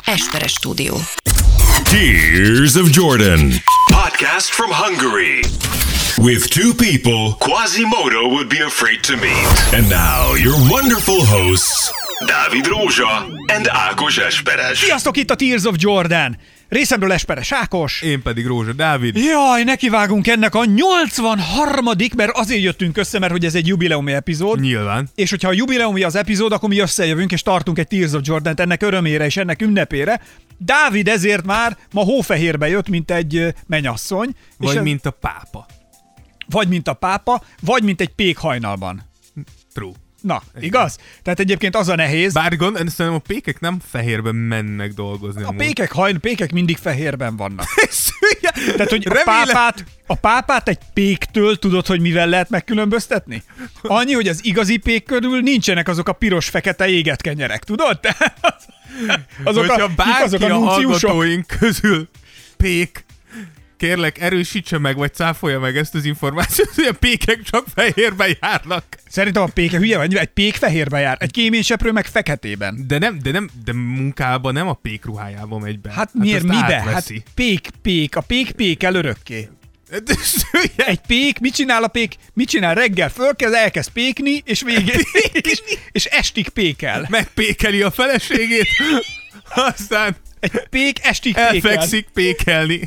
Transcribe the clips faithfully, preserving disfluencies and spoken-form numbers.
Esperes Stúdió. Tears of Jordan. Podcast from Hungary. With two people Quasimodo would be afraid to meet. And now your wonderful hosts, Dávid Rózsa and Ákos Esperes. Sziasztok, itt a Tears of Jordan. Részemről Esperes Ákos. Én pedig Rózsa Dávid. Jaj, nekivágunk ennek a nyolcvanharmadik, mert azért jöttünk össze, mert hogy ez egy jubileumi epizód. Nyilván. És hogyha a jubileumi az epizód, akkor mi összejövünk, és tartunk egy Tears of Jordant ennek örömére és ennek ünnepére. Dávid ezért már ma hófehérbe jött, mint egy mennyasszony. Vagy és mint a pápa. Vagy mint a pápa, vagy mint egy pék hajnalban. True. Na, igaz? Tehát egyébként az a nehéz. Bár gond, szerintem a pékek nem fehérben mennek dolgozni. A amúgy. pékek, hajn, pékek mindig fehérben vannak. Szülye! Tehát, hogy a Remélem... pápát, a pápát egy péktől tudod, hogy mivel lehet megkülönböztetni? Annyi, hogy az igazi pék körül nincsenek azok a piros-fekete éget kenyerek, tudod? azok Hogyha a, bárki azok a, a núciusok. hallgatóink közül pék, kérlek, erősítse meg, vagy cáfolja meg ezt az információt, hogy a pékek csak fehérben járnak. Szerintem a péke hülye vagy, egy pék fehérbe jár, egy kéményseprő meg feketében. De nem, de nem, de munkában nem a pék ruhájában megy be. Hát miért, azt mibe? átveszi. Hát pék, pék, a pék pékel örökké. De szülye! Egy pék, mit csinál a pék? Mit csinál reggel? Fölkezd, elkezd pékni, és végén, és, és estig pékel. Megpékeli a feleségét, aztán Egy pék estig pékel. elfekszik pékelni.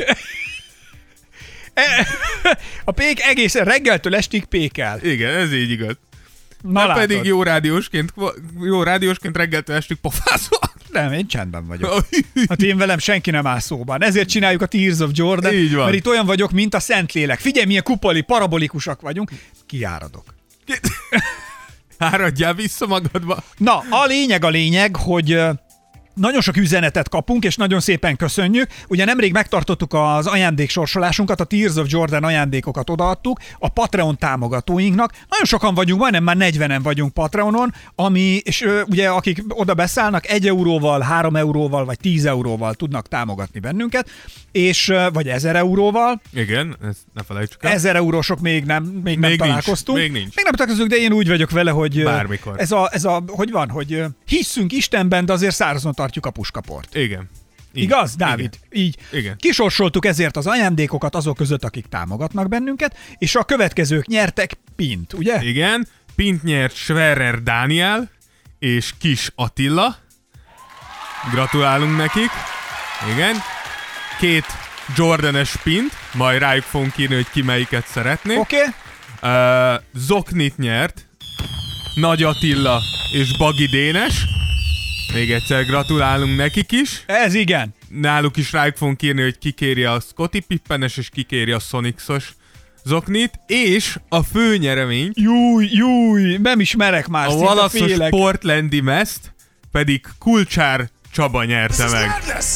A pék egészen reggeltől estig pékel. Igen, ez így igaz. Na Na pedig látod. jó rádiósként, jó rádiósként reggeltől estig pofázol. Nem, én csendben vagyok. Hát én velem senki nem áll szóban. Ezért csináljuk a Tears of Jordan, Így van. mert itt olyan vagyok, mint a Szentlélek. Figyelj, milyen kupoli, parabolikusak vagyunk. Kiáradok. Áradjál vissza magadba. Na, a lényeg a lényeg, hogy ö, nagyon sok üzenetet kapunk, és nagyon szépen köszönjük. Ugye nemrég megtartottuk az ajándéksorsolásunkat, a Tears of Jordan ajándékokat odaadtuk a Patreon támogatóinknak. Nagyon sokan vagyunk, majdnem már negyvenen vagyunk Patreonon, ami, és ö, ugye akik oda beszállnak, egy euróval, három euróval, vagy tíz euróval tudnak támogatni bennünket, és ö, vagy ezer euróval. Igen, ezt ne felejtsük el. Ezer eurósok még nem, még nem Még nincs, találkoztunk. még nincs. Még nem találkozunk, de én úgy vagyok vele, hogy ö, Bármikor. ez a, ez a, hogy van, hogy ö, hisszünk Istenben, de azért szárazon tartjuk a puskaport. Igen. Így. Igaz, Dávid? Igen. Így. Igen. Kisorsoltuk ezért az ajándékokat azok között, akik támogatnak bennünket, és a következők nyertek pint, ugye? Igen. Pint nyert Schwerer Dániel és Kis Attila. Gratulálunk nekik. Igen. Két Jordanes pint, majd rájuk fogunk írni, hogy ki melyiket szeretné. Oké? Okay? Uh, Zoknit nyert Nagy Attila és Bagi Dénes. Még egyszer gratulálunk nekik is. Ez igen. Náluk is rájuk fogunk írni, hogy ki kéri a Scottie Pippenes és ki kéri a Sonicsos Zoknit. És a fő nyeremény, Júj, júj, nem is merek már, a szinte Walaszos félek. Portlandi Meszt pedig Kulcsár Csaba nyerte meg.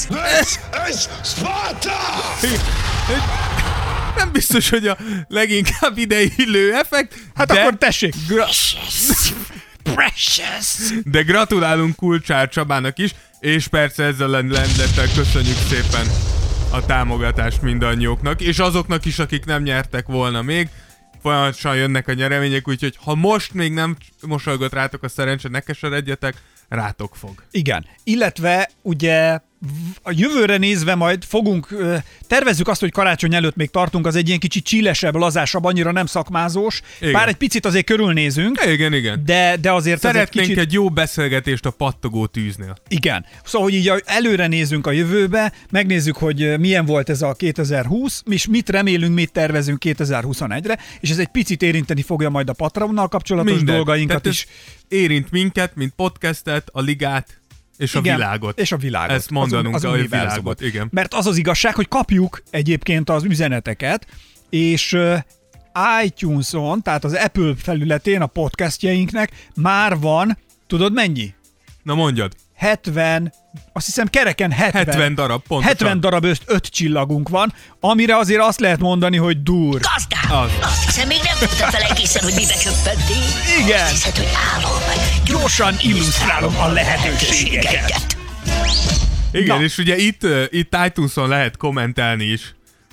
Nem biztos, hogy a leginkább ideillő effekt, Hát de, akkor tessék. gra- Precious. de gratulálunk Kulcsár Csabának is, és persze ezzel a lendlettel köszönjük szépen a támogatást mindannyióknak, és azoknak is, akik nem nyertek volna még. Folyamatosan jönnek a nyeremények, úgyhogy ha most még nem mosolygott rátok a szerencse, ne keseredjetek, rátok fog. Igen, illetve ugye a jövőre nézve majd fogunk, tervezzük azt, hogy karácsony előtt még tartunk, az egy ilyen kicsit csillesebb, lazásabb, annyira nem szakmázós, Igen. bár egy picit azért körülnézünk, Igen, igen. de, de azért az egy Szeretnénk kicsit... egy jó beszélgetést a pattogó tűznél. Igen. Szóval, hogy így előre nézünk a jövőbe, megnézzük, hogy milyen volt ez a kétezer-húsz, és mit remélünk, mit tervezünk kétezer-huszonegyre, és ez egy picit érinteni fogja majd a Patronnal kapcsolatos Minden. dolgainkat Tehát is. Érint minket, mint podcastet, a ligát, és Igen, a világot. És a világot. Ezt mondanunk, az, az a univerzumot. világot, igen. Mert az az igazság, hogy kapjuk egyébként az üzeneteket, és uh, iTunes-on, tehát az Apple felületén a podcastjainknek már van, tudod mennyi? Na mondjad. hetven, azt hiszem kereken hetven. hetven darab, pontosan. hetven darab öt, öt csillagunk van, amire azért azt lehet mondani, hogy dur. Gazdám! Az. Azt hiszem, még nem tudtam fel egészen, hogy mibe csöppentél. Igen. Azt hiszed, hogy álom vagy. Gyorsan illusztrálom a lehetőségeket. Igen, Na. és ugye itt, uh, itt iTunes-on lehet kommentelni is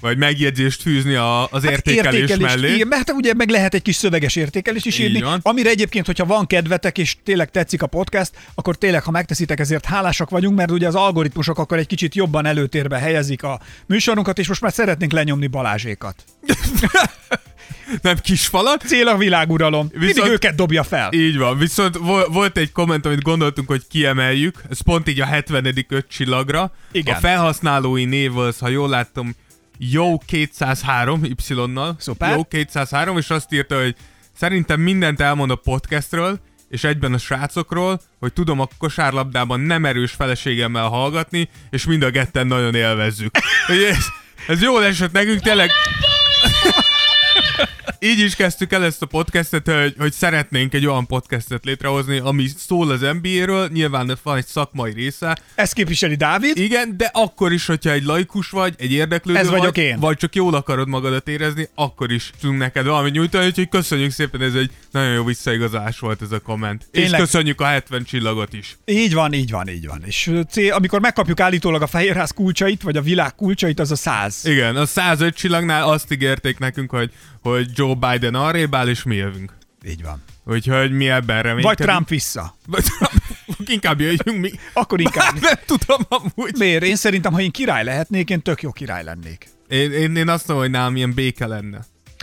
vagy megjegyzést fűzni a, az hát értékelés, értékelés mellé. Igen, mert ugye meg lehet egy kis szöveges értékelés is írni, amire egyébként, hogyha van kedvetek, és tényleg tetszik a podcast, akkor tényleg, ha megteszitek, ezért hálásak vagyunk, mert ugye az algoritmusok akkor egy kicsit jobban előtérbe helyezik a műsorunkat, és most már szeretnénk lenyomni Balázsékat. Nem kisfalat. Cél a világuralom. Viszont, mindig őket dobja fel. Így van. Viszont volt egy komment, amit gondoltunk, hogy kiemeljük. Ez pont így a hetvenedik öt csillagra. Igen. A felhasználói név az, ha jól láttam, Jó kétszázhárom Y-nal. Szuper. Jó kétszázhárom, és azt írta, hogy szerintem mindent elmond a podcastről, és egyben a srácokról, hogy tudom a kosárlabdában nem erős feleségemmel hallgatni, és mind a ketten nagyon élvezzük. ez, ez jól esett nekünk, tényleg... Így is kezdtük el ezt a podcastet, hogy, hogy szeretnénk egy olyan podcastet létrehozni, ami szól az en bé á-ről, nyilván van egy szakmai része. Ezt képviseli Dávid. Igen, de akkor is, hogyha egy laikus vagy, egy érdeklődő ez vagy, én. vagy csak jól akarod magadat érezni, akkor is tudunk neked valamit nyújtani, úgyhogy köszönjük szépen, ez egy nagyon jó visszaigazás volt ez a komment. Tényleg. És köszönjük a hetven csillagot is. Így van, így van, így van. És cél, amikor megkapjuk állítólag a Fehérház kulcsait, vagy a világ kulcsait, az a száz. Igen, a százöt csillagnál azt ígérték nekünk, hogy hogy Joe Biden arrébb áll, és mi jövünk. Így van. Úgyhogy mi ebben reménykedünk. Vagy Trump vissza. Vagy Trump. Inkább jöjjünk mi. Akkor inkább. Nem tudom amúgy. Miért? Én szerintem, ha én király lehetnék, én tök jó király lennék. Én, én, én azt mondom, hogy nálam ilyen béke lenne.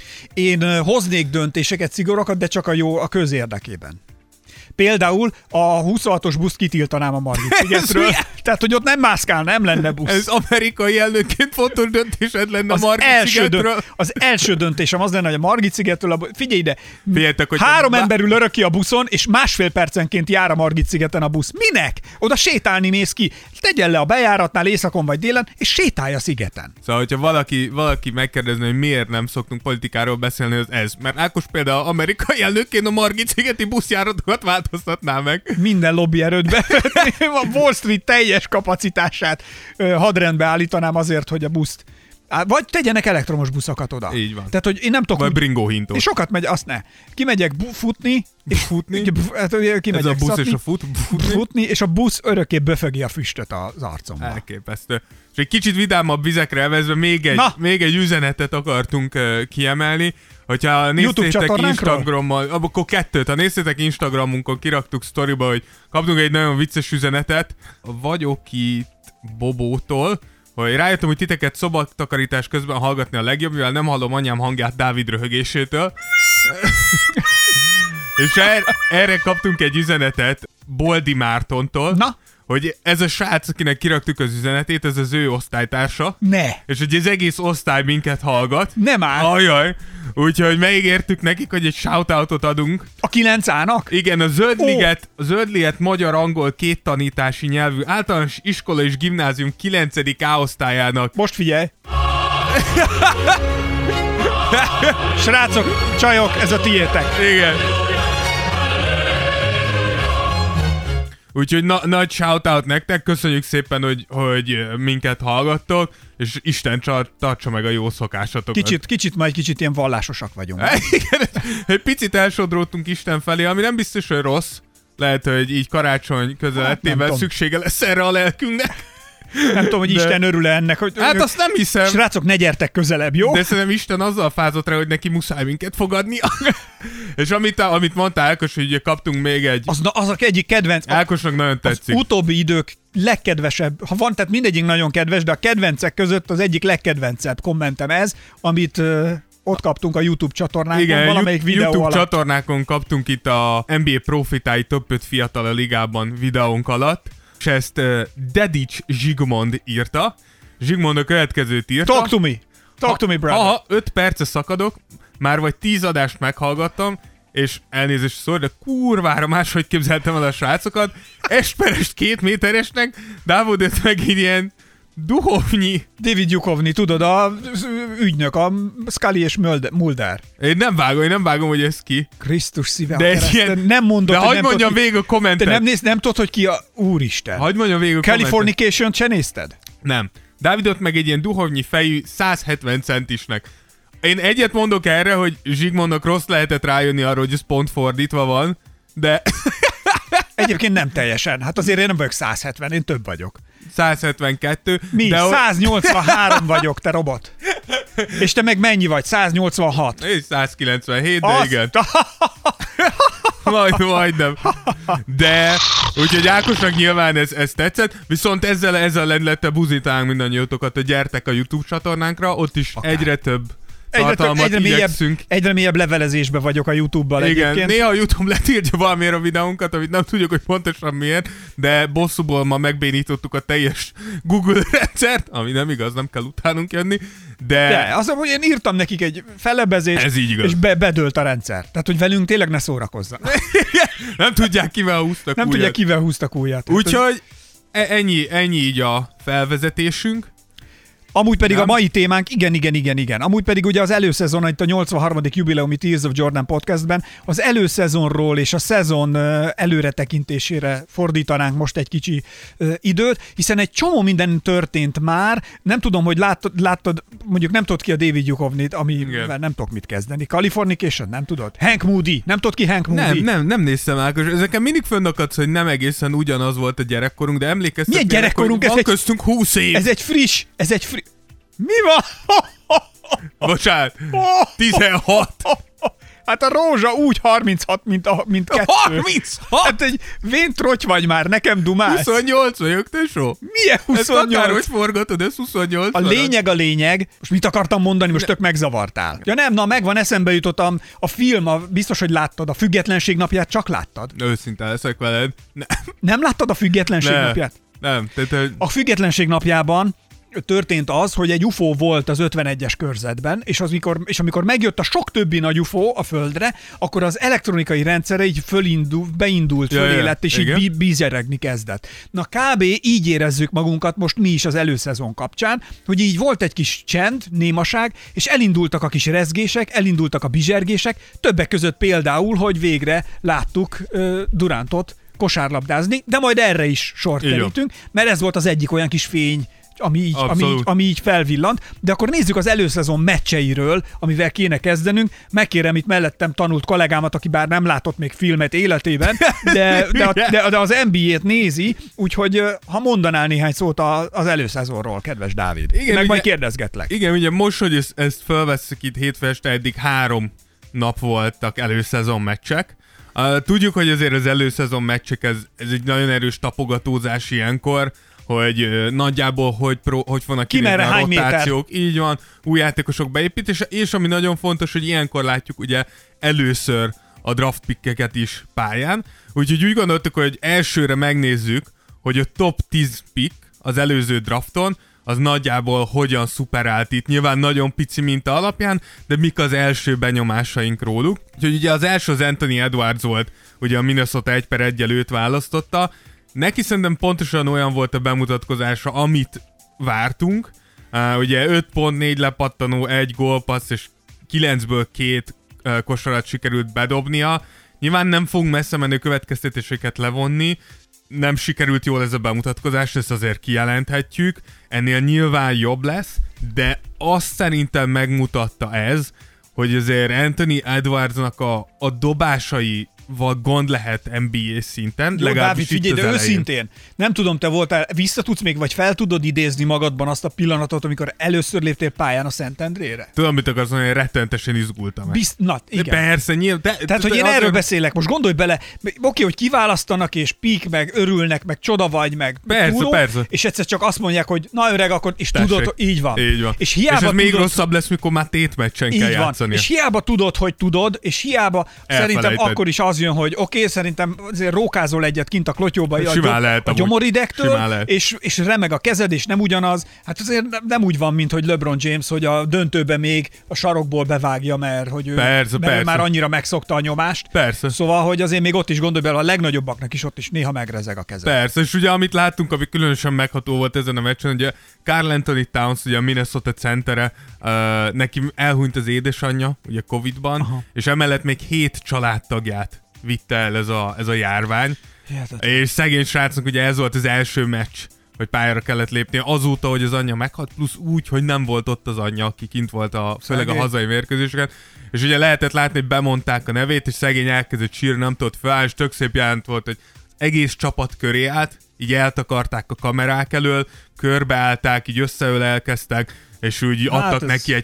Én hoznék döntéseket, szigorokat, de csak a jó, a közérdekében. Például a huszonhatos buszt kitiltanám a Margit-szigetről. Tehát, hogy ott nem mászkál, nem lenne busz. Ez amerikai elnökként fontos döntésed lenne az a Margit-szigetről. Első dö- az első döntésem az lenne, hogy a Margit-szigetről... A... Figyelj ide! Figyeltek, hogy három bá... ember ül örök ki a buszon, és másfél percenként jár a Margit-szigeten a busz. Minek? Oda sétálni mész ki. Tegyen le a bejáratnál északon vagy délen, és sétálj a szigeten. Szóval, hogyha valaki, valaki megkérdezne, hogy miért nem szoktunk politikáról beszélni, az ez. Mert Ákos például amerikai elnökként a Margit-szigeti buszjáratokat változtatná meg. Minden lobbyerőt bevetni, a Wall Street teljes kapacitását hadrendbe állítanám azért, hogy a buszt... Vagy tegyenek elektromos buszokat oda. Így van. Tehát, hogy én nem tudok... Vagy bringóhintó. És sokat megy, azt ne. Kimegyek bu- futni, és futni. Hát, kimegyek ez a busz szatni, és a fut, futni. futni, és a busz örökké böfögi a füstöt az arcomba. Elképesztő. És egy kicsit vidámabb vizekre elvezve még egy, még egy üzenetet akartunk uh, kiemelni. Hogyha néztétek Instagrammal, akkor kettőt, ha néztétek Instagramunkon, kiraktuk sztoriba, hogy kaptunk egy nagyon vicces üzenetet. Vagyok itt Bobótól, hogy rájöttem, hogy titeket szobatakarítás közben hallgatni a legjobb, mivel nem hallom anyám hangját Dávid röhögésétől. És er, erre kaptunk egy üzenetet Boldi Mártontól. Na? Hogy ez a srác, akinek kiraktuk az üzenetét, ez az ő osztálytársa. Ne! És hogy az egész osztály minket hallgat. Nem áll. Ajaj. Úgyhogy megígértük nekik, hogy egy shoutoutot adunk. A kilenc ának? Igen, a Zöldliget, oh. a Zöldliget magyar-angol két tanítási nyelvű általános iskola és gimnázium kilencedik A osztályának. Most figyelj! Srácok, csajok, ez a tiétek. Igen. Úgyhogy na- nagy shoutout nektek, köszönjük szépen, hogy, hogy minket hallgattok, és Isten tartsa meg a jó szokásatokat. Kicsit, kicsit majd kicsit ilyen vallásosak vagyunk. Igen, egy picit elsodródtunk Isten felé, ami nem biztos, hogy rossz. Lehet, hogy így karácsony közelettével hát, szüksége lesz erre a lelkünknek. Nem tudom, hogy de... Isten örül-e ennek. Hogy hát azt nem hiszem. Srácok, ne gyertek közelebb, jó? De szerintem Isten azzal fázott rá, hogy neki muszáj minket fogadnia. És amit, amit mondta Ákos, hogy ugye kaptunk még egy... Az, na, az a egyik kedvenc... Ákosnak nagyon tetszik. Az utóbbi idők legkedvesebb, ha van, tehát mindegyik nagyon kedves, de a kedvencek között az egyik legkedvencebb kommentem ez, amit... Uh, ott kaptunk a YouTube csatornánkon, igen, valamelyik videó YouTube alatt. csatornákon kaptunk itt a en bé á profitái top öt fiatal a ligában videónk alatt, és ezt uh, Dedics Zsigmond írta. Zsigmond a következőt írta. Talk to me! Talk ha, to me, brother! Aha, öt perce szakadok, már vagy tíz adást meghallgattam, és elnézést szól, de kurvára máshogy képzeltem el a srácokat. Esperest két méteresnek, Dávod öt meg így ilyen Duhovnyi. David Duchovny, tudod, a ügynök, a Scully és Mulder. Én nem vágom, én nem vágom, hogy ez ki. Krisztus szíve de a ilyen, nem mondod, de hogy hagyd nem mondjam tudod, végig a kommentet. Te nem, néz, nem tudod, hogy ki a... Úristen. Hagyd mondjam végig a kommentet. Californication-t se nézted? Nem. Dávidot meg egy ilyen Duhovnyi fejű száz hetven centisnek. Én egyet mondok erre, hogy Zsigmondnak rossz lehetett rájönni arra, hogy ez pont fordítva van, de... Egyébként nem teljesen. Hát azért én nem vagyok száz hetven, én több vagyok. száz hetvenkettő. Mi? De száz nyolcvanhárom vagyok, te robot. És te meg mennyi vagy? száznyolcvanhat. És százkilencvenhét, de Azt... igen. Majd, majdnem. De, úgyhogy Ákosnak nyilván ez, ez tetszett, viszont ezzel, ezzel lendlettel buzítálunk mindannyiótokat, hogy gyertek a YouTube csatornánkra, ott is Akár. egyre több Egyre, tartalmat egyre, mélyebb, igyekszünk. egyre mélyebb levelezésbe vagyok a YouTube-bal Igen, egyébként. néha a YouTube letiltja valamiért a videónkat, amit nem tudjuk, hogy pontosan miért, de bosszúból ma megbénítottuk a teljes Google rendszert, ami nem igaz, nem kell utánunk jönni, de... De az, hogy én írtam nekik egy fellebezést, Ez így igaz. és be, bedőlt a rendszer. Tehát, hogy velünk tényleg ne szórakozzanak. nem tudják, kivel húztak Nem újat. tudják, kivel húztak újat. Úgyhogy ennyi, ennyi így a felvezetésünk. Amúgy pedig Nem? a mai témánk, igen, igen, igen, igen. Amúgy pedig ugye az előszezon, itt a nyolcvanharmadik jubileumi Tears of Jordan podcastben az előszezonról és a szezon előretekintésére fordítanánk most egy kicsi időt, hiszen egy csomó minden történt már. Nem tudom, hogy láttad, láttad mondjuk nem tudod ki a David Duchovnyt, amivel nem tudok mit kezdeni. Californication, nem tudod? Hank Moody, nem tudod ki Hank Moody? Nem, nem, nem néztem Ákos. Ezeken mindig fönnakadsz, hogy nem egészen ugyanaz volt a gyerekkorunk, de emlékeztek. Milyen gyerekkorunk? Van Ez egy, köztünk húsz év. Ez egy friss, ez egy friss... Mi van? Bocsánat, tizenhat. Hát a rózsa úgy harminchat, mint, a, mint kettő. harminchat? Hát egy véntrotty vagy már, nekem dumálsz. huszonnyolc vagyok, tesó. Milyen huszonnyolc? Ezt akárhogy forgatod, ez huszonnyolc. A lényeg a lényeg, most mit akartam mondani, most tök megzavartál. Ja nem, na megvan, eszembe jutott a, a film, a, biztos, hogy láttad, a Függetlenség napját csak láttad. Őszinte leszek veled. Nem, nem láttad a Függetlenség ne, napját? Nem. Tehát, a Függetlenség napjában történt az, hogy egy ufó volt az ötvenegyes körzetben, és, az mikor, és amikor megjött a sok többi nagy ufó a Földre, akkor az elektronikai rendszere így fölindul, beindult, ja, fölé ja, lett, és igen. így bízeregni kezdett. Na kb. Így érezzük magunkat most mi is az előszezon kapcsán, hogy így volt egy kis csend, némaság, és elindultak a kis rezgések, elindultak a bizsergések, többek között például, hogy végre láttuk uh, Durantot kosárlabdázni, de majd erre is sort kerítünk, mert ez volt az egyik olyan kis fény, ami így, ami, így, ami így felvillant. De akkor nézzük az előszezon meccseiről, amivel kéne kezdenünk. Megkérem itt mellettem tanult kollégámat, aki bár nem látott még filmet életében, de, de, a, de, de az en bé á-t nézi, úgyhogy ha mondanál néhány szót az előszezonról, kedves Dávid. Igen, meg ugye, majd kérdezgetlek. Igen, ugye most, hogy ezt, ezt felvesszük itt hétfő este, eddig három nap voltak előszezon meccsek. Uh, tudjuk, hogy azért az előszezon meccsek, ez, ez egy nagyon erős tapogatózás ilyenkor, hogy uh, nagyjából hogy, pro, hogy vannak kinézni a rotációk, méter? Így van, új játékosok beépítése, és ami nagyon fontos, hogy ilyenkor látjuk ugye először a draft pickeket is pályán, úgyhogy úgy gondoltuk, hogy elsőre megnézzük, hogy a top tíz pick az előző drafton, az nagyjából hogyan szuperált itt. Nyilván nagyon pici minta alapján, de mik az első benyomásaink róluk. Úgyhogy ugye az első az Anthony Edwards volt, ugye a Minnesota egy per egyel őt választotta. Neki szerintem pontosan olyan volt a bemutatkozása, amit vártunk. Uh, ugye öt pont négy lepattanó, egy gólpassz és kilencből két uh, kosarat sikerült bedobnia. Nyilván nem fogunk messze menő következtetéseket levonni, nem sikerült jól ez a bemutatkozás, ezt azért kijelenthetjük, ennél nyilván jobb lesz, de azt szerintem megmutatta ez, hogy azért Anthony Edwardsnak a, a dobásai gond lehet en bé á szinten. Jó, Dávid, figyelj, de őszintén, nem tudom, te voltál, vissza tudsz még, vagy fel tudod idézni magadban azt a pillanatot, amikor először léptél pályán a Szentendrére? Tudom, mit akarsz mondani, hogy rettentesen izgultam. Bizt, na, igen. De persze, nyilván. De, Tehát, hogy én azért... erről beszélek, most gondolj bele, oké, hogy kiválasztanak, és pík, meg örülnek, meg csoda vagy, meg persze, túló, persze. És egyszer csak azt mondják, hogy na öreg, akkor, és Tessék. tudod, így van. Így van. És, hiába és ez tudod, még rosszabb lesz, mikor már tétmeccsen kell játszani. És hiába tudod, hogy tudod, és hiába szerintem akkor is az jön, hogy oké, szerintem azért rókázol egyet kint a klotyóba a, a gyomoridegtől, és, és remeg a kezed, és nem ugyanaz. Hát azért nem úgy van, mint hogy LeBron James, hogy a döntőben még a sarokból bevágja, mert hogy ő, persze, mert persze. már annyira megszokta a nyomást. Persze. Szóval, hogy azért még ott is gondolj bele, a legnagyobbaknak is ott is néha megrezeg a kezed. Persze, és ugye amit láttunk, ami különösen megható volt ezen a meccsen, ugye Karl Anthony Towns, ugye a Minnesota centere, uh, neki elhunyt az édesanyja, ugye Covidban, Aha. és emellett még hét családtagját vitte el ez a, ez a járvány. Hihetetlen. És szegény srácnak ugye ez volt az első meccs, hogy pályára kellett lépnie azóta, hogy az anyja meghalt, plusz úgy, hogy nem volt ott az anyja, aki kint volt a, főleg a hazai mérkőzéseken. És ugye lehetett látni, hogy bemondták a nevét, és szegény elkezdett sírni, nem tudott fel, és tök szép jelent volt, hogy egész csapat köré állt, így eltakarták a kamerák elől, körbeállták, így összeölelkeztek, és úgy hát adtak ez... neki egy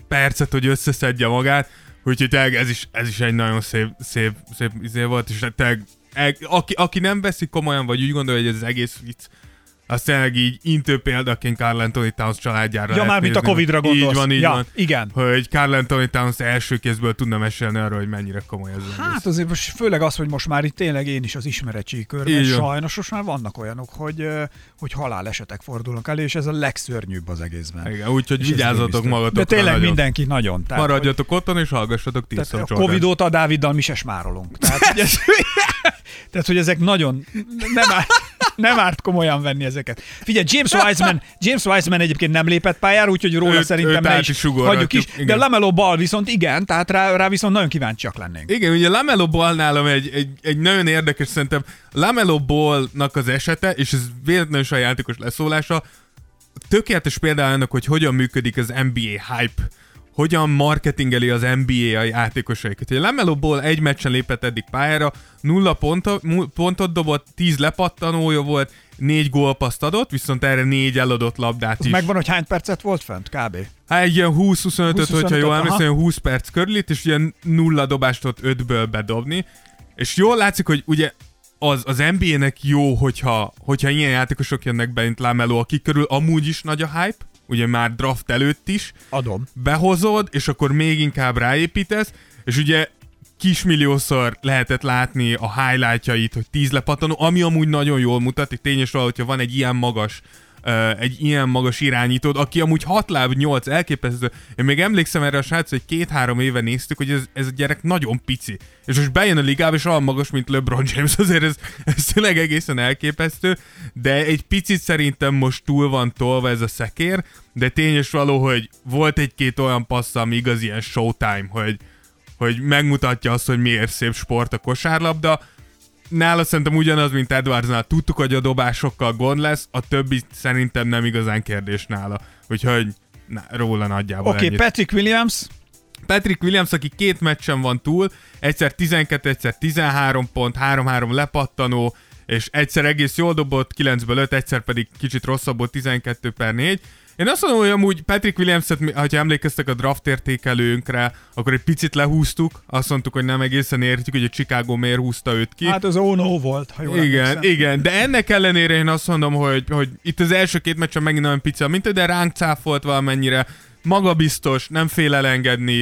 percet, hogy összeszedje magát, úgyhogy tényleg ez is, ez is egy nagyon szép, szép, szép izé volt, és tényleg, aki, aki nem veszi komolyan, vagy úgy gondolja, hogy ez az egész vicc, az tényleg így intő példaként Karl Anthony Towns családjára. Ja, már mint a Covidra gondolsz. Így van, így ja, van. Igen. Hogy Karl Anthony Towns első kézből tudna mesélni arról, hogy mennyire komoly ez. Hát azért most főleg az, hogy most már itt tényleg én is az ismeretségi körben, sajnos most már vannak olyanok, hogy, hogy halálesetek fordulnak elő, és ez a legszörnyűbb az egészben. Igen, úgyhogy vigyázzatok magatokra. De tényleg nagyon. Mindenki nagyon. Tehát, maradjatok hogy... otthon, és hallgassatok Tears of Jordan. A Covid óta a Dáviddal mi se smárolunk. Tehát, hogy ez, tehát, hogy ezek nagyon nem árt, nem árt komolyan venni ezeket. Figyelj, James Wiseman, James Wiseman egyébként nem lépett pályára, úgyhogy róla őt, szerintem ne is, is hagyjuk is. Igen. De LaMelo Ball viszont igen, tehát rá, rá viszont nagyon kíváncsiak lennénk. Igen, ugye LaMelo Ball nálam egy, egy, egy nagyon érdekes, szerintem LaMelo Ballnak az esete, és ez véletlenül is a játékos leszólása, tökéletes például annak, hogy hogyan működik az en bé á hype, hogyan marketingeli az en bé á a játékosaikat. Ugye LaMelo Ball egy meccsen lépett eddig pályára, nulla pontot, pontot dobott, tíz lepattanója volt, négy gólpasszt adott, viszont erre négy eladott labdát az is. Megvan, hogy hány percet volt fent, kb. Hát egy ilyen húsz-huszonötöt, hogyha jól emlékszem, húsz perc körül itt, és ugye nulla dobást ott ötből bedobni. És jól látszik, hogy ugye az, az en bé á-nek jó, hogyha, hogyha ilyen játékosok jönnek be, mint LaMelo, akik körül amúgy is nagy a hype, ugye már draft előtt is. Adom. Behozod, és akkor még inkább ráépítesz, és ugye kismilliószor lehetett látni a highlightjait, hogy tíz lepattanó, ami amúgy nagyon jól mutat, hogy tényes valahogy, hogyha van egy ilyen magas Uh, egy ilyen magas irányítód, aki amúgy hat láb nyolc, elképesztő. Én még emlékszem erre a srác, hogy két-három éve néztük, hogy ez, ez a gyerek nagyon pici. És most bejön a ligába, és olyan magas, mint LeBron James, azért ez, ez tényleg egészen elképesztő, de egy picit szerintem most túl van tolva ez a szekér, de tényes való, hogy volt egy-két olyan passza, ami igaz ilyen showtime, hogy, hogy megmutatja azt, hogy miért szép sport a kosárlabda. Nála szerintem ugyanaz, mint Edwardsnál. Tudtuk, hogy a dobásokkal gond lesz, a többi szerintem nem igazán kérdés nála. Úgyhogy na, róla nagyjából Oké, okay, Patrick Williams. Patrick Williams, aki két meccsen van túl, egyszer tizenkettő, egyszer tizenhárom pont, három-három lepattanó, és egyszer egész jól dobott, kilencből öt, egyszer pedig kicsit rosszabb volt, tizenkettő per négy. Én azt mondom, hogy amúgy Patrick Williams-et, ha emlékeztek a draft értékelőnkre, akkor egy picit lehúztuk, azt mondtuk, hogy nem egészen értjük, hogy a Chicago miért húzta őt ki. Hát az oh-no volt, ha jól Igen, emlékszem. igen, de ennek ellenére én azt mondom, hogy, hogy itt az első két meccsen megint nagyon pici, mint de ránk cáfolt valamennyire, magabiztos, nem fél elengedni,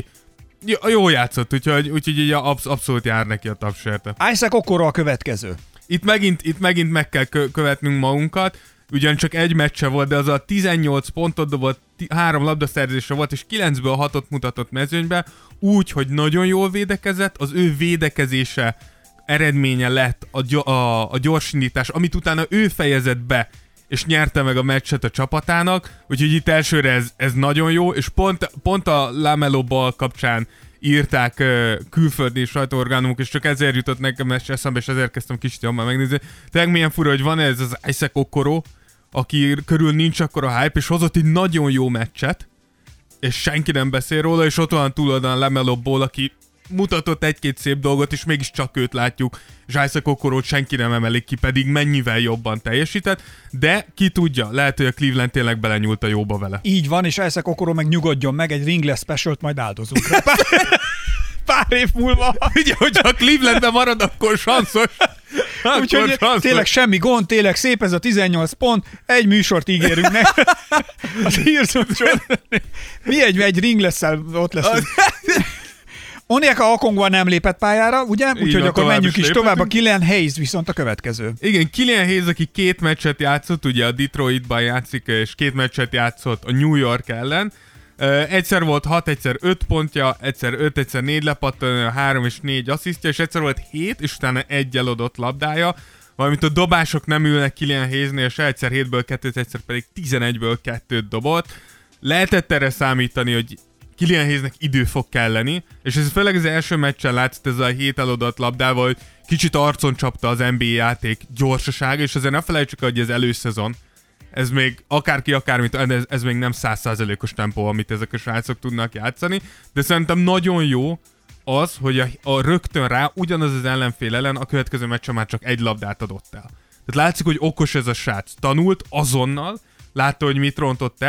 jó játszott, úgyhogy, úgyhogy így absz- abszolút jár neki a tapsérte. Isaac Okoro a következő. Itt megint, itt megint meg kell kö- követnünk magunkat, ugyancsak egy meccse volt, de az a tizennyolc pontot dobott, három labdaszerzésre volt, és kilencből hatot mutatott mezőnybe, úgy, hogy nagyon jól védekezett, az ő védekezése eredménye lett a, gy- a, a gyorsindítás, amit utána ő fejezett be, és nyerte meg a meccset a csapatának, úgyhogy itt elsőre ez, ez nagyon jó, és pont, pont a LaMelo Ball kapcsán írták uh, külföldi sajtóorgánumok, és csak ezért jutott nekem eszembe, és ezért kezdtem kicsit jobban megnézni. Tehát milyen fura, hogy van ez az Isaac Okoro, aki körül nincs akkor a hype, és hozott egy nagyon jó meccset, és senki nem beszél róla, és ott van túloldalán LaMelo Ball, aki mutatott egy-két szép dolgot, és mégiscsak őt látjuk, és Isaac Okorót senki nem emelik ki, pedig mennyivel jobban teljesített, de ki tudja, lehet, hogy a Cleveland tényleg belenyúlt a jóba vele. Így van, és Isaac Okoro meg nyugodjon meg, egy ringless specialt majd áldozunk rá. Pár, pár év múlva. Ugye, hogyha a Clevelandben marad, akkor sanszos. Úgyhogy tényleg semmi gond, tényleg szép ez a tizennyolc pont, egy műsort ígérünk neki. Az írszócsor. Mi egy, egy ringless-szel ott leszünk. Onyeka Okongwu nem lépett pályára, ugye? Úgyhogy akkor menjünk is, is tovább. A Killian Hayes viszont a következő. Igen, Killian Hayes, aki két meccset játszott, ugye a Detroitban játszik, és két meccset játszott a New York ellen. Uh, egyszer volt hat, egyszer öt pontja, egyszer öt, egyszer négy lepattanója, három és négy asszisztja, és egyszer volt hét, és utána egy eladott labdája. Valamint a dobások nem ülnek Killian Hayesnél, se egyszer hétből kettőt, egyszer pedig tizenegyből kettőt dobott. Lehetett erre számítani, hogy Killian Hayesnek idő fog kelleni, és ez főleg az első meccsen látszott ez a hét eladott labdával, hogy kicsit arcon csapta az en bé á játék gyorsasága, és azért ne felejtsük, hogy ez előszezon. Ez még akárki, akármit, ez, ez még nem száz százalékos tempó, amit ezek a srácok tudnak játszani, de szerintem nagyon jó az, hogy a, a rögtön rá ugyanaz az ellenfél ellen a következő meccsen már csak egy labdát adott el. Tehát látszik, hogy okos ez a srác. Tanult azonnal, látta, hogy mit rontott el,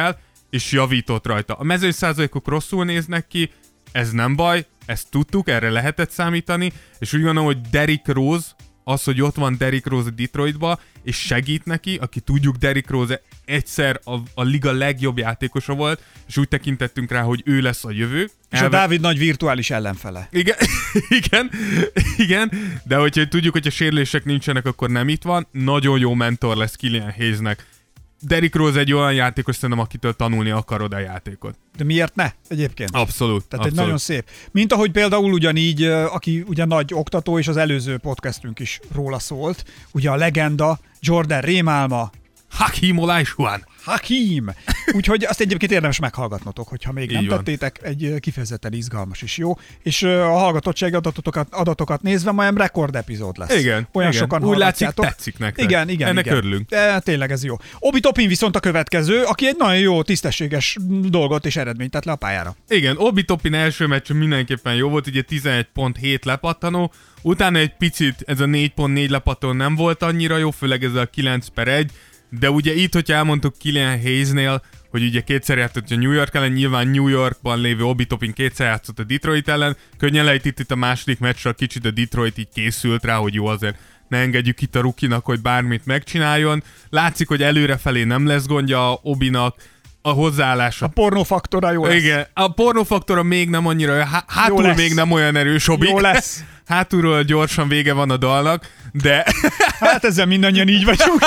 és javított rajta. A mezőny százalékok rosszul néznek ki, ez nem baj, ezt tudtuk, erre lehetett számítani, és úgy gondolom, hogy Derrick Rose, az, hogy ott van Derrick Rose a Detroitba, és segít neki, aki tudjuk, Derrick Rose egyszer a, a liga legjobb játékosa volt, és úgy tekintettünk rá, hogy ő lesz a jövő. És Elve... a Dávid nagy virtuális ellenfele. Igen, igen, igen, de hogyha tudjuk, hogy a sérülések nincsenek, akkor nem itt van. Nagyon jó mentor lesz Killian Hayesnek. Derrick Rose egy olyan játékos, szerintem, akitől tanulni akarod a játékot. De miért ne egyébként? Abszolút. Tehát abszolút. egy nagyon szép. Mint ahogy például ugyanígy, aki ugye nagy oktató, és az előző podcastünk is róla szólt, ugye a legenda, Jordan rémálma, Hakeem Olajuwon. Hakeem! Úgyhogy azt egyébként érdemes meghallgatnotok, hogyha még Így nem van. tettétek, egy kifejezetten izgalmas is jó. És a hallgatottsági adatokat, adatokat nézve majd rekord epizód lesz. Igen. Olyan igen. sokan úgy látszik, hallgatjátok. tetszik nektek. Igen, igen, Ennek igen. örülünk. De tényleg ez jó. Obi Toppin viszont a következő, aki egy nagyon jó, tisztességes dolgot és eredményt tett le a pályára. Igen, Obi Toppin első meccs mindenképpen jó volt, ugye tizenegy pont hét lepattanó, utána egy picit ez a négy pont négy lepattanó nem volt annyira jó, főleg ez a kilenc per egy, de ugye itt, hogyha elmondtuk Killian Hayesnél, hogy ugye kétszer játszott a New York ellen, nyilván New Yorkban lévő Obi Toppin kétszer játszott a Detroit ellen, könnyen lehet itt, itt a második meccsre kicsit a Detroit így készült rá, hogy jó, azért ne engedjük itt a rukinak, hogy bármit megcsináljon. Látszik, hogy előrefelé nem lesz gondja Obinak, a hozzáállása. A pornófaktora jó lesz. Igen, a pornófaktora még nem annyira, há- hátul még nem olyan erős, Obi. Jó lesz. Hátulról gyorsan vége van a dalnak, de... Hát ezzel mindannyian így vagyunk.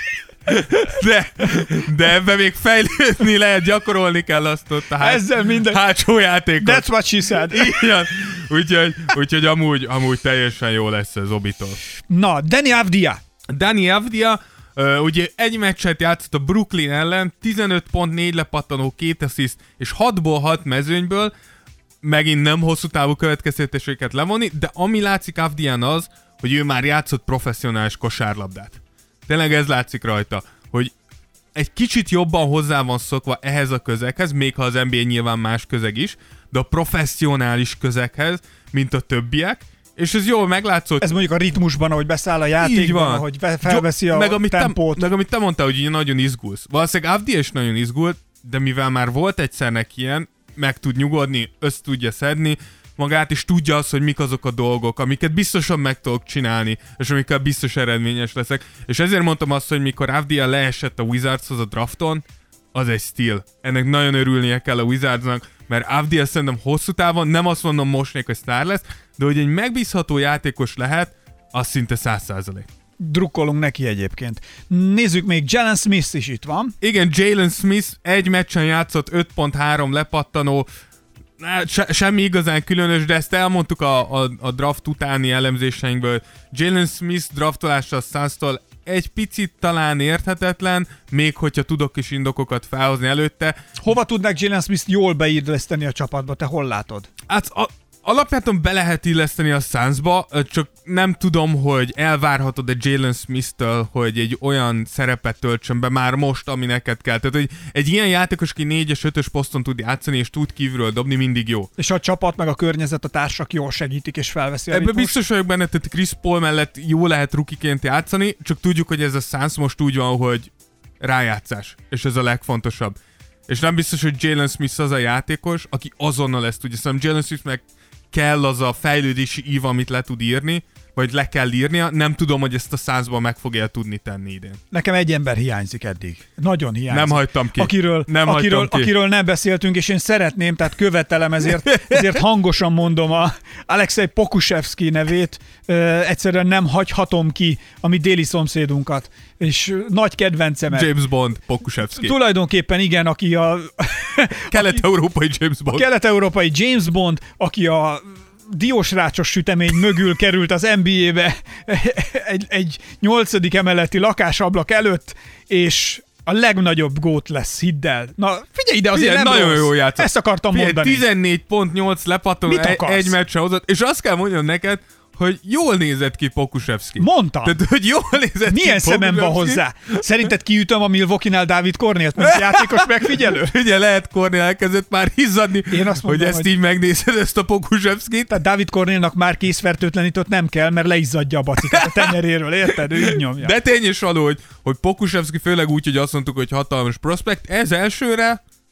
De, de ebben még fejlődni lehet, gyakorolni kell azt ott a hát, Ezzel minden... hátsó játékot. That's what she said. Igen. Úgyhogy, úgyhogy amúgy, amúgy teljesen jó lesz ez Obitól. Na, Deni Avdija. Dani Avdija, uh, ugye egy meccset játszott a Brooklyn ellen, tizenöt pont négy lepattanó, két assziszt, és hatból hat mezőnyből, megint nem hosszú távú következtetéseket levonni, de ami látszik Avdiján az, hogy ő már játszott professzionális kosárlabdát. Tényleg ez látszik rajta, hogy egy kicsit jobban hozzá van szokva ehhez a közeghez, még ha az en bé á nyilván más közeg is, de a professzionális közeghez, mint a többiek, és ez jól meglátszott. Ez mondjuk a ritmusban, ahogy beszáll a játékban, ahogy felveszi a meg amit tempót. Te, meg amit te mondtál, hogy ugye nagyon izgulsz. Valószínűleg Avdija is nagyon izgult, de mivel már volt egyszer neki ilyen, meg tud nyugodni, össze tudja szedni magát, és tudja azt, hogy mik azok a dolgok, amiket biztosan meg tudok csinálni, és amikkel biztos eredményes leszek. És ezért mondtam azt, hogy mikor Avdija leesett a Wizardshoz a drafton, az egy stíl. Ennek nagyon örülnie kell a Wizardsnak, mert Avdija szerintem hosszú távon, nem azt mondom most hogy sztár lesz, de hogy egy megbízható játékos lehet, az szinte száz százalék. Drukkolunk neki egyébként. Nézzük még, Jalen Smith is itt van. Igen, Jalen Smith egy meccsen játszott öt pont három lepattanó, Se, semmi igazán különös, de ezt elmondtuk a, a, a draft utáni elemzéseinkből. Jalen Smith draftolása a Suns-tól egy picit talán érthetetlen, még hogyha tudok is indokokat felhozni előtte. Hova tudnák Jalen Smith jól beilleszteni a csapatba? Te hol látod? Hát a, alapjáton be lehet illeszteni a Sunsba, csak nem tudom, hogy elvárhatod-e Jalen Smith-től, hogy egy olyan szerepet töltsön be már most, ami neked kell. Tehát, hogy egy ilyen játékos, aki négyes, ötös poszton tud játszani, és tud kívülről dobni, mindig jó. És a csapat, meg a környezet, a társak jól segítik, és felveszi a Ebben ritmust. biztos vagyok benne, tehát Chris Paul mellett jó lehet rukiként játszani, csak tudjuk, hogy ez a Suns most úgy van, hogy rájátszás, és ez a legfontosabb. És nem biztos, hogy Jalen Smith az a játékos, aki azonnal ezt tudja. Szóval Jalen Smith meg kell az a fejlődési ív, amit le tud írni, vagy le kell írnia. Nem tudom, hogy ezt a százban meg fogja tudni tenni idén. Nekem egy ember hiányzik eddig. Nagyon hiányzik. Nem hagytam ki. Akiről nem, akiről, hagytam ki. akiről nem beszéltünk, és én szeretném, tehát követelem, ezért, ezért hangosan mondom a Alexei Pokusevski nevét. Ö, egyszerűen nem hagyhatom ki a mi déli szomszédunkat. És nagy kedvencemet. James Bond, Pokusevski. Tulajdonképpen igen, aki a... Kelet-európai James Bond. Kelet-európai James Bond, aki a diósrácsos sütemény mögül került az en bé á-be egy, egy nyolcadik emeleti lakásablak előtt, és a legnagyobb gót lesz, hidd el. Na, figyelj ide, azért Figyelj, nem nagyon rossz. jó játszott. Ezt akartam Figyelj, mondani. tizennégy pont nyolc lepatton Mit egy, akarsz? egy meccsre hozott, és azt kell mondjam neked, hogy jól nézett ki Pokusevski. Mondtam. Tehát, hogy jól nézett Milyen ki szemem van Pokusevski. hozzá? Szerinted kiütöm a Milwaukee-nál Dávid Kornélt, mint játékos megfigyelő? Ugye lehet Kornél elkezdett már izzadni, Én azt mondom, hogy ezt hogy- így megnézed, ezt a Pokusevskit. Tehát Dávid Kornélnak már készfertőtlenítőt nem kell, mert leizzadja a bacikat a tenyeréről, érted? Ő így nyomja. De tény is való, hogy, hogy Pokusevski főleg úgy, hogy azt mondtuk, hogy hatalmas prospekt, ez elsőre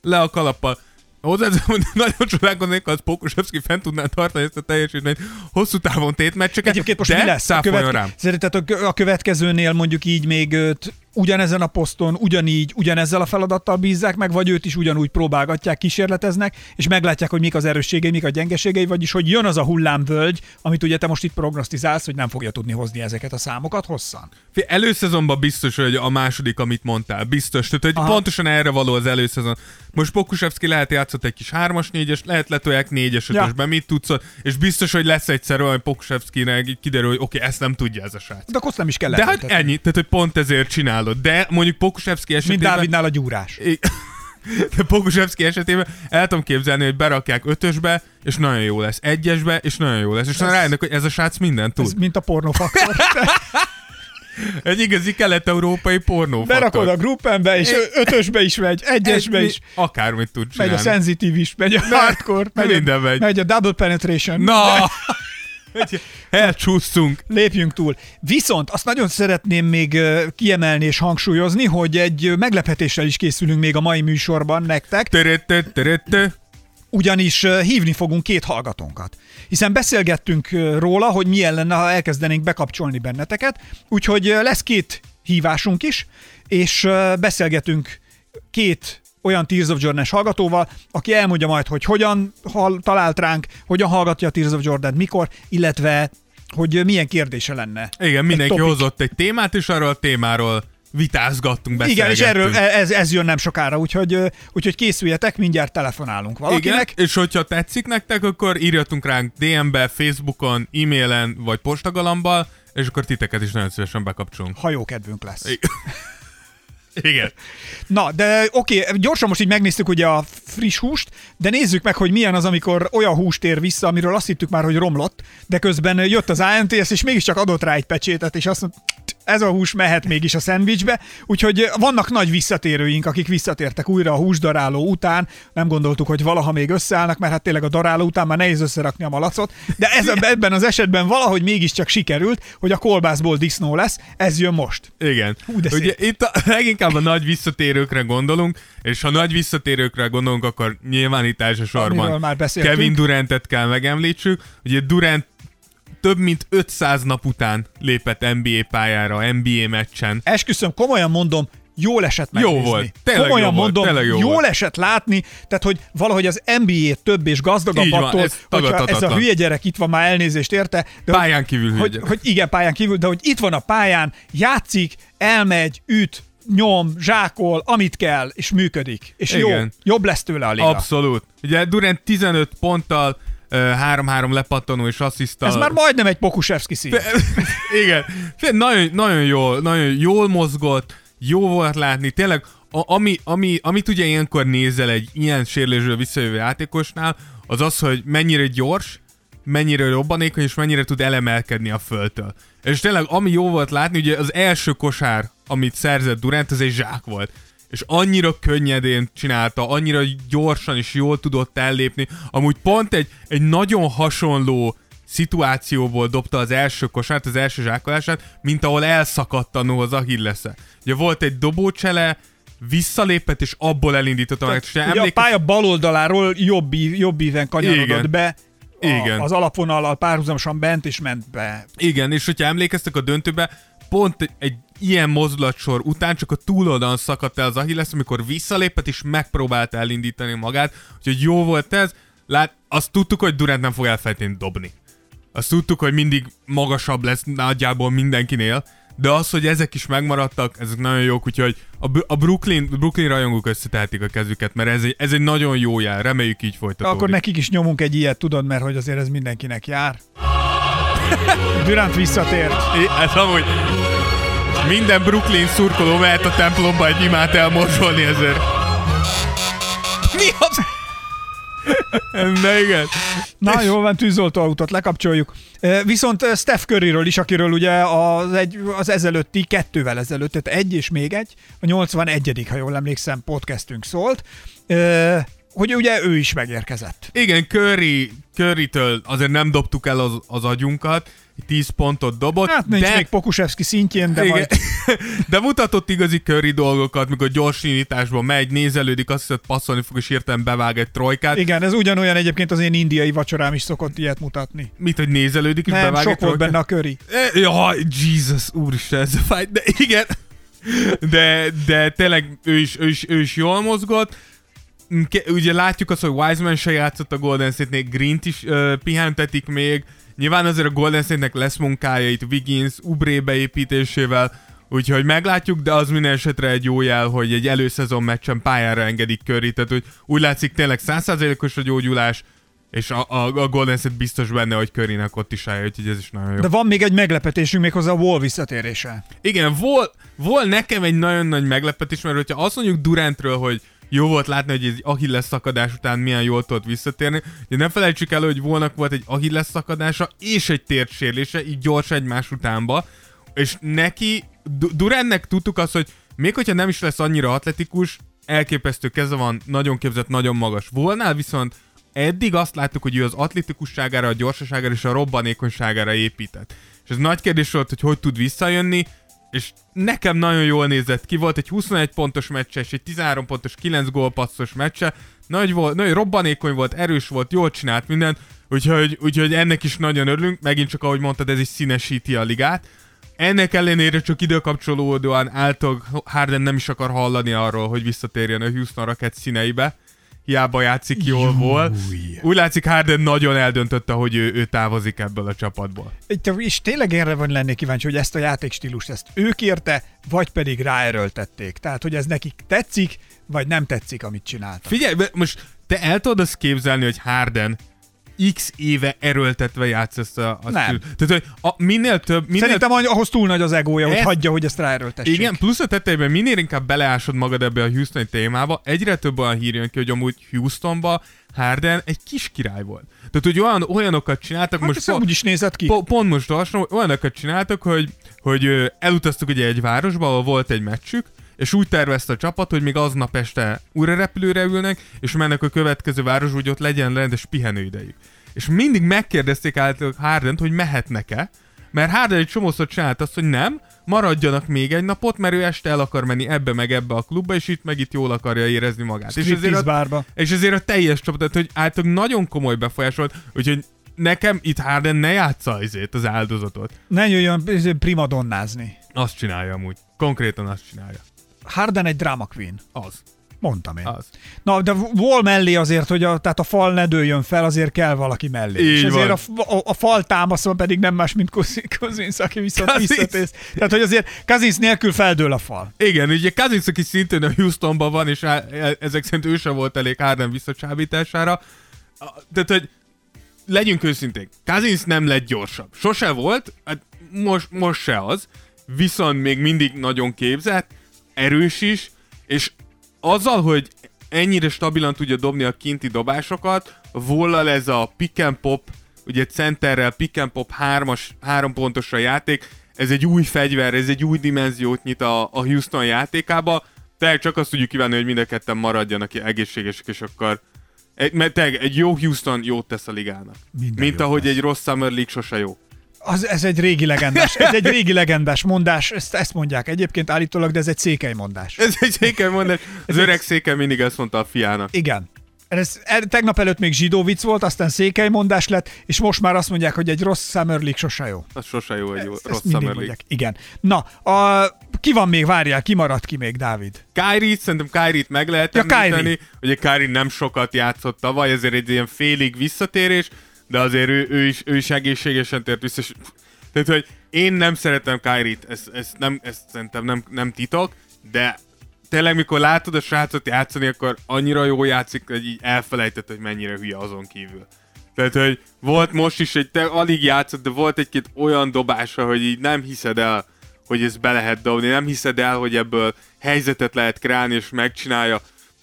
le a kalappal. Hozzáteszem, nagyon csodálkoznék, az Pokusevski fent tudná tartani ezt a teljesítményt hosszú távon tétmeccseket, Egyébként most de mi lesz? száfoljon Követke- rám. Szerinted a következőnél mondjuk így még őt ugyanezen a poszton, ugyanígy, ugyanezzel a feladattal bízzák meg, vagy őt is ugyanúgy próbálgatják, kísérleteznek, és meglátják, hogy mik az erősségei, mik a gyengeségei, vagyis hogy jön az a hullámvölgy, amit ugye te most itt prognosztizálsz, hogy nem fogja tudni hozni ezeket a számokat hosszan. Előszezonban biztos, hogy a második, amit mondtál, biztos. Tehát, hogy Aha. pontosan erre való az előszezon. Most Pokusevski lehet játszott egy kis hármas, négyes, lehet letolják négyes, ötösbe, ja. mit tudsz, és biztos, hogy lesz egyszer olyan, hogy Pokusevskinek kiderül, hogy oké, okay, ezt nem tudja ez a srác. De akkor azt nem is kell De hát elmentetni. ennyi, tehát hogy pont ezért csinálod. De mondjuk Pokusevski esetében... Mint Dávidnál a gyúrás. De Pokusevski esetében el tudom képzelni, hogy berakják ötösbe, és nagyon jó lesz. Egyesbe, és nagyon jó lesz. És ez... rájönnek, hogy ez a srác mindent tud. Ez mint a pornofaktor. Egy igazi kelet-európai pornófaktor. Berakod a gruppenbe, és ötösbe is megy, egyesbe is. Akármit tud csinálni. Megy a sensitive is, megy a hardcore, megy, minden megy. megy a double penetration. Na! Elcsúsztunk. Lépjünk túl. Viszont azt nagyon szeretném még kiemelni és hangsúlyozni, hogy egy meglepetéssel is készülünk még a mai műsorban nektek. Törötte, törötte. Ugyanis hívni fogunk két hallgatónkat. Hiszen beszélgettünk róla, hogy milyen lenne, ha elkezdenénk bekapcsolni benneteket, úgyhogy lesz két hívásunk is, és beszélgetünk két olyan Tears of Jordan-es hallgatóval, aki elmondja majd, hogy hogyan hall, talált ránk, hogyan hallgatja a Tears of Jordan, mikor, illetve hogy milyen kérdése lenne. Igen, mindenki hozott egy témát, és arról a témáról vitázgattunk, beszélgettünk. Igen, és erről ez, ez jön nem sokára, úgyhogy, úgyhogy készüljetek, mindjárt telefonálunk valakinek. Igen, és hogyha tetszik nektek, akkor írjatunk ránk dé em-be, Facebookon, e-mailen, vagy postagalambal, és akkor titeket is nagyon szívesen bekapcsolunk. Ha jó kedvünk lesz. Igen. Igen. Na, de oké, okay, gyorsan most így megnéztük ugye a friss húst, de nézzük meg, hogy milyen az, amikor olyan húst ér vissza, amiről azt hittük már, hogy romlott, de közben jött az á en té es, és mégiscsak adott rá egy pecsétet, és azt mondta, ez a hús mehet mégis a szendvicsbe, úgyhogy vannak nagy visszatérőink, akik visszatértek újra a húsdaráló után, nem gondoltuk, hogy valaha még összeállnak, mert hát tényleg a daráló után már nehéz összerakni a malacot, de ez, ebben az esetben valahogy mégiscsak sikerült, hogy a kolbászból disznó lesz, ez jön most. Igen. Hú, de ugye szép. itt a, leginkább a nagy visszatérőkre gondolunk, és ha nagy visszatérőkre gondolunk, akkor nyilván itt elsősorban Kevin Durantet kell megemlítsük. Ugye Durant több mint ötszáz nap után lépett en bé á pályára, en bé á meccsen. Esküszöm, komolyan mondom, jól esett megnézni. Jó volt. Tényleg komolyan jó mondom, volt. Jó jól volt. esett látni, tehát hogy valahogy az en bé á több és gazdagabb Van, attól, ez hogyha ez a hülye gyerek itt van, már elnézést érte. De pályán kívül hülye hogy, gyerek. hogy igen, pályán kívül, de hogy itt van a pályán, játszik, elmegy, üt, nyom, zsákol, amit kell, és működik. És jó, jobb lesz tőle a liga. Abszolút. Ugye Durant tizenöt ponttal, három-három lepattanó és asszisztal. Ez már majdnem egy Pokusevski szín. Igen. Nagyon, nagyon, jól, nagyon jól mozgott, jó volt látni. Tényleg, a, ami, ami, amit ugye ilyenkor nézel egy ilyen sérülésről visszajövő játékosnál, az az, hogy mennyire gyors, mennyire robbanékony, és mennyire tud elemelkedni a földtől. És tényleg, ami jó volt látni, ugye az első kosár, amit szerzett Durant, az egy zsák volt. És annyira könnyedén csinálta, annyira gyorsan és jól tudott ellépni. Amúgy pont egy, egy nagyon hasonló szituációból dobta az első kosát, az első zsákolását, mint ahol elszakadt annó az Achillesze. Ugye volt egy dobócsele, visszalépett, és abból elindította meg. Ugye emlékez... a pálya bal oldaláról jobb, ív, jobb íven kanyarodott Igen. be. A, Igen. Az alapvonallal párhuzamosan bent és ment be. Igen, és hogyha emlékeztek a döntőbe, pont egy ilyen mozdulatsor után csak a túloldalon szakadt el az Achilles, amikor visszalépett és megpróbálta elindítani magát, úgyhogy jó volt ez. Lát, azt tudtuk, hogy Durant nem fog elfelejteni dobni. Azt tudtuk, hogy mindig magasabb lesz nagyjából mindenkinél, de az, hogy ezek is megmaradtak, ezek nagyon jók, úgyhogy a, a Brooklyn, Brooklyn rajongók összetehetik a kezüket, mert ez egy, ez egy nagyon jó jel, reméljük így folytatódik. Akkor nekik is nyomunk egy ilyet, tudod, mert hogy azért ez mindenkinek jár. Durant visszatért. É, ez amúgy minden Brooklyn szurkoló mehet a templomba egy imát elmorzsolni ezért. Mi az? Na igen. Na jól van, tűzoltóautót lekapcsoljuk. Viszont Steph Curryről is, akiről ugye az, egy, az ezelőtti, kettővel ezelőtt, tehát egy és még egy, a nyolcvanegyedik ha jól emlékszem, podcastünk szólt. hogy ugye ő is megérkezett. Igen, Curry, Currytől azért nem dobtuk el az, az agyunkat, tíz pontot dobott. Hát nincs de... még Pokusevski szintjén, de igen. majd... De mutatott igazi Curry dolgokat, mikor gyors indításban megy, nézelődik, azt hiszem, passzolni fog, és hirtelen bevág egy trojkát. Igen, ez ugyanolyan egyébként az én indiai vacsorám is szokott ilyet mutatni. Mit, hogy nézelődik, és Nem, bevág sok egy volt trojkát? benne a Curry. E, jaj, Jesus, úristen, ez a fáj, de igen. De, de tényleg ő is, ő, is, ő is jól mozgott. Ugye látjuk azt, hogy Wiseman se játszott a Golden State-nél, Greent is uh, pihentetik még. Nyilván azért a Golden State-nek lesz munkája itt Wiggins, Oubre beépítésével, úgyhogy meglátjuk, de az minden esetre egy jó jel, hogy egy előszezon meccsen pályára engedik Curry, tehát hogy úgy látszik tényleg száz százalékos a gyógyulás, és a, a, a Golden State biztos benne, hogy Currynek ott is állja, úgyhogy ez is nagyon jó. De van még egy meglepetésünk, méghozzá a Wall visszatérése. Igen, Wall, Wall nekem egy nagyon nagy meglepetés, mert hogyha azt mondjuk Durantről, hogy jó volt látni, hogy egy Achilles szakadás után milyen jól tudott visszatérni. De ne felejtsük el, hogy Wallnak volt egy Achilles szakadása és egy térdsérülése, így gyors egymás utánba. És neki, Durantnek tudtuk azt, hogy még hogyha nem is lesz annyira atletikus, elképesztő keze van, nagyon képzett, nagyon magas. Wallnál viszont eddig azt láttuk, hogy ő az atletikusságára, a gyorsaságára és a robbanékonyságára épített. És ez nagy kérdés volt, hogy hogy tud visszajönni, és nekem nagyon jól nézett ki, volt egy huszonegy pontos meccse, és egy tizenhárom pontos, kilenc gólpasszos meccse, nagy volt, nagyon robbanékony volt, erős volt, jól csinált mindent, úgyhogy, úgyhogy ennek is nagyon örülünk, megint csak ahogy mondtad, ez is színesíti a ligát. Ennek ellenére csak időkapcsolódóan által Harden nem is akar hallani arról, hogy visszatérjen a Houston Rockets színeibe. Hiába játszik jól volt. Úgy látszik, Harden nagyon eldöntötte, hogy ő, ő távozik ebből a csapatból. És tényleg erre van lennék kíváncsi, hogy ezt a játékstílust ezt ők érte, vagy pedig ráerőltették. Tehát, hogy ez nekik tetszik, vagy nem tetszik, amit csináltak. Figyelj, most te el tudod azt képzelni, hogy Harden x éve erőltetve játsz ezt a... a nem. Stíl. Tehát, hogy a, minél több... Minél... Szerintem ahhoz túl nagy az egója, hogy ezt... hagyja, hogy ezt ráerőltessék. Igen, plusz a tetejében minél inkább beleásod magad ebbe a Houstoni témába, egyre több olyan hír jön ki, hogy amúgy Houstonba Harden egy kis király volt. Tehát, hogy olyan, olyanokat csináltak... Hát most ez po- úgy is nézett ki. Po- pont most olvasom, olyanokat csináltak, hogy, hogy elutaztuk ugye egy városba, ahol volt egy meccsük, és úgy tervezte a csapat, hogy még aznap este újra repülőre ülnek, és mennek a következő város, hogy ott legyen rendes pihenőidejük. És mindig megkérdezték általában Hardent, hogy mehetnek-e, mert Harden egy csomószor csinált azt, hogy nem, maradjanak még egy napot, mert ő este el akar menni ebbe meg ebbe a klubba, és itt meg itt jól akarja érezni magát. És ezért, a, és ezért a teljes csapat, hogy általában nagyon komoly befolyás volt, úgyhogy nekem itt Harden ne játsza azért az áldozatot. Ne jöjjön primadonnázni. Azt csinálja amúgy. Konkrétan azt csinálja. Harden egy drama queen. Az. Mondtam én. Az. Na, de Wall mellé azért, hogy a, tehát a fal ne dőljön fel, azért kell valaki mellé. Így és azért van. a, a, a fal támaszol pedig nem más, mint Cousins, aki viszont visszatész. Tehát, hogy azért Cousins nélkül feldől a fal. Igen, ugye Cousins, aki szintén a Houstonban van, és á, ezek szerint ő sem volt elég Harden visszacsábítására. Tehát, hogy legyünk őszinték, Cousins nem lett gyorsabb. Sose volt, hát most, most se az, viszont még mindig nagyon képzett, erős is, és azzal, hogy ennyire stabilan tudja dobni a kinti dobásokat, Wall-al ez a pick and pop, ugye centerrel pick and pop hármas, három pontosra játék, ez egy új fegyver, ez egy új dimenziót nyit a, a Houston játékába, tehát csak azt tudjuk kívánni, hogy mind a ketten maradjanak egészségesek, és akkor mert tényleg egy jó Houston jót tesz a ligának. Minden mint ahogy tesz. Egy rossz Summer League sose jó. Az, ez egy régi legendás, ez egy régi legendás mondás, ezt, ezt mondják egyébként állítólag, de ez egy székely mondás. Ez egy székely mondás, az öreg székely mindig ezt mondta a fiának. Igen. Ez, tegnap előtt még zsidó vicc volt, aztán székely mondás lett, és most már azt mondják, hogy egy rossz Summer League sose jó. Az sose jó, egy jó, ezt, rossz ezt Summer League. Mondják. Igen. Na, a, ki van még, várjál, ki maradt ki még, Dávid? Kyrie, szerintem Kyrie-t meg lehet ja, említeni. Kyrie. Ugye Kyrie nem sokat játszott tavaly, ezért egy ilyen félig visszatérés, de azért ő, ő, is, ő is egészségesen tért vissza. Tehát, hogy én nem szeretem Kyrie-t, ezt, ezt, nem, ezt szerintem nem, nem titok, de tényleg mikor látod a srácot játszani, akkor annyira jól játszik, hogy így elfelejtett, hogy mennyire hülye azon kívül. Tehát, hogy volt most is egy, te alig játszott, de volt egy-két olyan dobása, hogy így nem hiszed el, hogy ezt be lehet dobni, nem hiszed el, hogy ebből helyzetet lehet kreálni, és megcsinálja.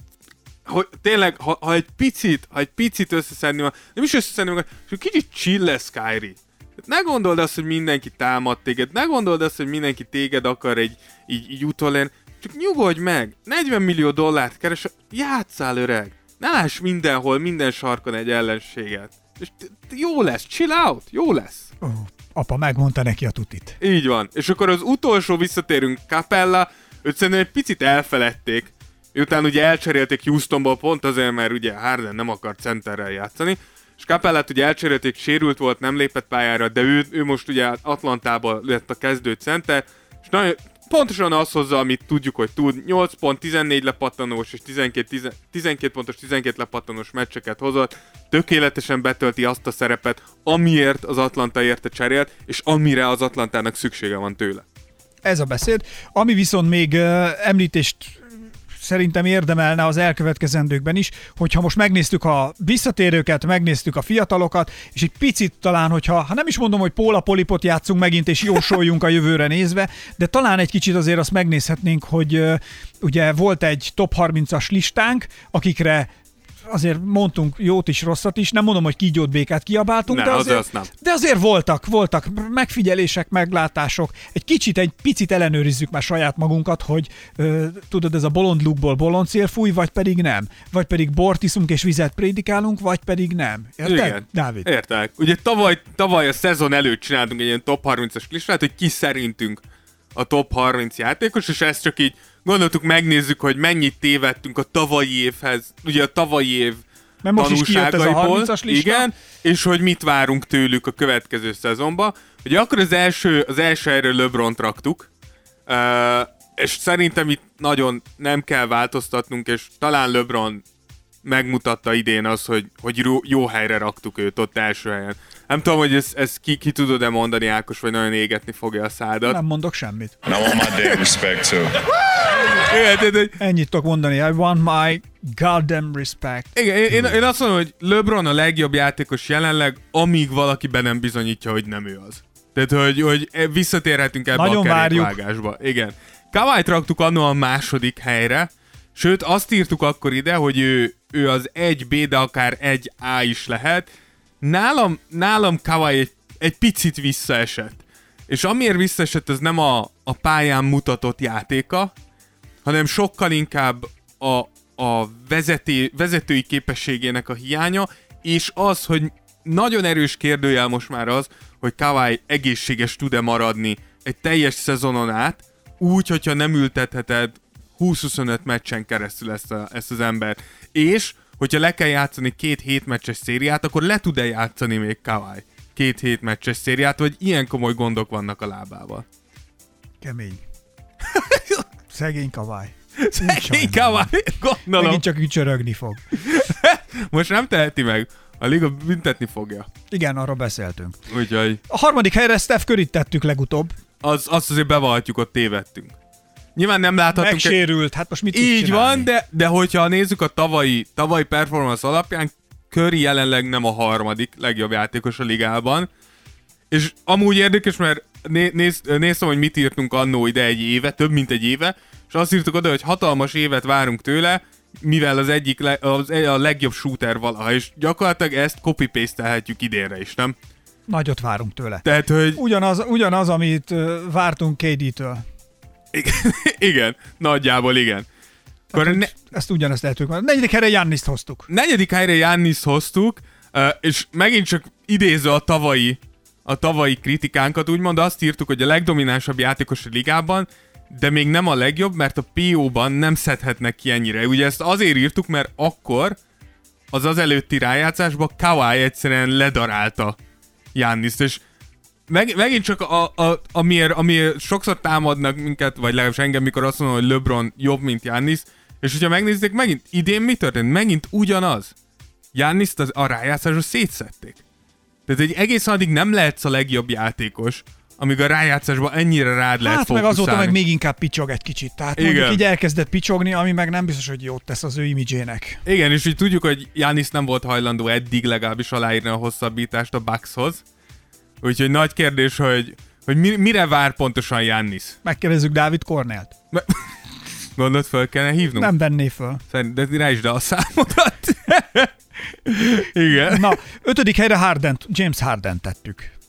Hogy tényleg, ha, ha egy picit, ha egy picit összeszedni van, nem is összeszedni van, és kicsit chill lesz Kyrie. Ne gondold azt, hogy mindenki támad téged, ne gondold azt, hogy mindenki téged akar egy, így, így utolérni, csak nyugodj meg, negyven millió dollárt keres, játsszál öreg, ne láss mindenhol, minden sarkon egy ellenséget. És t- t- jó lesz, chill out, jó lesz. Oh, apa megmondta neki a tutit. Így van. És akkor az utolsó visszatérünk Capella, őt szerintem egy picit elfeledték, miután ugye elcserélték Houstonból pont azért, mert ugye Harden nem akart centerrel játszani, és Capellát ugye elcserélték, sérült volt, nem lépett pályára, de ő, ő most ugye Atlantában lett a kezdő center, és nagyon, pontosan azt hozza, amit tudjuk, hogy tud. nyolc pont, tizennégy lepattanós és tizenkét, tizenkét pontos, tizenkét lepattanós meccseket hozott. Tökéletesen betölti azt a szerepet, amiért az Atlanta érte cserélt, és amire az Atlantának szüksége van tőle. Ez a beszéd. Ami viszont még uh, említést szerintem érdemelne az elkövetkezendőkben is, hogyha most megnéztük a visszatérőket, megnéztük a fiatalokat, és egy picit talán, hogyha, ha nem is mondom, hogy Póla Polipot játszunk megint, és jósoljunk a jövőre nézve, de talán egy kicsit azért azt megnézhetnénk, hogy uh, ugye volt egy top harmincas listánk, akikre azért mondtunk jót is, rosszat is, nem mondom, hogy kígyót, békát kiabáltunk, ne, de, azért, az nem. de azért voltak, voltak megfigyelések, meglátások. Egy kicsit, egy picit ellenőrizzük már saját magunkat, hogy ö, tudod, ez a bolond lukból bolond szél fúj, vagy pedig nem. Vagy pedig bort iszunk és vizet prédikálunk, vagy pedig nem. Érted, igen. Dávid? Értek. Ugye tavaly, tavaly a szezon előtt csináltunk egy ilyen top harmincas listát, hogy ki szerintünk a top harminc játékos, és ezt csak így gondoltuk, megnézzük, hogy mennyit tévedtünk a tavalyi évhez, ugye a tavalyi év Mert most is kijött ez a harmincas lista. Igen, és hogy mit várunk tőlük a következő szezonban. Ugye akkor az első, az első helyre LeBront raktuk, uh, és szerintem itt nagyon nem kell változtatnunk, és talán LeBron megmutatta idén az, hogy, hogy jó helyre raktuk őt ott első helyen. Nem tudom, hogy ezt ez ki, ki tudod-e mondani, Ákos, vagy nagyon égetni fogja a szádat. Nem mondok semmit. And I want my damn respect too. Igen, Ennyit tudok mondani. I want my goddamn respect. Igen, én, én, én azt mondom, hogy LeBron a legjobb játékos jelenleg, amíg valaki be nem bizonyítja, hogy nem ő az. Tehát, hogy, hogy visszatérhetünk ebbe nagyon a kerékvágásba. várjuk. Igen. Kawait raktuk annól a második helyre, sőt azt írtuk akkor ide, hogy ő, ő az egy bé, de akár egy á is lehet. Nálam, nálam Kawai egy, egy picit visszaesett. És amiért visszaesett, ez nem a, a pályán mutatott játéka, hanem sokkal inkább a, a vezeté, vezetői képességének a hiánya, és az, hogy nagyon erős kérdőjel most már az, hogy Kawai egészséges tud-e maradni egy teljes szezonon át, úgy, hogyha nem ültetheted húsz-huszonöt meccsen keresztül ezt, a, ezt az embert. És, hogyha le kell játszani két hét meccses szériát, akkor le tud-e játszani még Kawai két hét meccses szériát, vagy ilyen komoly gondok vannak a lábával? Kemény. Szegény Kawai. Szegény Kawai, gondolom. Megint csak ücsörögni fog. Most nem teheti meg. A liga büntetni fogja. Igen, arról beszéltünk. Úgyhogy A harmadik helyre Steph Curryt tettük legutóbb. az, azt azért bevallhatjuk, ott tévedtünk. Nyilván nem láthatunk... Megsérült, hát most mit tudsz Így csinálni? van, de, de hogyha nézzük a tavalyi, tavalyi performance alapján, Curry jelenleg nem a harmadik legjobb játékos a ligában. És amúgy érdekes, mert né, néz, néztem, hogy mit írtunk annó ide egy éve, több mint egy éve, és azt írtuk oda, hogy hatalmas évet várunk tőle, mivel az egyik le, az, a legjobb shooter valaha, és gyakorlatilag ezt copy-paste-elhetjük idénre is, nem? Nagyot várunk tőle. Tehát, hogy... Ugyanaz, ugyanaz amit uh, vártunk ká dé-től. Igen, igen, nagyjából igen. Akkor Tehát, ne, ezt ugyanezt lehetünk. A negyedik helyre Gianniszt hoztuk. negyedik helyre Gianniszt hoztuk, uh, és megint csak idéző a tavalyi, a tavalyi kritikánkat, úgymond azt írtuk, hogy a legdominánsabb játékos a ligában, de még nem a legjobb, mert a pé ó-ban nem szedhetnek ki ennyire. Ugye ezt azért írtuk, mert akkor az az előtti rájátszásban Kawai egyszerűen ledarálta Gianniszt, és meg, megint csak a, a, amiért, amiért sokszor támadnak minket, vagy legalábbis engem, mikor azt mondom, hogy LeBron jobb, mint Giannis, és hogyha megnézzék, megint idén mi történt? Megint ugyanaz. Gianniszt az, a rájátszásra szétszedték. Tehát egy egészen addig nem lehetsz a legjobb játékos, amíg a rájátszásban ennyire rád lehet Hát meg fókuszálni. azóta meg még inkább picsog egy kicsit. Tehát Igen. mondjuk így elkezdett picsogni, ami meg nem biztos, hogy jót tesz az ő imidzsének. Igen, és úgy tudjuk, hogy Giannis nem volt hajlandó eddig legalábbis aláírni a hosszabbítást a Buckshoz. Úgyhogy nagy kérdés, hogy, hogy mi, mire vár pontosan Giannis. Megkérdezzük Dávid Kornélt. Gondolod, föl kellene hívnunk? Nem venné föl. Szerintem rá is, de a számodat. Igen. Na, ötödik helyre Harden, James Harden tettük.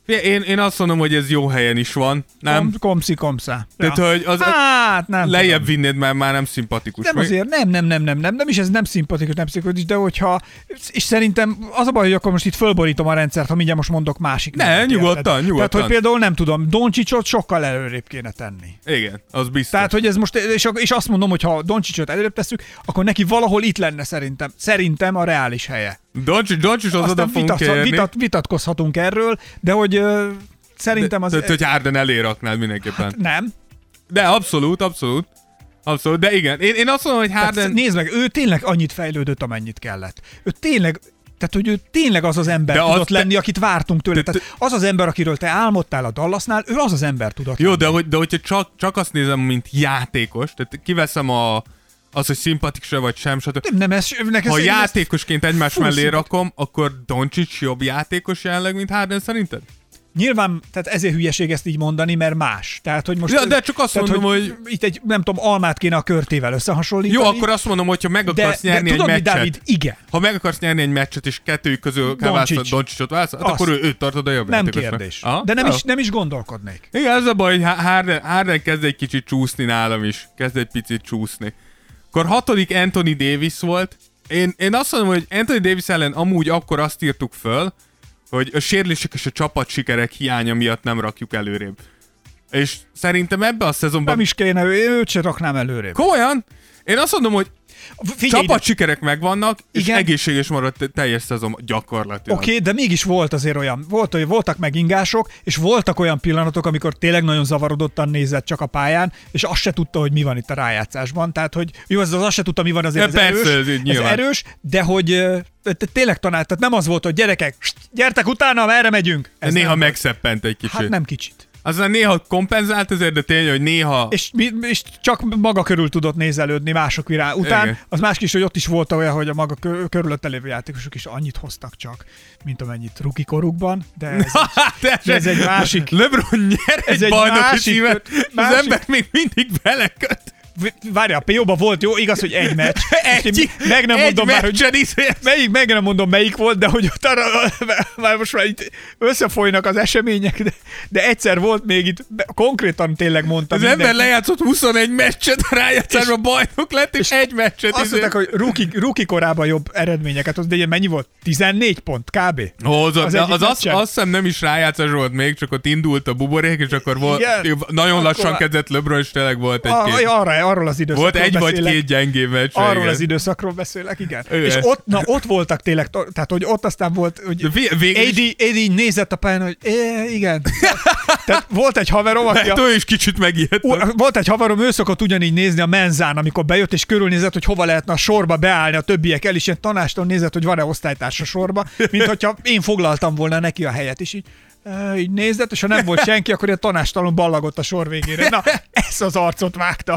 Én, én azt mondom, hogy ez jó helyen is van, nem? Kom, komszi, komszá. Tehát, Ja. hogy az, Hát, nem lejjebb tudom. vinnéd, mert már nem szimpatikus. Nem Még- azért, nem, nem, nem, nem, nem, nem is ez nem szimpatikus, nem szimpatikus, de hogyha, és szerintem az a baj, hogy akkor most itt fölborítom a rendszert, ha mindjárt most mondok másik. Ne, nevet, nyugodtan, érted? nyugodtan. Tehát, hogy például nem tudom, Doncsicsot sokkal előrébb kéne tenni. Igen, az biztos. Tehát, hogy ez most, és, és azt mondom, hogy ha Doncsicsot előrébb tesszük, akkor neki valahol itt lenne szerintem, szerintem a reális helye. Doncsics, Doncsics az oda Aztán fogunk vitat, kérni. vitat, vitatkozhatunk erről, de hogy ö, szerintem az... Tehát, hogy Harden elé raknád mindenképpen. Nem. De abszolút, abszolút. Abszolút, de igen. Én, én azt mondom, hogy Tehát Harden... nézd meg, ő tényleg annyit fejlődött, amennyit kellett. Ő tényleg, tehát hogy ő tényleg az az ember De tudott az te- lenni, akit vártunk tőle. de- Tehát az az ember, akiről te álmodtál a Dallasnál, ő az az ember tudott Jó, lenni. de, hogy, de hogyha csak, csak azt nézem, mint játékos, tehát kiveszem a, az, hogy szimpatikus vagy sem, stb. Nem, nem, ez, nekem Ha szerintem ezt- játékosként egymás full mellé szimpatikus. rakom, akkor Doncic jobb játékos jelenleg, mint Harden szerinted? Nyilván, tehát ezért hülyeség ezt így mondani, mert más. Tehát, hogy most... Ja, de csak azt tehát, mondom, hogy- Itt egy, nem tudom, almát kéne a körtével összehasonlítani. Jó, akkor azt mondom, hogy ha meg de, akarsz de nyerni tudod, egy mi, meccset, Dávid? Igen. ha meg akarsz nyerni egy meccset, és kettőjük közül kell Doncic. választani, Doncsicsot választani, hát Azt. akkor ő, őt tartod a jobb Nem játékosnak. kérdés. Aha, De nem jó. is, nem is gondolkodnék. Igen, ez a baj, hogy Harden, Harden kezd egy kicsit csúszni nálam is. Kezd egy picit csúszni. Akkor hatodik Anthony Davis volt. Én, én azt mondom, hogy Anthony Davis ellen amúgy akkor azt írtuk föl, hogy a sérülések és a csapat sikerek hiánya miatt nem rakjuk előrébb. És szerintem ebbe a szezonban... Nem is kéne, ő, őt se raknám előrébb. Komolyan? Én azt mondom, hogy Figyelj, csapat sikerek megvannak, és Igen. egészséges maradt a teljes szezon gyakorlatilag. Oké, okay, de mégis volt azért olyan, volt, hogy voltak megingások, és voltak olyan pillanatok, amikor tényleg nagyon zavarodottan nézett csak a pályán, és azt se tudta, hogy mi van itt a rájátszásban. Tehát, hogy jó, az, az azt se tudta, mi van azért, Ja, ez persze, erős, ez így nyilván. erős, de hogy ö, t- tényleg tanált, tehát nem az volt, hogy gyerekek, st, gyertek utána, merre megyünk. Ez nem néha volt. megszeppent egy kicsit. Hát nem kicsit. Aztán néha kompenzált azért, de tényleg, hogy néha... És, mi- és csak maga körül tudott nézelődni mások irá után. Igen. Az más is, hogy ott is volt olyan, hogy a maga kö- körülötte lévő játékosok is annyit hoztak csak, mint amennyit ruki korukban, de ez, Hát, de ez egy másik... LeBron nyer Ez egy, egy bajnoki másik- címet, az másik- ember még mindig beleköt. Várjál, a pé ó-ban volt jó, igaz, hogy egy meccs. Egy, Most én meg nem egy mondom már, hogy meccsen is. melyik, meg nem mondom melyik volt, de hogy ott arra, már most már itt összefolynak az események, de, de egyszer volt még itt, konkrétan tényleg mondtam. Az ember lejátszott huszonegy meccset, rájátszásban bajnok lett, és, és egy meccset Azt mondták, hogy ruki, ruki korában jobb eredményeket hoz, de ugye mennyi volt? tizennégy pont kb. Hozott, az az, egyik az azt, meccsen. azt hiszem nem is rájátszás volt még, csak ott indult a buborék, és akkor volt, Igen. nagyon Akkor lassan már- kezdett LeBron, és tényleg volt A, egy-két. arra, arról az időszakról Volt egy vagy beszélek. két gyengébb meccs. Arról igen. az időszakról beszélek, igen. Igen. És ott, na, ott voltak tényleg, tehát hogy ott aztán volt, hogy De vé- végül is- á dé, á dé így nézett a pályán, hogy é, igen. Tehát volt egy haverom, aki Hát a, ő is kicsit megijedt. Ú, volt egy haverom, ő szokott ugyanígy nézni a menzán, amikor bejött, és körülnézett, hogy hova lehetne a sorba beállni a többiek el, és ilyen tanástól nézett, hogy van-e osztálytárs a sorba, mint hogyha én foglaltam volna neki a helyet, és így, e, így nézett, és ha nem volt senki, akkor ilyen tanástalanul ballagott a sor végére. Na, ez az arcot vágta.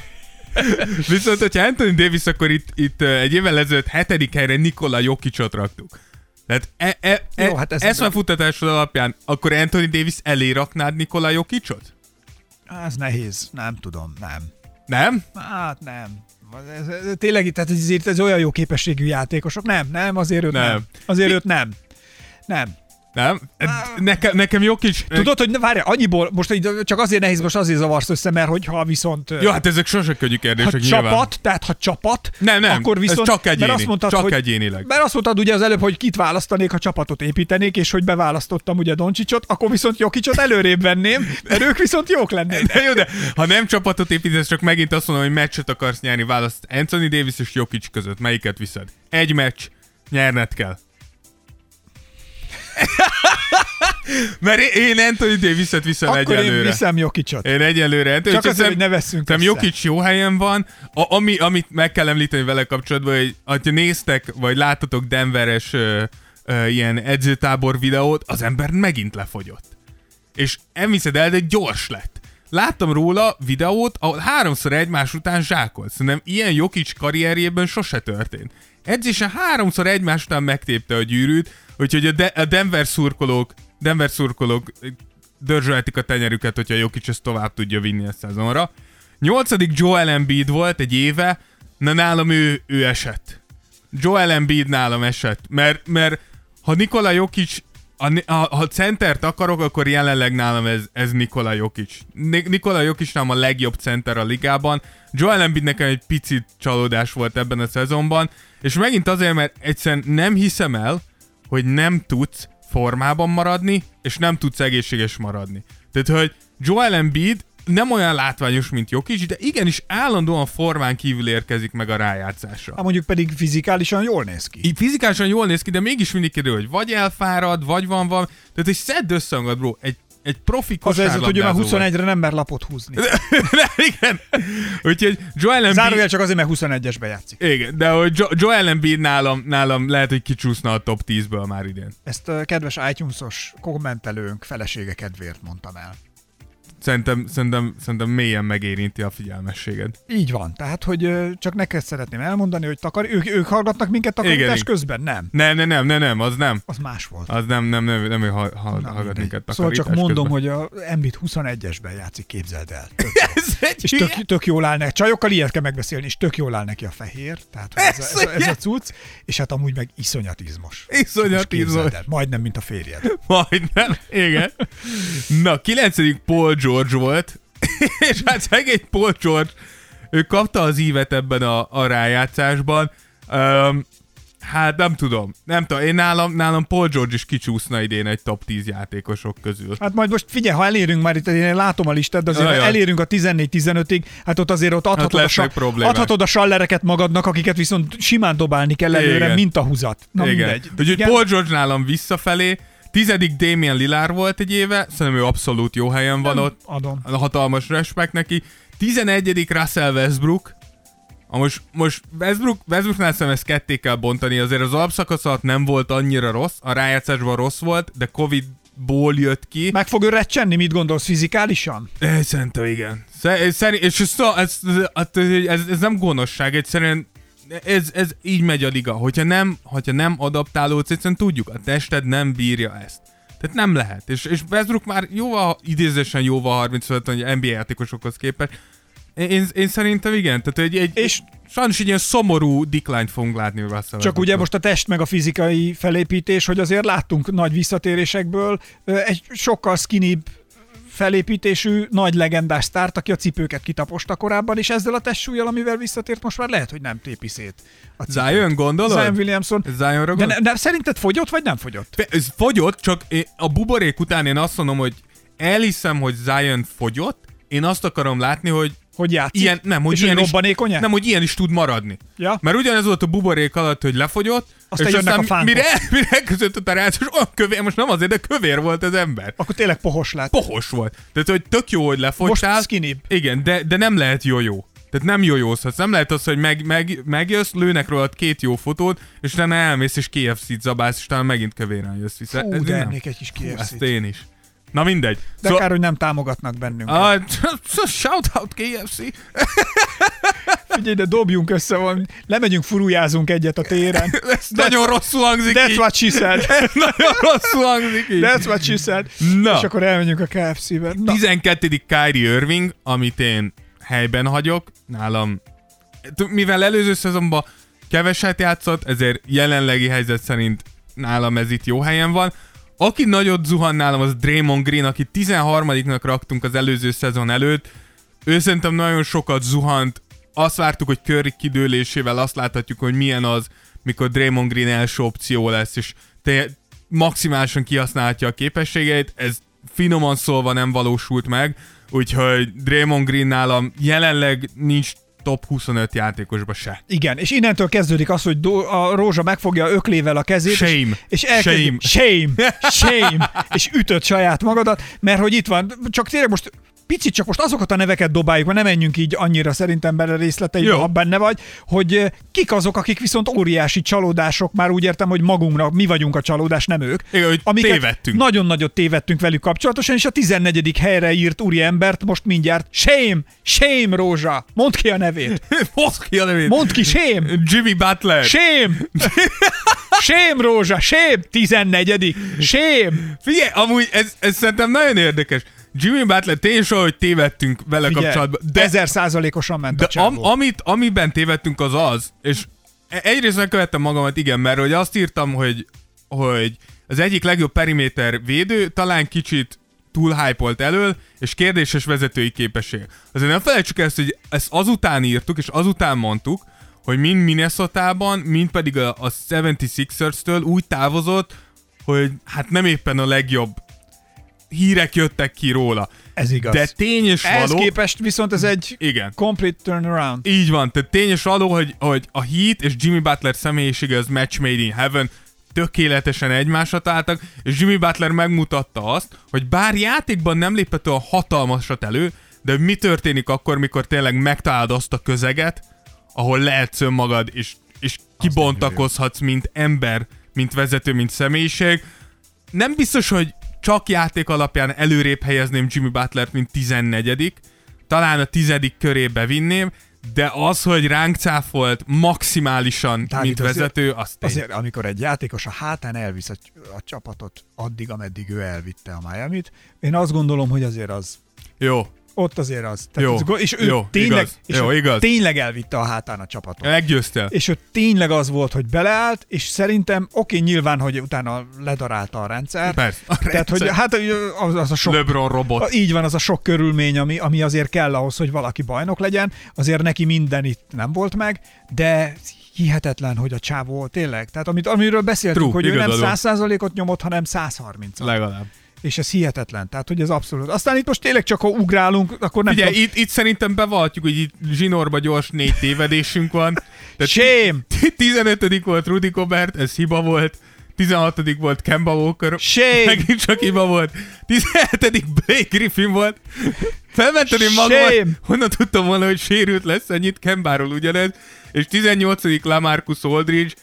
Viszont, hogyha Anthony Davis, akkor itt, itt uh, egy évvel ezelőtt hetedik helyre Nikola Jokicot raktuk. Tehát e, e, e, Jó, hát ez- eszmefuttatásod alapján, akkor Anthony Davis elé raknád Nikola Jokicot? Ez nehéz, nem tudom, nem. Nem? Hát nem. Ez, ez, ez, tényleg, tehát ez, ez olyan jó képességű játékosok. Nem, nem, azért őt nem. Nem. nem. Azért őt nem. Nem. Nem? Nekem, nekem Jokic... Tudod, hogy ne, várj, annyiból, most így csak azért nehéz, most azért zavarsz össze, mert hogyha viszont... Jó, hát ezek sose könnyű ha kérdések nyilván. csapat, tehát ha csapat, Nem, nem, akkor viszont... ez csak egyéni, mert azt mondtad, csak hogy, egyénileg. Mert azt mondtad ugye az előbb, hogy kit választanék, ha csapatot építenék, és hogy beválasztottam ugye Doncsicsot, akkor viszont Jokicot előrébb venném, mert ők viszont jók lennének. De jó, de ha nem csapatot építesz, csak megint azt mondom, hogy meccset akarsz nyerni, választ Anthony Davis és Jokic között. Melyiket viszed? Egy meccs, nyerned kell. Mert én Anthony Davis-et viszem Akkor egyelőre. én viszem Jokicot. Én egyelőre. Csak azért, hogy ne vesszünk Nem össze. Jokic jó helyen van. A, ami, amit meg kell említeni vele kapcsolatban, hogy ha néztek, vagy láttatok Denveres ö, ö, ilyen edzőtábor videót, az ember megint lefogyott. És nem hiszed el, de gyors lett. Láttam róla videót, ahol háromszor egymás után zsákolt. Szerintem ilyen Jokic karrierjében sose történt. Edzésen háromszor egymás után megtépte a gyűrűt, úgyhogy a, De- a Denver szurkolók, Denver szurkolók dörzsölhetik a tenyerüket, hogyha Jokic ezt tovább tudja vinni a szezonra. Nyolcadik Joel Embiid volt egy éve, na nálam ő, ő esett. Joel Embiid nálam esett, mert, mert ha Nikola Jokic A, a, ha centert akarok, akkor jelenleg nálam ez, ez Nikola Jokic. Nikola Jokic nálam a legjobb center a ligában. Joel Embiid nekem egy picit csalódás volt ebben a szezonban, és megint azért, mert egyszerűen nem hiszem el, hogy nem tudsz formában maradni, és nem tudsz egészséges maradni. Tehát, hogy Joel Embiid nem olyan látványos, mint Jokic, de igenis állandóan formán kívül érkezik meg a rájátszásra. Hát mondjuk pedig fizikálisan jól néz ki. Így fizikálisan jól néz ki, de mégis mindig kérdő, hogy vagy elfárad, vagy van van. Tehát, hogy szedd össze magad, bro. Egy, egy profi kosárlabdázó. Az ez, hogy ő már huszonegyre nem mer lapot húzni. de, igen. Úgyhogy Joel Embiid... Zárójel csak azért, mert huszonegyesbe játszik. Igen, de hogy jo- Joel Embiid nálam, nálam lehet, hogy kicsúszna a top tízből már idén. Ezt a kedves iTunes-os kommentelőnk felesége kedvéért mondtam el. Szerintem, szerintem, szerintem mélyen megérinti a figyelmességed. Így van. Tehát, hogy ö, csak neked szeretném elmondani, hogy takar... ők, ők hallgatnak minket takarítás közben? Nem. Nem, nem, nem, nem, nem, az nem. Az más volt. Az nem, nem, nem, nem, nem ha, ha, hallgat minket takarítás Szóval csak mondom, közben. hogy a Embiid huszonegyesben játszik, képzeld el. Tök és tök, tök jól áll neki. Csajokkal ilyet kell megbeszélni, és tök jól áll neki a fehér. Tehát ez, ez, ez, a, ez a cucc, és hát amúgy meg iszonyatizmos. Iszonyatizmos. Majdnem, mint a férjed. Majdnem, igen. Na, kilencedik Paul George volt, és hát szegény Paul George, ő kapta az ívet ebben a, a rájátszásban. Um, hát nem tudom, nem tudom, én nálam, nálam Paul George is kicsúszna idén egy top tíz játékosok közül. Hát majd most figyelj, ha elérünk már itt, én látom a listát, de azért ha elérünk a tizennégy tizenötig, hát ott azért ott adhatod, hát a, sa- adhatod a sallereket magadnak, akiket viszont simán dobálni kell előre, igen. Mint a húzat. Na igen. mindegy. Úgyhogy Paul George nálam visszafelé, tizedik Damian Lillard volt egy éve, szerintem ő abszolút jó helyen van nem ott. Adom. Hatalmas respekt neki. tizenegyedik Russell Westbrook. Most, most Westbrook, Westbrooknál szerintem ezt ketté kell bontani, azért az alapszakasz alatt nem volt annyira rossz, a rájátszásban rossz volt, de Covid-ból jött ki. Meg fog ő recsenni, mit gondolsz, fizikálisan? Szerintem igen. Szerint, és ez, ez, ez, ez nem gonoszság, egyszerűen ez, ez így megy a liga. Hogyha nem, hogyha nem adaptálódsz, egyszerűen tudjuk, a tested nem bírja ezt. Tehát nem lehet. És, és Westbrook már jóval, idézősen jóval harmincöt en bé á játékosokhoz képest. Én, én szerintem igen. Tehát egy, egy, és sajnos egy ilyen szomorú decline-t fogunk látni. Russell csak ugye most a test meg a fizikai felépítés, hogy azért láttunk nagy visszatérésekből egy sokkal skinnybb felépítésű, nagy legendás sztárt, aki a cipőket kitaposta korábban, és ezzel a testsúlyjal, amivel visszatért, most már lehet, hogy nem tépi szét. Zion, gondolod? Zion Williamson. Zionra de, ne, de szerinted fogyott, vagy nem fogyott? Ez fogyott, csak a buborék után én azt mondom, hogy elhiszem, hogy Zion fogyott, én azt akarom látni, hogy hogy játszik? Ilyen, nem, hogy és ilyen is, nem, hogy ilyen is tud maradni. Ja? Mert ugyanez volt a buborék alatt, hogy lefogyott, aztán és aztán a mire, mire között a rácsos, olyan kövér, most nem azért, de kövér volt az ember. Akkor tényleg pohos lett. Pohos volt. Tehát, hogy tök jó, hogy lefogytál. Most skinnybb. Igen, de, de nem lehet jó-jó. Tehát nem jó-józhatsz. Nem lehet az, hogy meg, meg, megjössz, lőnek rólad két jó fotót, és utána elmész és ká ef cét zabálsz, és utána megint kövéren jössz vissza. Hú, de ennék egy kis ká ef cét. Ezt én is. Na mindegy. De so, kár, hogy nem támogatnak bennünket. Uh, shout out ká ef cé. Figyelj, de dobjunk össze, van. Lemegyünk, furujázunk egyet a téren. Ez nagyon rosszul hangzik That's így. what she said. Ez nagyon rosszul hangzik így. That's what she said. Na. És akkor elmegyünk a ká ef cébe. tizenkettedik Kyrie Irving, amit én helyben hagyok. Nálam, mivel előző szezonban keveset játszott, ezért jelenlegi helyzet szerint nálam ez itt jó helyen van. Aki nagyot zuhan nálam, az Draymond Green, aki tizenharmadiknak raktunk az előző szezon előtt. Ő szerintem nagyon sokat zuhant. Azt vártuk, hogy Curry kidőlésével azt láthatjuk, hogy milyen az, mikor Draymond Green első opció lesz, és te maximálisan kihasználhatja a képességeit. Ez finoman szólva nem valósult meg, úgyhogy Draymond Green nálam jelenleg nincs top huszonöt játékosba se. Igen, és innentől kezdődik az, hogy do- a Rózsa megfogja öklével a kezét, shame. és, és elkezdi, shame. shame, shame, és ütött saját magadat, mert hogy itt van, csak tényleg most picit csak most azokat a neveket dobáljuk, mert nem menjünk így annyira szerintem bele részleteibe, ha benne vagy, hogy kik azok, akik viszont óriási csalódások, már úgy értem, hogy magunknak, mi vagyunk a csalódás, nem ők. Igen, hogy amiket tévedtünk. Nagyon nagyot tévedtünk velük kapcsolatosan, és a tizennegyedik helyre írt úri embert most mindjárt shame, shame Rózsa, mondd ki a nevét. Mondd ki a nevét. Mondd ki, shame. Jimmy Butler. Shame. Shame Rózsa, shame, tizennegyedik shame. Figyelj, amúgy ez, ez szerintem nagyon érdekes. Jimmy Butler tényleg soha, hogy tévedtünk vele Figyelj, kapcsolatban. De ezer százalékosan ment de a csávó. Am, amit, amiben tévedtünk az az, és egyrészt megkövettem magamat, igen, mert hogy azt írtam, hogy, hogy az egyik legjobb periméter védő, talán kicsit túl hype-olt elől, és kérdéses vezetői képesség. Azért nem felejtsük ezt, hogy ezt azután írtuk, és azután mondtuk, hogy mind Minnesotában, mind pedig a, a hetvenhatos-től úgy távozott, hogy hát nem éppen a legjobb hírek jöttek ki róla. Ez igaz. De tény és való... Ehhez képest viszont ez egy igen. complete turnaround. Így van, tehát tény és való, hogy, hogy a Heat és Jimmy Butler személyisége az match made in heaven, tökéletesen egymásra találtak, és Jimmy Butler megmutatta azt, hogy bár játékban nem lépett olyan hatalmasat elő, de mi történik akkor, mikor tényleg megtalálod azt a közeget, ahol lehetsz önmagad, és, és kibontakozhatsz, mint ember, mint vezető, mint személyiség. Nem biztos, hogy csak játék alapján előrébb helyezném Jimmy Butlert, mint tizennegyedik. Talán a tizedik körébe vinném, de az, hogy ránk cáfolt maximálisan, Dávid, mint azért, vezető, az tény. Azért, amikor egy játékos a hátán elvisz a, a csapatot addig, ameddig ő elvitte a Miamit, én azt gondolom, hogy azért az... Jó. Ott azért az. Tehát jó, az, és ő jó, tényleg, igaz, és jó, ő igaz. tényleg elvitte a hátán a csapatot. Meggyőztél. És ő tényleg az volt, hogy beleállt, és szerintem oké, nyilván, hogy utána ledarálta a rendszer. Persze. A Tehát, rendszer. hogy hát az, az a sok... LeBron robot. Így van, az a sok körülmény, ami, ami azért kell ahhoz, hogy valaki bajnok legyen. Azért neki minden itt nem volt meg, de hihetetlen, hogy a csávó tényleg. Tehát amit, amiről beszéltünk, True, hogy ő nem igazadó. száz százalékot nyomott, hanem száz harmincot. Legalább. És ez hihetetlen, tehát hogy ez abszolút. Aztán itt most tényleg csak ha ugrálunk, akkor nem Ugye, tudom. itt, itt szerintem bevallhatjuk, hogy itt zsinórba gyors négy tévedésünk van. Tehát Shame! tizenötödik volt Rudy Gobert, ez hiba volt. tizenhatodik volt Kemba Walker, Shame! megint csak hiba volt. tizenhetedik Blake Griffin volt. Felmenteném magamat, Shame! honnan tudtam volna, hogy sérült lesz ennyit, Kembáról ugyanez. És tizennyolcadik LaMarcus Aldridge,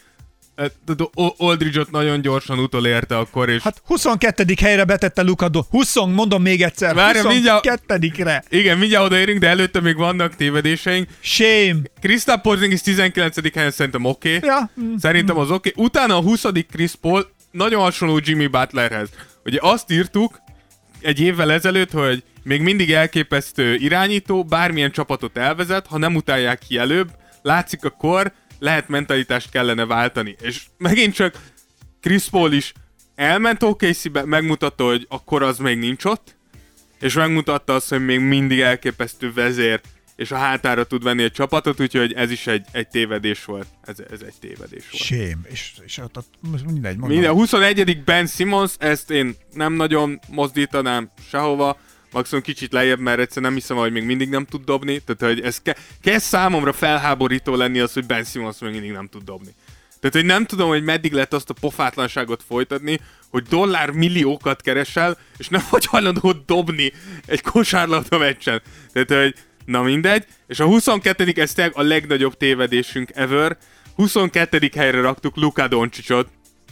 Aldridge-ot nagyon gyorsan utolérte akkor, és... Hát huszonkettedik helyre betette Luka Do... húsz, mondom még egyszer, Várja, mindjárt- huszonkettedikre. Igen, mindjárt odaérünk, de előtte még vannak tévedéseink. Shame! Kristaps Porzingis tizenkilencedik helyen szerintem oké. Okay. Ja. mm. Szerintem az oké. Okay. Utána a huszadik Chris Paul nagyon hasonló Jimmy Butlerhez. Ugye azt írtuk egy évvel ezelőtt, hogy még mindig elképesztő irányító, bármilyen csapatot elvezet, ha nem utálják ki előbb, látszik akkor, lehet mentalitást kellene váltani. És megint csak Chris Paul is elment o ká cé-be, megmutatta, hogy akkor az még nincs ott, és megmutatta azt, hogy még mindig elképesztő vezér, és a hátára tud venni egy csapatot, úgyhogy ez is egy, egy tévedés volt. Ez, ez egy tévedés volt. Shame. És, és ott, ott most mindegy, mondom. Minden, a huszonegyedik Ben Simmons, ezt én nem nagyon mozdítanám sehova, maximum kicsit lejjebb, mert egyszer nem hiszem, hogy még mindig nem tud dobni, tehát hogy ez ke- kezd számomra felháborító lenni az, hogy Ben Simmons még mindig nem tud dobni. Tehát, hogy nem tudom, hogy meddig lehet azt a pofátlanságot folytatni, hogy dollár milliókat keresel, és nem vagy hajlandó dobni egy kosárlabda meccsen. Tehát, hogy na mindegy. És a huszonkettedik ez tényleg a legnagyobb tévedésünk ever. huszonkettedik helyre raktuk Luka Doncicot.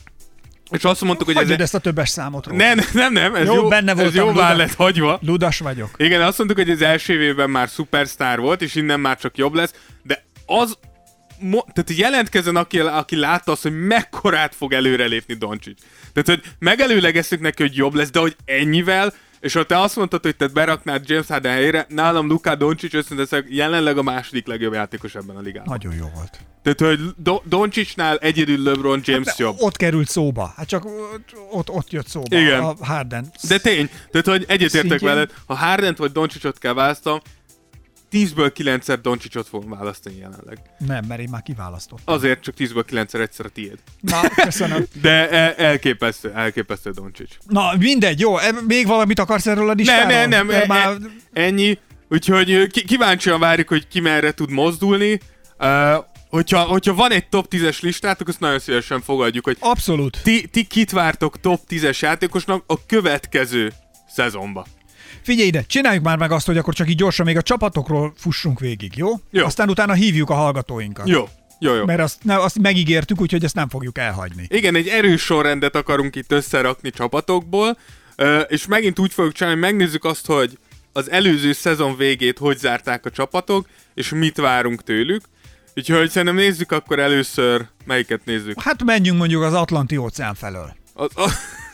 És azt mondtuk, hogy Hagyjad ez... ezt a többes számot róla. Nem, nem, nem, ez Jó, jó, benne ez voltam, jóvá Luda. lett hagyva. Ludas vagyok. Igen, azt mondtuk, hogy az első évben már szupersztár volt, és innen már csak jobb lesz, de az... Mo- tehát jelentkezzen, aki, aki látta azt, hogy mekkorát fog előrelépni Doncic. Tehát, hogy megelőlegeztük neki, hogy jobb lesz, de hogy ennyivel, és ha te azt mondtad, hogy te beraknád James Harden helyére, nálam Luka Doncic összeteszek jelenleg a második legjobb játékos ebben a ligában. Nagyon jó volt. Tehát, hogy Do- Doncicnál egyedül LeBron James Hát, jobb. ott került szóba. Hát csak ott, ott jött szóba Igen. a Harden. De tény, tehát, hogy egyetértek Szintjén. veled, ha Hardent vagy Doncicot kell választanom, tízből kilencszer Doncicot fogom választani jelenleg. Nem, mert én már kiválasztottam. Azért csak tízből kilencszer egyszer a tiéd. Na, köszönöm. De el- elképesztő, elképesztő Doncic. Na, mindegy, jó. e- Még valamit akarsz erről a Nem, listáról? nem, nem, Mert e- már... e- ennyi. Úgyhogy ki- kíváncsian várjuk, hogy ki merre tud mozdulni. Uh, hogyha, hogyha van egy top tízes listátok, azt nagyon szívesen fogadjuk, hogy Abszolút. ti, ti kit vártok top tízes játékosnak a következő szezonba. Figyelj ide, csináljuk már meg azt, hogy akkor csak így gyorsan még a csapatokról fussunk végig, jó? Jó. Aztán utána hívjuk a hallgatóinkat. Jó, jó, jó. Mert azt, ne, azt megígértük, úgyhogy ezt nem fogjuk elhagyni. Igen, egy erős sorrendet akarunk itt összerakni csapatokból, ö, és megint úgy fogjuk csinálni, hogy megnézzük azt, hogy az előző szezon végét hogy zárták a csapatok, és mit várunk tőlük. Úgyhogy szerintem nézzük akkor először, melyiket nézzük. Hát menjünk mondjuk az Atlanti óceán felől. Az, a,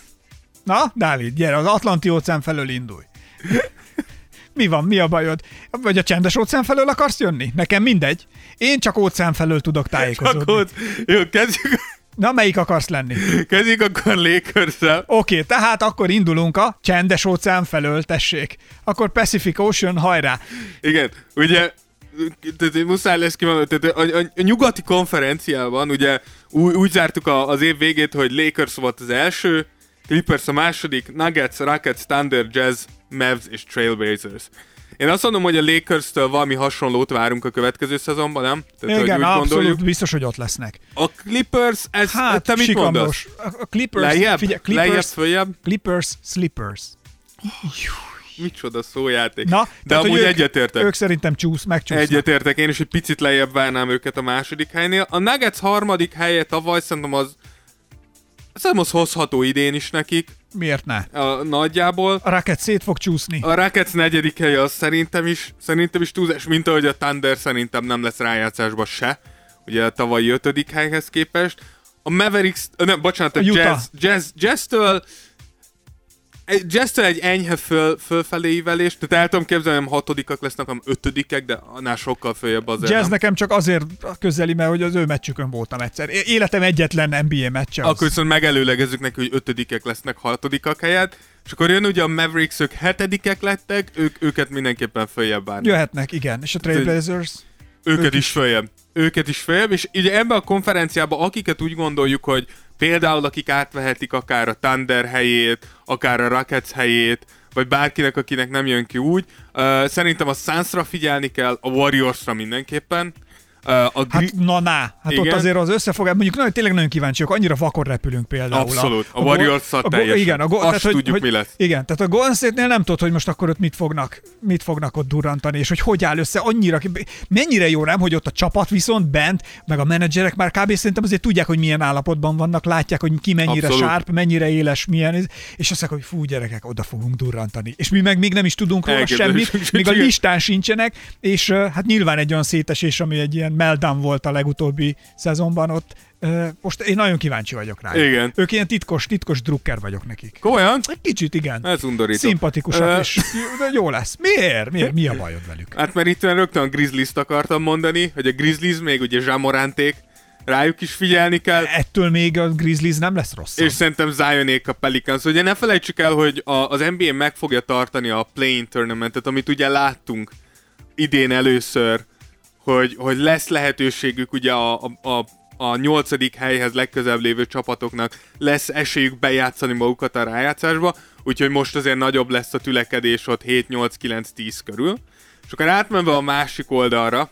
Na, Dávid, gyere, az Atlanti óceán felől indulj. Mi van, mi a bajod? Vagy a csendes óceán felől akarsz jönni? Nekem mindegy. Én csak óceán felől tudok tájékozódni. csak ott, jó, kezdjük, Na, melyik akarsz lenni? Kezdjük akkor Lakers-szel. Oké, okay, tehát akkor indulunk a csendes óceán felől, tessék. Akkor Pacific Ocean, hajrá! Igen, ugye tehát muszáj lesz kimondani, tehát a, a, a nyugati konferenciában ugye úgy, úgy zártuk a, az év végét, hogy Lakers volt az első, Clippers a második, Nuggets, Rockets, Thunder, Jazz, Mavs és Trailblazers. Én azt mondom, hogy a Lakers-től valami hasonlót várunk a következő szezonban, nem? Tehát, igen, hogy abszolút gondoljuk. biztos, hogy ott lesznek. A Clippers, ez, Hát, te mit mondasz? A Clippers, Lejjebb? figyelj, Lejjebb, Clippers, följebb? Clippers, Slippers. Micsoda szójáték. Na, de tehát, amúgy ők, egyetértek. Ők szerintem csúsz, megcsúsznak. Egyetértek, én is egy picit lejjebb várnám őket a második helynél. A Nuggets harmadik helye tavaly szerintem az szerintem az hozható idén is nekik. Miért ne? A, nagyjából. A Rockets szét fog csúszni. A Rockets negyedik helye az szerintem is, szerintem is túlzás, mint ahogy a Thunder szerintem nem lesz rájátszásba se. Ugye a tavalyi ötödik helyhez képest. A Mavericks, nem, bocsánat, a, a Jazz, Jazz, Jazz-től Jazz-től egy enyhe föl, fölfelé ívelés, tehát el tudom képzelni, hogy hatodikak lesznek, hanem ötödikek, de annál sokkal följebb azért. Jazz nem. nekem csak azért közeli, mert hogy az ő meccsükön voltam egyszer. Életem egyetlen en bé á meccse az. Akkor viszont megelőlegezzük neki, hogy ötödikek lesznek hatodikak helyett, és akkor jön ugye a Mavericks, ők hetedikek lettek, ők, őket mindenképpen följebb várnak. Jöhetnek, igen. És a Trailblazers? Őket ők is, is följebb. Őket is följebb, és ugye ebben a konferenciában, akiket úgy gondoljuk, hogy például akik átvehetik akár a Thunder helyét, akár a Rockets helyét, vagy bárkinek, akinek nem jön ki úgy, uh, szerintem a Sunsra figyelni kell, a Warriorsra mindenképpen. Uh, a Hát gri- na, na, hát igen. ott azért az összefogás, mondjuk nagyon, tényleg nagyon kíváncsiak, annyira vakon repülünk például. Abszolút, a, a, a Warriors-szal go- teljesen. Igen, a go- azt tehát, hogy, tudjuk, hogy, mi lesz. Igen, tehát a Golden State-nél nem tudod, hogy most akkor ott mit fognak, mit fognak ott durrantani, és hogy hogy áll össze annyira, mennyire jó nem, hogy ott a csapat viszont bent, meg a menedzserek már kb. Szerintem azért tudják, hogy milyen állapotban vannak, látják, hogy ki mennyire Abszolút. sárp, mennyire éles, milyen, és azt mondják, hogy fú, gyerekek, oda fogunk durrantani. És mi meg még nem is tudunk róla Elképzelhető. semmit, még a listán sincsenek, és uh, hát nyilván egy olyan szétesés, ami egy ilyen meltdown volt a legutóbbi szezonban ott. Uh, most én nagyon kíváncsi vagyok rá. Igen. Ők ilyen titkos, titkos drukker vagyok nekik. Komolyan? Egy kicsit, igen. Ez undorító. Szimpatikusak, Ö- és de jó lesz. Miért? Miért? Mi a bajod velük? Hát mert itt rögtön a Grizzlies-t akartam mondani, hogy a Grizzlies még ugye Ja Moranték, rájuk is figyelni kell. Ettől még a Grizzlies nem lesz rossz. És szerintem Zionék a Pelicans. Ugye ne felejtsük el, hogy a, az en bé á meg fogja tartani a play-in tournamentet, amit ugye láttunk idén először, hogy, hogy lesz lehetőségük ugye a, a, a, a nyolcadik helyhez legközelebb lévő csapatoknak lesz esélyük bejátszani magukat a rájátszásba, úgyhogy most azért nagyobb lesz a tülekedés ott hét nyolc kilenc tíz körül. És akkor átmenve a másik oldalra,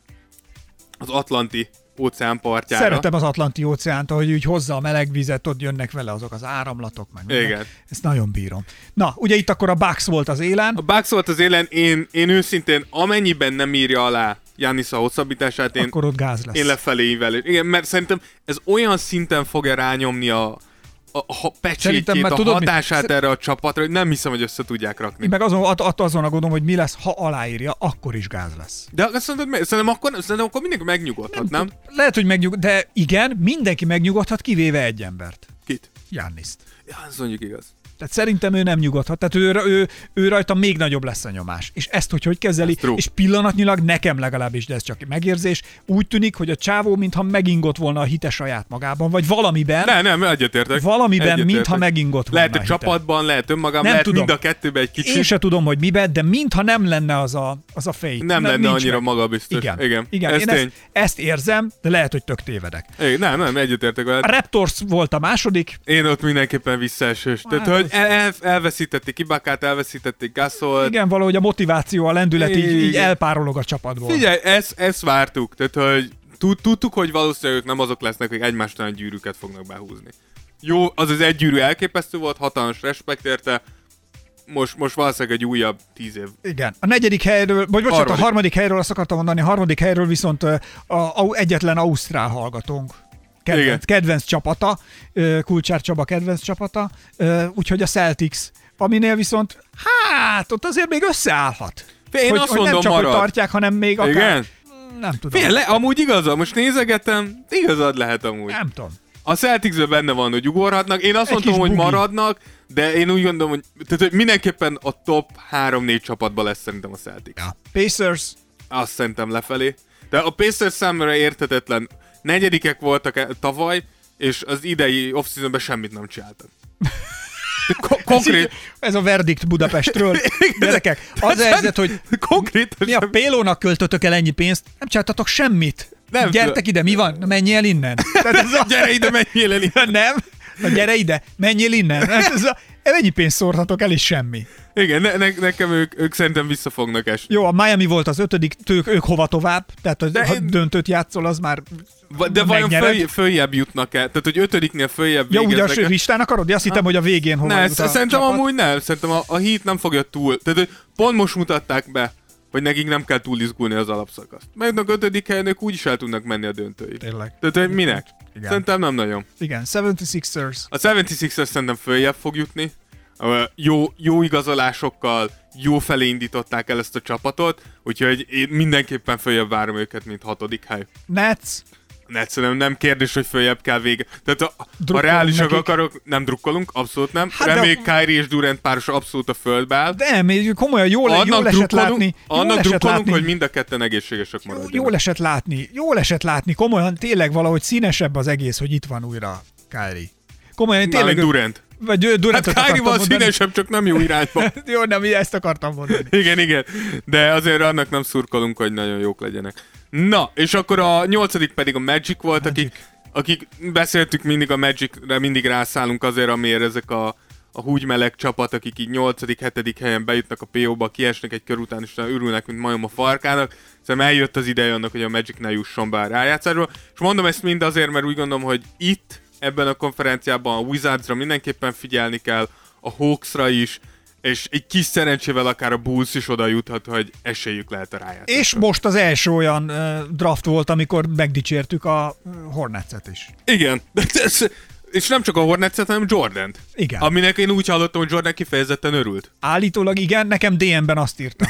az Atlanti óceán partjára. Szeretem az Atlanti óceánt, ahogy úgy hozza a meleg vizet, ott jönnek vele azok az áramlatok, meg minden. Igen. Ezt nagyon bírom. Na, ugye itt akkor a Bucks volt az élen. A Bucks volt az élen, én, én őszintén, amennyiben nem írja alá Giannis a hosszabbítását, én, Akkor ott gáz lesz. én lefelé ívelés. Igen, mert szerintem ez olyan szinten fogja rányomni a, a, a pecsétjét, a tudod, hatását mit? erre a csapatra, hogy nem hiszem, hogy össze tudják rakni. Én meg azon, att, azon aggódom, hogy mi lesz, ha aláírja, akkor is gáz lesz. De azt mondod, szerintem akkor, szerintem akkor mindenki megnyugodhat, nem? nem? Lehet, hogy megnyugod, de igen, mindenki megnyugodhat, kivéve egy embert. Kit? Gianniszt. Ja, ez mondjuk igaz. Tehát szerintem ő nem nyugodhat, tehát ő, ő, ő rajta még nagyobb lesz a nyomás. És ezt, hogy hogy kezeli, és pillanatnyilag nekem legalábbis, de ez csak megérzés, úgy tűnik, hogy a csávó mintha megingott volna a hite saját magában, vagy valamiben. Ne, nem, egyetértek. Valamiben, egyetértek. mintha megingott volna lehet a a hite. csapatban, lehet önmagában, Nem lehet tudom. mind a kettőben egy kicsit. Én se tudom, hogy miben, de mintha nem lenne az a, az a fej. Nem lenne nincs annyira meg. magabiztos. Igen, Igen. igen. Ez Én tény. ezt, ezt érzem, de lehet, hogy tök tévedek. Igen, nem, nem, egyetértek veled. A Raptors volt a második. Én ott mindenképpen visszaesős. Tehát, Hát hogy az- el, el, elveszítették Ibakát, elveszítették Gasolt. Igen, valahogy a motiváció, a lendület így, így Igen. elpárolog a csapatból. Figyelj, ezt, ezt vártuk. Tehát, hogy tud- tudtuk, hogy valószínűleg ők nem azok lesznek, hogy egymástán gyűrűket fognak behúzni. Jó, az az egy gyűrű elképesztő volt, hatalmas respekt érte. Most, most valószínűleg egy újabb tíz év. Igen. A negyedik helyről, vagy bocsánat, Harmadik. a harmadik helyről azt akartam mondani, a harmadik helyről viszont ö, a, a, egyetlen ausztrál hallgatónk. Igen. Kedvenc, kedvenc csapata, ö, Kulcsár Csaba kedvenc csapata, ö, úgyhogy a Celtics, aminél viszont, hát, ott azért még összeállhat. Én hogy, azt hogy mondom, nem csak, marad. hogy tartják, hanem még akár... Igen? Nem tudom. Figyelj, le, amúgy igazad, most nézegetem, igazad lehet amúgy. Nem tudom. A Celticsben benne van, hogy ugorhatnak. Én azt Egy mondtam, kis hogy bugi. maradnak, de én úgy gondolom, hogy, tehát, hogy mindenképpen a top három-négy csapatban lesz szerintem a Celtics. Ja. Pacers, Azt szerintem lefelé. De a Pacers számára érthetetlen. Negyedikek voltak e- tavaly, és az idei off-seasonben semmit nem csináltak. Ko- konkrét... Ez a verdikt Budapestről. Gyerekek, az a helyzet, hogy konkrét, mi a Pélónak költötök el ennyi pénzt, nem csináltatok semmit. Nem Gyertek tudom. ide, mi van? Na, menjél el innen. Tehát ez a... Gyere ide, menjél el innen. Nem? Na, gyere ide, menjél innen. Hát ez a... Ennyi pénzt szórhatok el, és semmi. Igen, ne, ne, nekem ők, ők szerintem vissza fognak esni. Jó, a Miami volt az ötödik, ők, ők hova tovább? Tehát az, De ha én- döntőt játszol, az már Va- De vajon megnyered. föl, följebb jutnak el? Tehát, hogy ötödiknél följebb Ja, ugye a végeznek el? listán akarod? Ja, azt hittem, hogy a végén hova Ne, jut a szerintem csapat. amúgy nem. Szerintem a, a Heat nem fogja túl. Tehát, hogy pont most mutatták be, hogy nekik nem kell túl izgulni az alapszakaszt. Melyiknek ötödik helyen ők úgyis el tudnak menni a döntőig. Tényleg. Tehát, hogy minek? Igen. Szerintem nem nagyon. Igen, hetvenhatos ers. A hetvenhatos szerintem följebb fog jutni. Ö, Jó, jó igazolásokkal, jó felé indították el ezt a csapatot, úgyhogy én mindenképpen följebb várom őket, mint hatodik hely. Nets. Egyszerűen nem kérdés, hogy följebb kell vége. Tehát a, ha Drukkolunk reálisak nekik. akarok, nem drukkolunk, abszolút nem. Hát Hát de- Reméljük Kyrie és Durant páros abszolút a földbe áll. De még komolyan jól, jól esett drukkolunk, látni. Jól annak esett drukkolunk, látni. hogy mind a ketten egészségesek maradjanak. Jól esett látni, jól esett látni, komolyan tényleg valahogy színesebb az egész, hogy itt van újra Kyrie. Komolyan tényleg... Mármint Durant. Vagy Durantot Hát akartam Kyrie-val mondani. színesebb, csak nem jó irányba. Jó, nem, ezt akartam mondani. Igen, igen. De azért annak nem szurkolunk, hogy nagyon jók legyenek. Na, és akkor a nyolcadik pedig a Magic volt, Magic. akik, akik beszéltük mindig a Magicre, mindig rászállunk azért, amiért ezek a, a húgymeleg csapat, akik így nyolcadik hetedik helyen bejutnak a pé ó-ba, kiesnek egy kör után, és örülnek, mint majom a farkának. Szerintem eljött az ideje annak, hogy a Magic ne jusson be a rájátszásról. És mondom ezt mind azért, mert úgy gondolom, hogy itt, ebben a konferenciában a Wizardsra mindenképpen figyelni kell, a Hawksra is, és egy kis szerencsével akár a Bulls is oda juthat, hogy esélyük lehet a rájátszásra. És most az első olyan uh, draft volt, amikor megdicsértük a uh, Hornetset is. Igen, de ez, és nem csak a Hornetset, hanem Jordant. Igen. Aminek én úgy hallottam, hogy Jordan kifejezetten örült. Állítólag igen, nekem dé em-ben azt írta.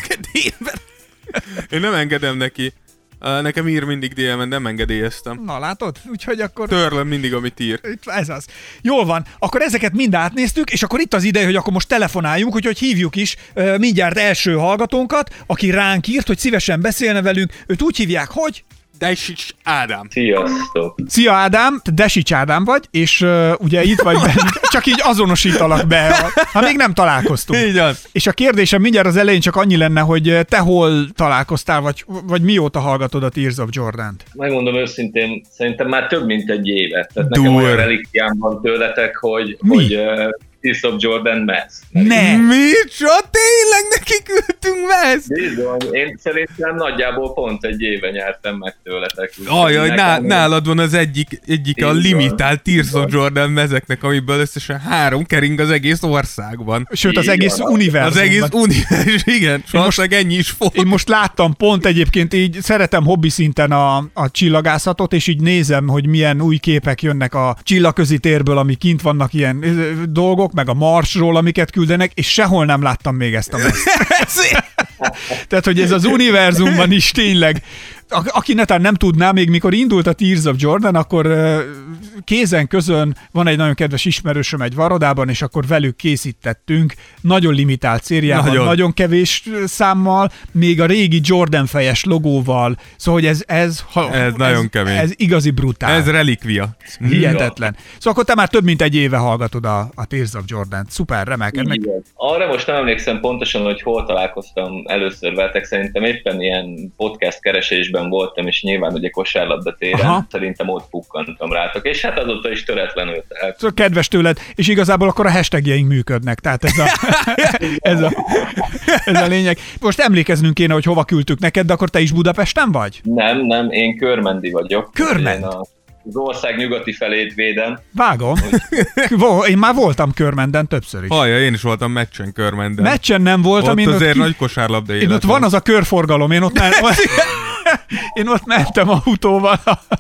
Én nem engedem neki. Uh, Nekem ír mindig dé em-en, nem engedélyeztem. Na látod? Úgyhogy akkor... Törlöm mindig, amit ír. Itt ez az. Jól van, akkor ezeket mind átnéztük, és akkor itt az ideje, hogy akkor most telefonáljunk, úgyhogy hívjuk is uh, mindjárt első hallgatónkat, aki ránk írt, hogy szívesen beszélne velünk. Őt úgy hívják, hogy... Desics Ádám. Sziasztok! Szia Ádám, te Desics Ádám vagy, és uh, ugye itt vagy bennünk, csak így azonosítalak be, ha még nem találkoztunk. Így az. És a kérdésem mindjárt az elején csak annyi lenne, hogy te hol találkoztál, vagy, vagy mióta hallgatod a Tears of Jordan-t? Megmondom őszintén, szerintem már több mint egy éve. Tehát nekem Dur. olyan relikviám van tőletek, hogy, Mi? hogy uh, Tears of Jordan Mets. Ne! Micsoda, tényleg neki küldtünk ezt? Bizony, én szerintem nagyjából pont egy éve nyertem meg tőletek. Ajaj, Nekem- ná, nálad van az egyik, egyik a Így van. limitált Tears Így van. of Jordan mezeknek, amiből összesen három kering az egész országban. Sőt, az Így egész van. univerzumban. Az egész univerzum, igen, és valószínűleg ennyi is fog. Én most láttam pont egyébként, így szeretem hobbi szinten a, a csillagászatot, és így nézem, hogy milyen új képek jönnek a csillagközi térből, ami kint vannak ilyen ö, dolgok, meg a Marsról, amiket küldenek, és sehol nem láttam még ezt a meszt. Tehát, hogy ez az univerzumban is tényleg, a- aki netán nem tudná, még mikor indult a Tears of Jordan, akkor ö, kézen közön van egy nagyon kedves ismerősöm egy varodában, és akkor velük készítettünk nagyon limitált szériában, Nagyon. nagyon, nagyon kevés ö, számmal, még a régi Jordan fejes logóval, szóval hogy ez, ez, ha, Ez nagyon kemény. Ez igazi brutál. Ez relikvia. Hihetetlen. Szóval akkor te már több mint egy éve hallgatod a, a Tears of Jordan-t. Szuper, remelkednek. Igen. Arra most nem emlékszem pontosan, hogy hol találkoztam először veletek, szerintem éppen ilyen podcast keresésben voltam, és nyilván ugye kosárlabda téren, Aha. szerintem ott pukkantam rátok, és hát azóta is töretlenül. Tehát Szóval kedves tőled, és igazából akkor a hashtagjeink működnek, tehát ez a, ez, a, ez a lényeg. Most emlékeznünk kéne, hogy hova küldtük neked, de akkor te is Budapesten vagy? nem, nem, én körmendi vagyok. Körmend? Én a, az ország nyugati felét védem. Vágom. Vo- Én már voltam Körmenden többször is. Hallja, én is voltam meccsen Körmenden. Meccsen nem voltam, Ott én ott, azért ki... nagy kosárlabda én élet ott van az a körforgalom, én ott, men... én ott mentem autóval.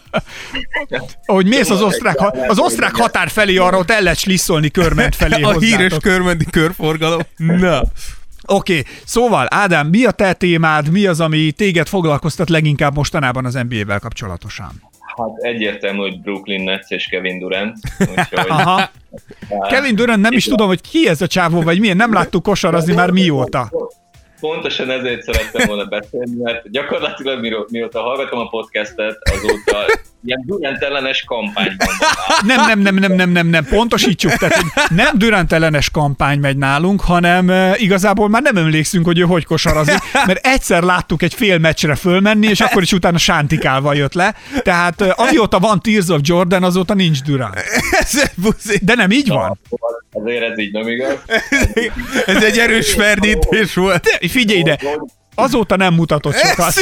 Ahogy mész az osztrák, ha- az osztrák határ felé, arra ott el lehet slisszolni Körment felé A híres hozzátok. körmendi körforgalom. Na. Oké, okay. Szóval Ádám, mi a te témád, mi az, ami téged foglalkoztat leginkább mostanában az en bé á-vel kapcsolatosan? Hát egyértelmű, hogy Brooklyn Nets és Kevin Durant. Úgyhogy, Aha. hát, Kevin Durant, nem is tudom, hogy ki ez a csávó, vagy milyen, nem láttuk kosarazni már mióta. Pontosan ezért szerettem volna beszélni, mert gyakorlatilag miro- mióta hallgatom a podcastet, azóta ilyen Durant ellenes kampányban van. Nem, nem, nem, nem, nem, nem, nem, pontosítsuk, tehát hogy nem Durant ellenes kampány megy nálunk, hanem uh, igazából már nem emlékszünk, hogy ő hogy kosarazik, mert egyszer láttuk egy fél meccsre fölmenni, és akkor is utána sántikálva jött le. Tehát uh, amióta van Tears of Jordan, azóta nincs Durant. De nem így van? Azért ez így nem igaz. Ez egy erős ferdítés volt. De, figyelj ide, azóta nem mutatott sokat.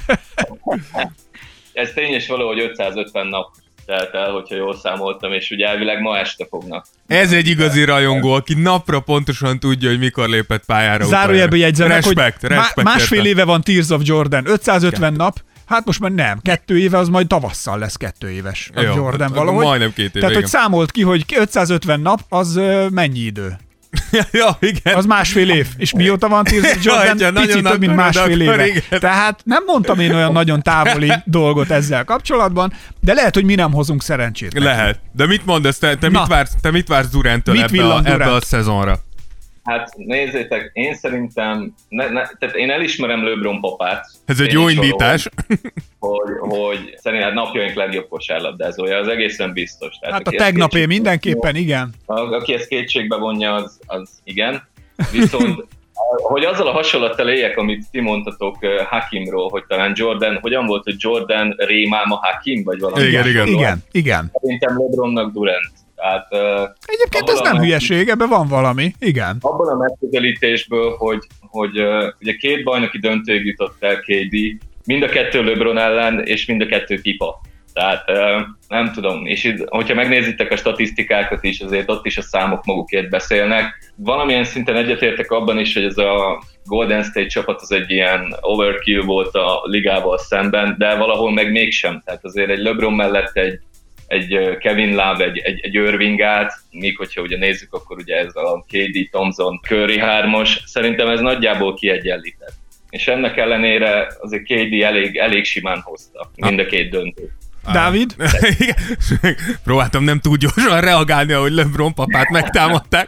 Ez tény és való, hogy ötszázötven nap telt el, hogyha jól számoltam, és ugye elvileg ma este fognak. Ez egy igazi rajongó, aki napra pontosan tudja, hogy mikor lépett pályára. Zárójelben jegyzem meg, hogy respect, respect másfél érte. éve van Tears of Jordan, ötszázötven kettő. Nap, hát most már nem, kettő éve, az majd tavasszal lesz kettő éves a Jó, Jordan hát valahogy. majdnem két év, Tehát, igen. hogy számolt ki, hogy ötszázötven nap, az uh, mennyi idő? Ja, igen. Az másfél év. És mióta van Tears of Jordan? Ja, Picit nagyon több, mint akarod, másfél akkor éve. igen. Tehát nem mondtam én olyan nagyon távoli dolgot ezzel kapcsolatban, de lehet, hogy mi nem hozunk szerencsét. neki. Lehet. De mit mondasz, te, te, Na. mit vársz, te mit vársz Duranttől Mit ebbe, villan a, ebbe Durant? a szezonra? Hát nézzétek, én szerintem, ne, ne, tehát én elismerem LeBron papát. Ez egy Tény jó és való, indítás. Hogy, hogy szerintem napjaink legjobb kosárlabdázója, az egészen biztos. Tehát Hát a aki ezt tegnapé kétségbe- mindenképpen, igen. A- Aki ezt kétségbe vonja, az, az igen. Viszont, hogy azzal a hasonlattal éljek, amit ti mondtatok uh, Hakimról, hogy talán Jordan, hogyan volt, hogy Jordan rémáma Hakim, vagy valami. Igen, igen. Igen, igen. Szerintem LeBronnak Durant. Tehát, uh, Egyébként ez abban nem a- hülyeség, ebben van valami. Igen. abban a megközelítésből, hogy, hogy uh, ugye két bajnoki döntőig jutott el ká dé, mind a kettő LeBron ellen, és mind a kettő pipa. Tehát uh, nem tudom, és itt, hogyha megnézitek a statisztikákat is, azért ott is a számok magukért beszélnek. Valamilyen szinten egyetértek abban is, hogy ez a Golden State csapat az egy ilyen overkill volt a ligával szemben, de valahol meg mégsem. Tehát azért egy LeBron mellett egy egy Kevin Love, egy, egy, egy Irving állt, míg hogyha ugye nézzük, akkor ugye ez a ká dé, Thompson, Curry hármas, szerintem ez nagyjából kiegyenlített. És ennek ellenére azért ká dé elég, elég simán hozta mind a két döntőt. Dávid? Igen. Próbáltam nem túl gyorsan reagálni, ahogy LeBron papát megtámadták.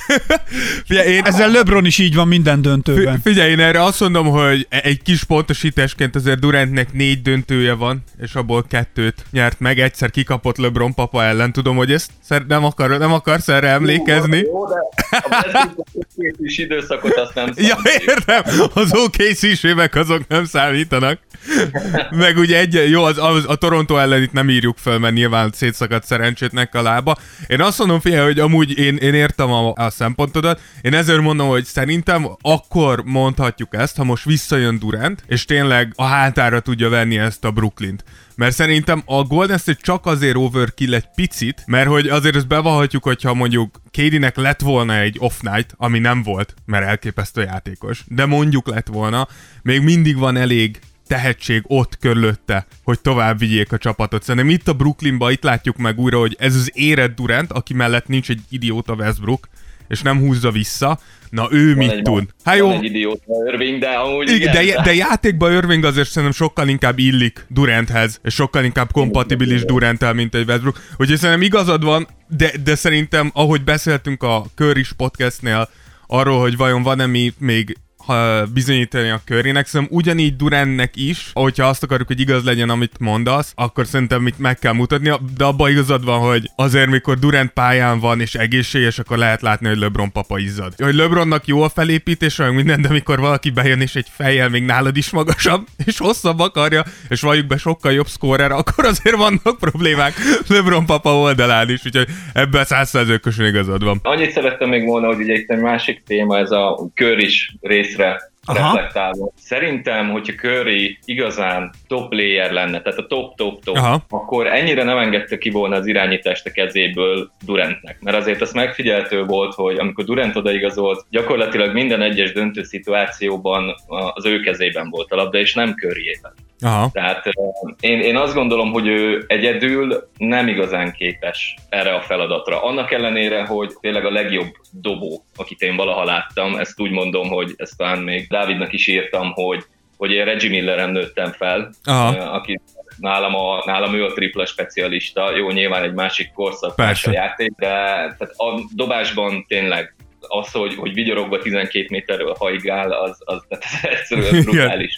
Figyelj, én, Ezzel LeBron is így van minden döntőben. Figyelj, én erre azt mondom, hogy egy kis pontosításként azért Durantnek négy döntője van, és abból kettőt nyert meg, egyszer kikapott LeBron papa ellen. Tudom, hogy ezt szer- nem, akar, nem akarsz erre emlékezni. Jó, de a is időszakot azt nem Ja, számít. értem, az o ká cé-s évek azok nem számítanak. Meg ugye egy, jó, az, az, a Toronto ellen itt nem írjuk fel, mert nyilván szétszakadt szerencsétnek a lába. Én azt mondom, figyelj, hogy amúgy én, én értem a, a szempontodat, én ezért mondom, hogy szerintem akkor mondhatjuk ezt, ha most visszajön Durant, és tényleg a hátára tudja venni ezt a Brooklynt. Mert szerintem a Golden State csak azért overkill egy picit, mert hogy azért ezt bevallhatjuk, hogyha mondjuk ká dé-nek lett volna egy off night, ami nem volt, mert elképesztő játékos, de mondjuk lett volna, még mindig van elég tehetség ott körülötte, hogy tovább vigyék a csapatot. Szerintem itt a Brooklynban itt látjuk meg újra, hogy ez az érett Durant, aki mellett nincs egy idióta Westbrook, és nem húzza vissza. Na ő Van mit egy- tud? Hát van jó, egy idióta Irving, de amúgy igen, igen. de, de játékban Irving azért szerintem sokkal inkább illik Duranthez, és sokkal inkább kompatibilis Duranttel, mint egy Westbrook. Úgyhogy szerintem igazad van, de, de szerintem, ahogy beszéltünk a Currys podcastnél arról, hogy vajon van-e mi még ha bizonyítani a Currynek, szerintem ugyanígy Durantnek is, hogyha azt akarjuk, hogy igaz legyen, amit mondasz, akkor szerintem mit meg kell mutatnia, de abban igazad van, hogy azért mikor Durant pályán van és egészséges, akkor lehet látni, hogy LeBron papa izzad. Hogy LeBronnak jó a felépítés, vagy minden, de mikor valaki bejön és egy fejjel még nálad is magasabb, és hosszabb akarja, és valljuk be sokkal jobb szkórer, akkor azért vannak problémák LeBron papa oldalán is, úgyhogy ebben száz százalékosan igazad van. Annyit szerettem még volna, hogy ugye itt egy másik téma, ez a Currys részre Aha. reflektálva. Szerintem, hogyha Curry igazán top player lenne, tehát a top-top-top, Aha. akkor ennyire nem engedte ki volna az irányítást a kezéből Durantnek. Mert azért az megfigyelhető volt, hogy amikor Durant odaigazolt, gyakorlatilag minden egyes döntő szituációban az ő kezében volt a labda, és nem Curryében. Aha. Tehát uh, én, én azt gondolom, hogy ő egyedül nem igazán képes erre a feladatra. Annak ellenére, hogy tényleg a legjobb dobó, akit én valaha láttam, ezt úgy mondom, hogy ezt talán még Dávidnak is írtam, hogy, hogy én Reggie Milleren nőttem fel, Aha. uh, aki nálam, a, nálam ő a tripla specialista, jó, nyilván egy másik korszak, más a játék, de tehát a dobásban tényleg az, hogy, hogy vigyorogva tizenkét méterről haigál, az, az tehát egyszerűen brutális.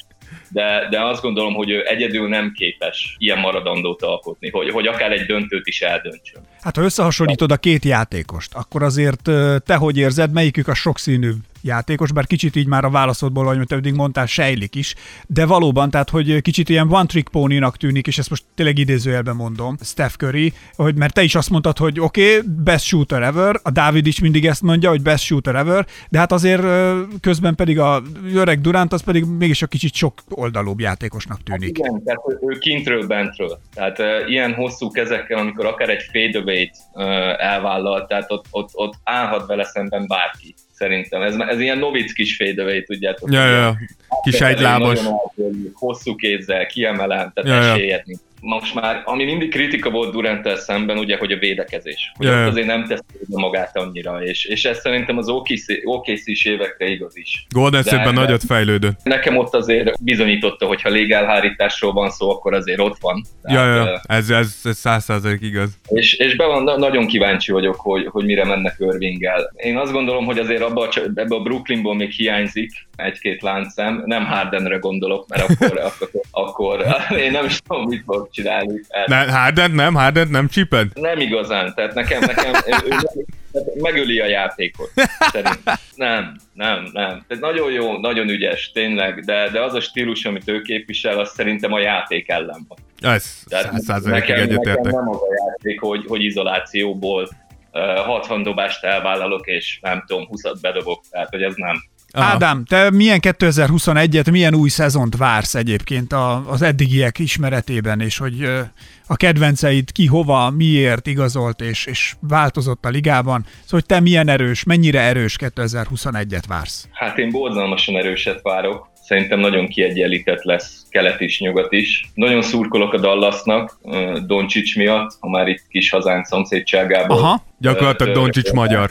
de, de azt gondolom, hogy ő egyedül nem képes ilyen maradandót alkotni, hogy, hogy akár egy döntőt is eldöntsön. Hát ha összehasonlítod a két játékost, akkor azért te hogy érzed, melyikük a sokszínűbb játékos, bár kicsit így már a válaszodból, ahogy te eddig mondtál, sejlik is, de valóban, tehát hogy kicsit ilyen one trick pony-nak tűnik, és ezt most tényleg idézőjelben mondom, Steph Curry, hogy mert te is azt mondtad, hogy oké, okay, best shooter ever, a Dávid is mindig ezt mondja, hogy best shooter ever, de hát azért közben pedig a öreg Durant az pedig mégis a kicsit sok oldalúbb játékosnak tűnik. Hát igen, tehát ő kintről bentről, tehát uh, ilyen hosszú kezekkel, amikor akár egy fadeaway-t uh, elvállal, tehát ott, ott, ott állhat vele szemben bárki. Szerintem. Ez, ez ilyen Nowitzki fadeaway, tudjátok. Ja, ja, kis egylábas. Hosszú kézzel, kiemelem, tehát ja, esélyet nincs. Most már, ami mindig kritika volt Duranttel szemben, ugye, hogy a védekezés. Hogy ja, ja. azért nem tesz magát annyira, és, és ez szerintem az o ká cé-s évekre igaz is. Golden State-ben nagyot fejlődött. Nekem ott azért bizonyította, hogy ha légelhárításról van szó, akkor azért ott van. Tehát, ja, ja, ez, ez, ez száz százalék igaz. És, és be van, nagyon kíváncsi vagyok, hogy, hogy mire mennek Irvinggel. Én azt gondolom, hogy azért abba, ebbe a Brooklynból még hiányzik egy-két láncszem. Nem Hardenre gondolok, mert akkor, akkor, akkor én nem is tudom, mit fog csinálni. Ne, Harden nem? Harden nem csíped? Nem igazán, tehát nekem, nekem ő, ő megöli a játékot, szerintem. Nem, nem, nem. Tehát nagyon jó, nagyon ügyes, tényleg, de, de az a stílus, amit ő képvisel, az szerintem a játék ellen van. Ez száz százalékig egyetértek. Nekem nem az a játék, hogy, hogy izolációból uh, hatvan dobást elvállalok, és nem tudom, húszat bedobok, tehát hogy ez nem. Aha. Ádám, te milyen kétezer-huszonegyet, milyen új szezont vársz egyébként az eddigiek ismeretében, és hogy a kedvenceid ki, hova, miért igazolt, és, és változott a ligában? Szóval, hogy te milyen erős, mennyire erős kétezer-huszonegyet vársz? Hát én borzalmasan erőset várok. Szerintem nagyon kiegyenlített lesz kelet is, nyugat is. Nagyon szurkolok a Dallasnak, Doncsics miatt, ha már itt kis hazánk szomszédságából. Aha, gyakorlatilag Doncsics magyar.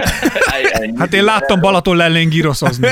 Hát én láttam Balaton lellén gíroszozni.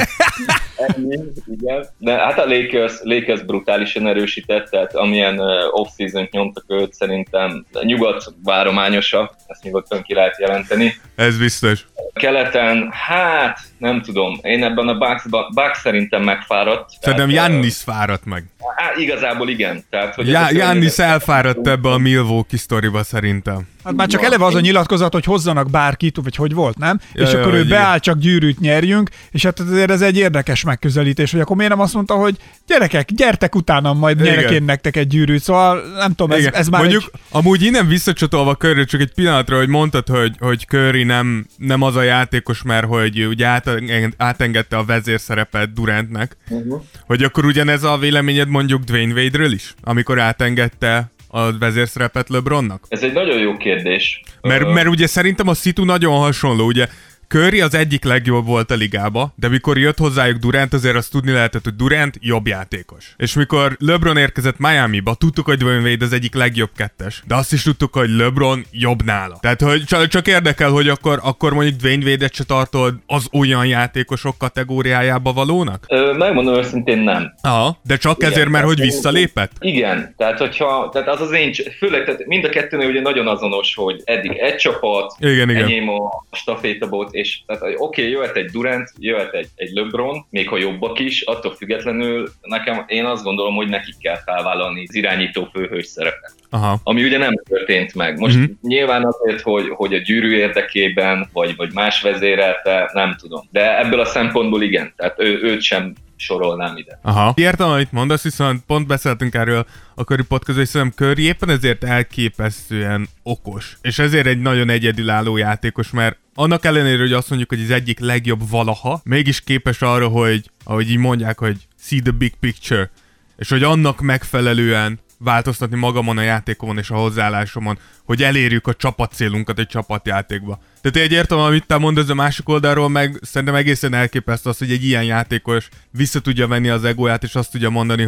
Ennyi, igen. De hát a Lakers, Lakers brutálisan erősített, tehát amilyen off-season-t nyomtak őt, szerintem nyugat várományosa, ezt nyugodtan ki lehet jelenteni. Ez biztos. Keleten, hát nem tudom, én ebben a Bucks, Bucks szerintem megfáradt. Szerintem Giannis fáradt meg. Hát igazából igen. Tehát, hogy Já- Giannis elfáradt ebbe a Milwaukee sztoriba szerintem. Hát már csak eleve az a nyilatkozat, hogy hozzanak bárkit, vagy hogy volt, nem? Ja, és ja, akkor ő igen. beáll, csak gyűrűt nyerjünk, és hát azért ez egy érdekes megközelítés, hogy akkor miért nem azt mondta, hogy gyerekek, gyertek utánam, majd Igen. nyerek én nektek egy gyűrűt, szóval nem tudom, ez, ez már Mondjuk, egy... amúgy innen visszacsatolva Curry, csak egy pillanatra, hogy mondtad, hogy, hogy Curry nem, nem az a játékos, mert hogy ugye áteng- átengedte a vezérszerepet Durantnek, uh-huh. hogy akkor ugyanez a véleményed mondjuk Dwayne Wade-ről is, amikor átengedte a vezérszerepet LeBronnak? Ez egy nagyon jó kérdés. Mert, mert ugye szerintem a szitu nagyon hasonló, ugye Curry az egyik legjobb volt a ligába, de mikor jött hozzájuk Durant, azért azt tudni lehetett, hogy Durant jobb játékos. És mikor LeBron érkezett Miamiba, tudtuk, hogy Dwayne Wade az egyik legjobb kettes, de azt is tudtuk, hogy LeBron jobb nála. Tehát, hogy csak, csak érdekel, hogy akkor, akkor mondjuk Dwayne Wade-et se tartod az olyan játékosok kategóriájába valónak? Ö, megmondom őszintén nem. Aha, de csak igen, ezért, mert hogy visszalépett? Igen, tehát hogyha, tehát az az én, főleg, tehát mind a kettőnél ugye nagyon azonos, hogy eddig egy csapat, igen, igen. enyém a stafétabot, és tehát oké, okay, jöhet egy Durant, jöhet egy, egy LeBron, még ha jobbak is, attól függetlenül nekem, én azt gondolom, hogy nekik kell felvállalni az irányító főhős szerepet. Aha. Ami ugye nem történt meg. Most uh-huh. nyilván azért, hogy, hogy a gyűrű érdekében, vagy, vagy más vezérelte, nem tudom. De ebből a szempontból igen, tehát ő, őt sem sorolnám ide. Aha. Értem, amit mondasz, viszont pont beszéltünk erről a Curry podcastban, és szerintem Curry éppen ezért elképesztően okos. És ezért egy nagyon egyedülálló játékos, mert annak ellenére, hogy azt mondjuk, hogy az egyik legjobb valaha, mégis képes arra, hogy, ahogy így mondják, hogy see the big picture, és hogy annak megfelelően változtatni magamon a játékomon és a hozzáállásomon, hogy elérjük a csapatcélunkat egy csapatjátékba. Tehát egy értem, amit te mondasz a másik oldalról, meg szerintem egészen elképesztő az, hogy egy ilyen játékos vissza tudja venni az egóját, és azt tudja mondani, hogy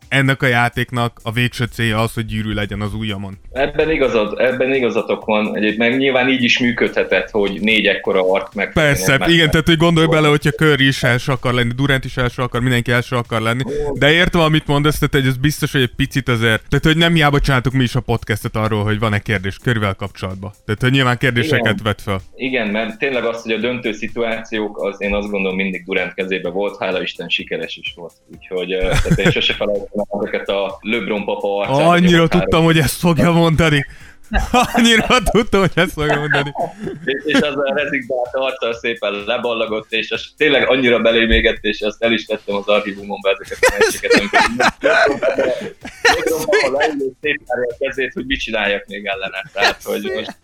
ennek a játéknak a végső célja az, hogy gyűrű legyen az ujjamon. Ebben, igazad, ebben igazatok van. Egyébként meg nyilván így is működhetett, hogy négy ekkora arc meg. Persze, meg igen, tehát hogy gondolj bele, hogyha Curry is első akar lenni, Durant is első akar, mindenki első akar lenni. De értem, amit mondasz, tehát hogy ez biztos, hogy egy picit azért. Tehát, hogy nem hiába csináltuk mi is a podcastet arról, hogy van-e kérdés Curryvel kapcsolatban. Tehát, hogy nyilván kérdéseket igen. vet fel. Igen, mert tényleg az, hogy a döntő szituációk, az én azt gondolom mindig Durant kezébe volt, hála Isten sikeres is volt. Úgyhogy tehát én sose felejtem ezeket a LeBron papa arcát. Annyira tudtam, hogy ezt fogja mondani. Annyira tudtam, hogy ezt fogja mondani. és, és az a rezignált arccal szépen leballagott, és az tényleg annyira belém égett, és azt el is tettem az archívumomba ezeket a meccseket, amikor LeBron papa leül, szép a kezét, hogy mit csináljak még ellene. Tehát, hogy most...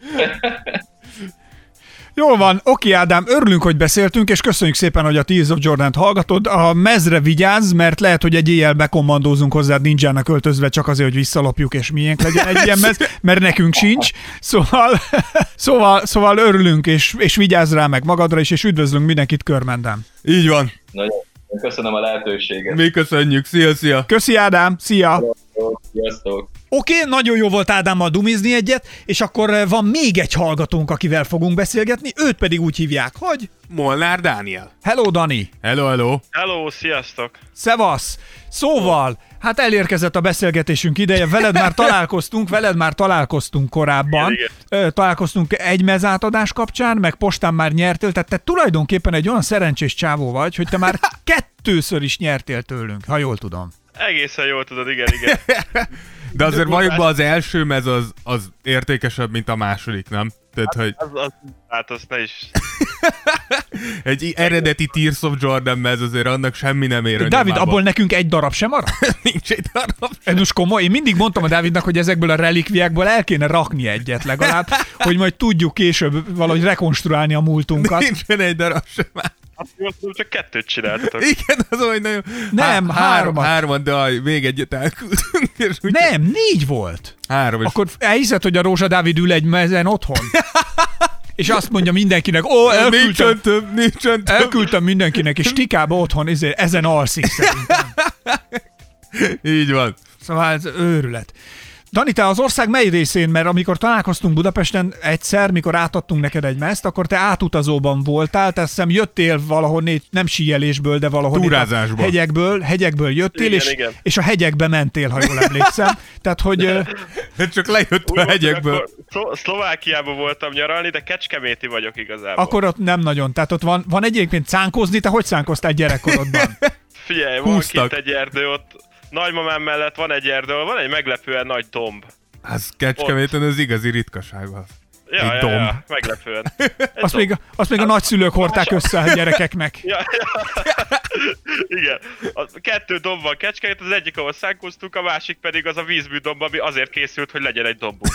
Jól van, oké Ádám, örülünk, hogy beszéltünk, és köszönjük szépen, hogy a Tears of Jordan-t hallgatod. A mezre vigyázz, mert lehet, hogy egy éjjel bekommandózunk hozzád ninjának öltözve csak azért, hogy visszalopjuk, és miénk legyen egy ilyen mez, mert nekünk sincs. Szóval, szóval, szóval örülünk, és, és vigyázz rá meg magadra is, és üdvözlünk mindenkit Körmenden. Így van. Nagyon köszönöm a lehetőséget. Mi köszönjük, szia, szia. Köszi Ádám, szia. Sziasztok. Oké, okay, nagyon jó volt Ádámmal dumizni egyet, és akkor van még egy hallgatónk, akivel fogunk beszélgetni, őt pedig úgy hívják, hogy... Molnár Dániel. Hello, Dani! Hello, hello! Hello, sziasztok! Szevasz! Szóval, hát elérkezett a beszélgetésünk ideje, veled már találkoztunk, veled már találkoztunk korábban. Igen, igen. Találkoztunk egy mezátadás kapcsán, meg postán már nyertél, tehát te tulajdonképpen egy olyan szerencsés csávó vagy, hogy te már kettőször is nyertél tőlünk, ha jól tudom. Egészen jól tudod, igen, igen. De azért valójában az első mez az, az értékesebb, mint a második, nem? Tehát, hogy... Az, az, hát azt ne is... Egy eredeti Tears of Jordan mez azért annak semmi nem ér. Dávid, abból nekünk egy darab sem maradt? Nincs egy darab. Ez most komoly. Én mindig mondtam a Dávidnak, hogy ezekből a relikviákból el kéne rakni egyet legalább, hogy majd tudjuk később valahogy rekonstruálni a múltunkat. Nincsen egy darab sem már. Azt mondom, csak kettőt csináltatok. Igen, az olyan nagyon... Nem, Há- háromat. Hárman, de aj, még egyet elküldtünk. Nem, négy volt. Három. Akkor elhiszed, hogy a Rózsa Dávid ül egy mezen otthon? És azt mondja mindenkinek, ó, elküldtem, nincsen több, nincsen több. Elküldtem mindenkinek, és Tikába otthon ezért, ezen alszik szerintem. Így van. Szóval ez őrület. Dani, te az ország mely részén, mert amikor találkoztunk Budapesten egyszer, mikor átadtunk neked egy mezt, akkor te átutazóban voltál, te azt hiszem jöttél valahol, nem síelésből, de valahol túrázásból. Hegyekből, hegyekből jöttél, igen, és, igen. és a hegyekbe mentél, ha jól emlékszem. Tehát, hogy... Csak lejött a hegyekből. Szlo- Szlovákiában voltam nyaralni, de kecskeméti vagyok igazából. Akkor ott nem nagyon. Tehát ott van, van egyébként szánkozni, te hogy szánkoztál gyerekkorodban? Figyelj, van kint egy erdő, ott nagymamám mellett van egy erdő, van egy meglepően nagy domb. Az Kecskeméten az igazi ritkaság az. Ja, egy ja, domb. Ja, meglepően. Azt még, azt még a nagyszülők hordták össze a gyerekeknek. Ja, ja. Igen. A kettő domb van Kecskemét, az egyik, ahol szánkoztunk, a másik pedig az a vízmű domb, ami azért készült, hogy legyen egy dombunk.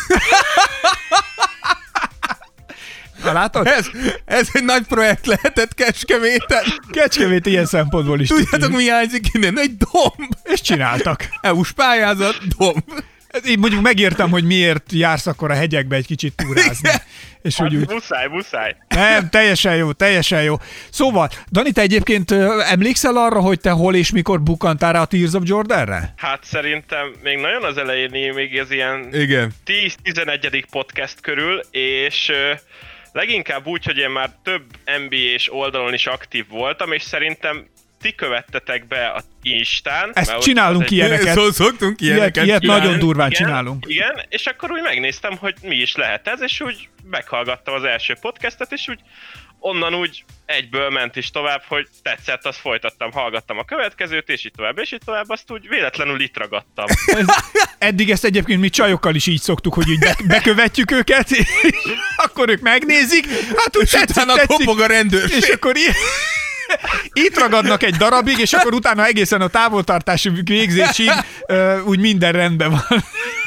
Ha látod? Ez, ez egy nagy projekt lehetett Kecskeméten. Kecskemét ilyen szempontból is. Tudjátok, mi hiányzik innen? Egy domb. És csináltak. é u-s pályázat, domb. Én mondjuk megértem, hogy miért jársz akkor a hegyekbe egy kicsit túrázni. És hát, úgy, úgy... Muszáj, muszáj. Nem, teljesen jó, teljesen jó. Szóval, Dani, te egyébként emlékszel arra, hogy te hol és mikor bukkantál rá a Tears of Jordanre? Hát szerintem még nagyon az elején, még ez ilyen igen. tíz-tizenegyedik podcast körül, és leginkább úgy, hogy én már több en bé á-s oldalon is aktív voltam, és szerintem ti követtetek be a Instán. Ezt csinálunk egy... ilyeneket. Szó, szoktunk ilyeneket. Ilyet, ilyet nagyon durván igen, csinálunk. Igen, és akkor úgy megnéztem, hogy mi is lehet ez, és úgy meghallgattam az első podcastet, és úgy onnan úgy egyből ment is tovább, hogy tetszett, azt folytattam, hallgattam a következőt, és így tovább, és így tovább, azt úgy véletlenül itt ragadtam. Ez, eddig ezt egyébként mi csajokkal is így szoktuk, hogy így be, bekövetjük őket, és akkor ők megnézik, hát úgy tetszik, tetszik, kopog a rendőrség. És akkor így... Itt ragadnak egy darabig, és akkor utána egészen a távoltartási végzésig uh, úgy minden rendben van.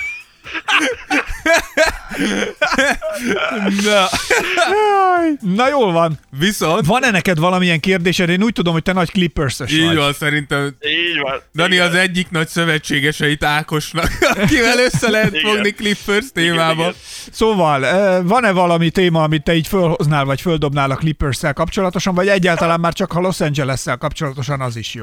Na. Na jól van. Viszont... Van-e neked valamilyen kérdésed? Én úgy tudom, hogy te nagy Clippers-ös vagy. Így van, szerintem. Így van. Dani igen. az egyik nagy szövetségeseit Ákosnak, akivel össze lehet igen. fogni Clippers témába. Igen, igen. Szóval, van-e valami téma, amit te így fölhoznál, vagy földobnál a Clippers-szel kapcsolatosan, vagy egyáltalán már csak ha Los Angeles-szel kapcsolatosan az is jó?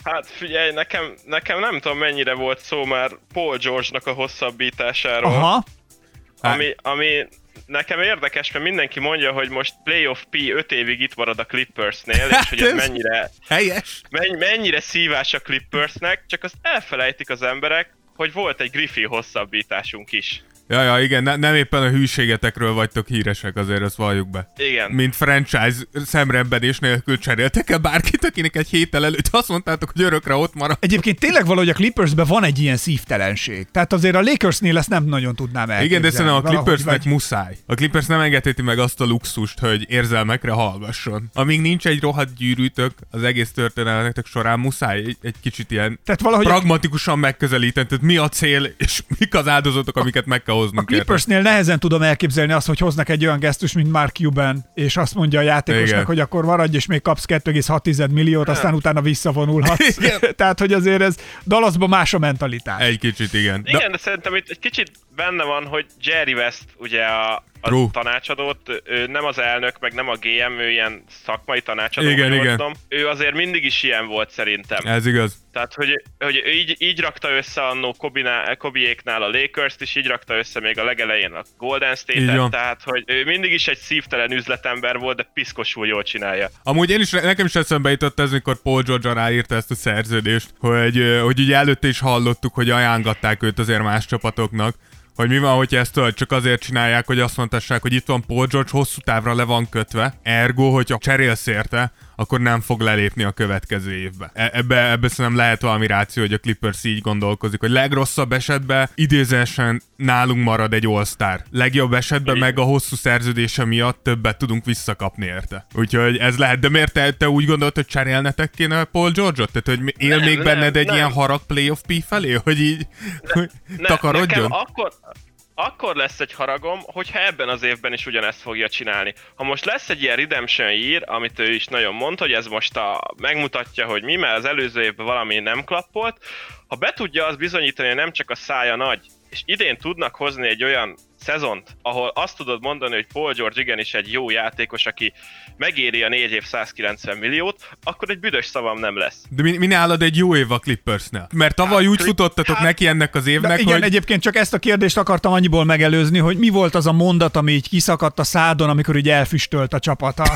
Hát figyelj, nekem, nekem nem tudom mennyire volt szó már Paul George-nak a hosszabbításáról. Aha. Ami, ami nekem érdekes, mert mindenki mondja, hogy most Playoff P öt évig itt marad a Clippersnél, és hogy ez mennyire, helyes. menny, mennyire szívás a Clippersnek, csak azt elfelejtik az emberek, hogy volt egy Griffin hosszabbításunk is. Ja, ja, igen, ne, nem éppen a hűségetekről vagytok híresek, azért ezt valljuk be. Igen. Mint franchise szemrembedés nélkül cseréltek el bárkit, akinek egy héttel előtt azt mondtátok, hogy örökre ott marad. Egyébként tényleg valahogy a Clippersben van egy ilyen szívtelenség. Tehát azért a Lakersnél ezt nem nagyon tudnám elképzelni. Igen, de szerintem a Clippersnek vagy... muszáj. A Clippers nem engedheti meg azt a luxust, hogy érzelmekre hallgasson. Amíg nincs egy rohadt gyűrűtök az egész történelmetek során, muszáj egy, egy kicsit ilyen tehát valahogy pragmatikusan megközelíteni. Tehát mi a cél, és mik az áldozatok, amiket meg kell hoznunk. A Clippersnél nehezen tudom elképzelni azt, hogy hoznak egy olyan gesztus, mint Mark Cuban, és azt mondja a játékosnak, igen, hogy akkor maradj, és még kapsz kettő egész hat milliót, aztán utána visszavonulhatsz. Tehát, hogy azért ez Dallasban más a mentalitás. Egy kicsit, igen. Igen, de szerintem itt egy kicsit benne van, hogy Jerry West, ugye a, a tanácsadót, ő nem az elnök, meg nem a gé em, ő ilyen szakmai tanácsadó, igen, igen. Tudom. Ő azért mindig is ilyen volt szerintem. Ez igaz. Tehát, hogy, hogy így, így rakta össze annó Kobiéknál a Lakers-t, és így rakta össze még a legelején a Golden State-et, tehát, hogy ő mindig is egy szívtelen üzletember volt, de piszkosul jól csinálja. Amúgy én is, nekem is eszembe jutott ez, amikor Paul George ráírta ezt a szerződést, hogy, hogy ugye előtte is hallottuk, hogy ajánlgatták őt azért más csapatoknak, hogy mi van, hogyha ezt csak azért csinálják, hogy azt mondtassák, hogy itt van Paul George, hosszú távra le van kötve, ergo, hogyha cserélsz érte, akkor nem fog lelépni a következő évbe. E- ebbe, ebbe szerintem lehet valami ráció, hogy a Clippers így gondolkozik, hogy legrosszabb esetben idézősen nálunk marad egy all-star. Legjobb esetben meg a hosszú szerződése miatt többet tudunk visszakapni érte. Úgyhogy ez lehet. De miért te, te úgy gondolod, hogy cserélnetek kéne Paul George-ot? Tehát, hogy él nem, még nem, benned egy nem. ilyen harag playoff P felé? Hogy így hogy ne, takarodjon? Akkor... Akkor lesz egy haragom, hogyha ebben az évben is ugyanezt fogja csinálni. Ha most lesz egy ilyen redemption year, amit ő is nagyon mondta, hogy ez most a, megmutatja, hogy mi, mert az előző évben valami nem klappolt, ha be tudja azt bizonyítani, hogy nem csak a szája nagy, és idén tudnak hozni egy olyan szezont, ahol azt tudod mondani, hogy Paul George igenis egy jó játékos, aki megéri a négy év százkilencven milliót, akkor egy büdös szavam nem lesz. De mi, mi nálad egy jó év a Clippersnél? Mert tavaly hát, úgy futottatok hát, neki ennek az évnek, igen, hogy... egyébként csak ezt a kérdést akartam annyiból megelőzni, hogy mi volt az a mondat, ami így kiszakadt a szádon, amikor így elfüstölt a csapata.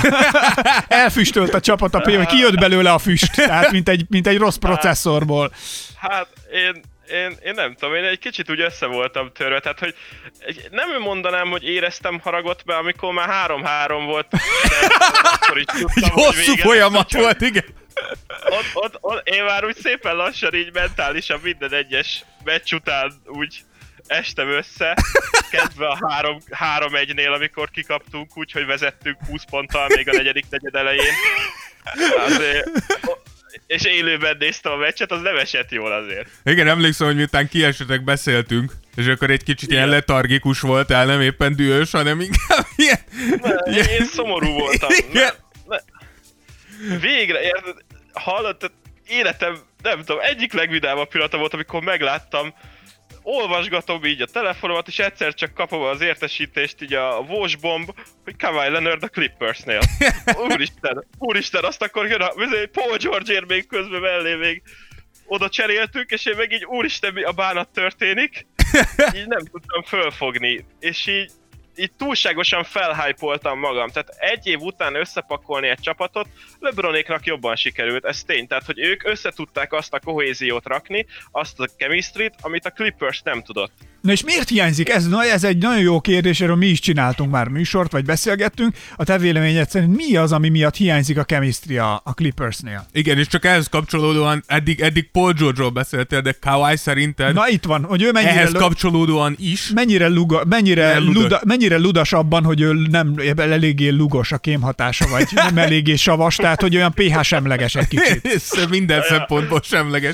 elfüstölt a csapata, hogy kijött belőle a füst, tehát mint egy, mint egy rossz processzorból. Hát én... Én, én nem tudom, én egy kicsit úgy össze voltam törve, tehát hogy nem mondanám, hogy éreztem haragot, mert amikor már három-három volt, akkor is tudtam, hogy hosszú folyamat volt, csak... igen. Ott, ott, ott, én már úgy szépen lassan így mentálisan minden egyes meccs után úgy estem össze, kezdve a három egynél, amikor kikaptunk úgy, hogy vezettünk húsz ponttal még a negyedik negyed elején. Azért, és élőben néztem a meccset, az nem esett jól azért. Igen, emlékszem, hogy miután kiesetek, beszéltünk, és akkor egy kicsit ilyen letargikus voltál, nem éppen dühös, hanem inkább ilyen... Ne, ilyen... Én szomorú voltam. Ne, ne. Végre, érted, hallott, életem, nem tudom, egyik legvidámabb pillanata volt, amikor megláttam, olvasgatom így a telefonomat, és egyszer csak kapom az értesítést így a Washbomb, hogy Kawhi Leonard a Clippersnél. Úristen, úristen, azt akkor jön a Paul George-ért még közben mellé még oda cseréltük, és én meg így úristen, mi a bánat történik. Így nem tudtam fölfogni, és így így túlságosan felhypoltam magam. Tehát egy év után összepakolni egy csapatot, LeBronéknak jobban sikerült, ez tény. Tehát, hogy ők összetudták azt a kohéziót rakni, azt a chemistryt, amit a Clippers nem tudott. Na és miért hiányzik? Ez, na, ez egy nagyon jó kérdés, erről mi is csináltunk már műsort, vagy beszélgettünk. A te véleményed szerint mi az, ami miatt hiányzik a chemistry a, a Clippersnél? Igen, és csak ehhez kapcsolódóan, eddig, eddig Paul George-ról beszéltél, de Kawhi szerinted... Na itt van, hogy ő mennyire... Ehhez kapcsolódóan is... Mennyire, luga, mennyire, luda, luda, mennyire ludas abban, hogy ő nem eléggé lugos a kémhatása, vagy nem eléggé savas, tehát hogy olyan pé há semleges egy kicsit. Minden szempontból semleges.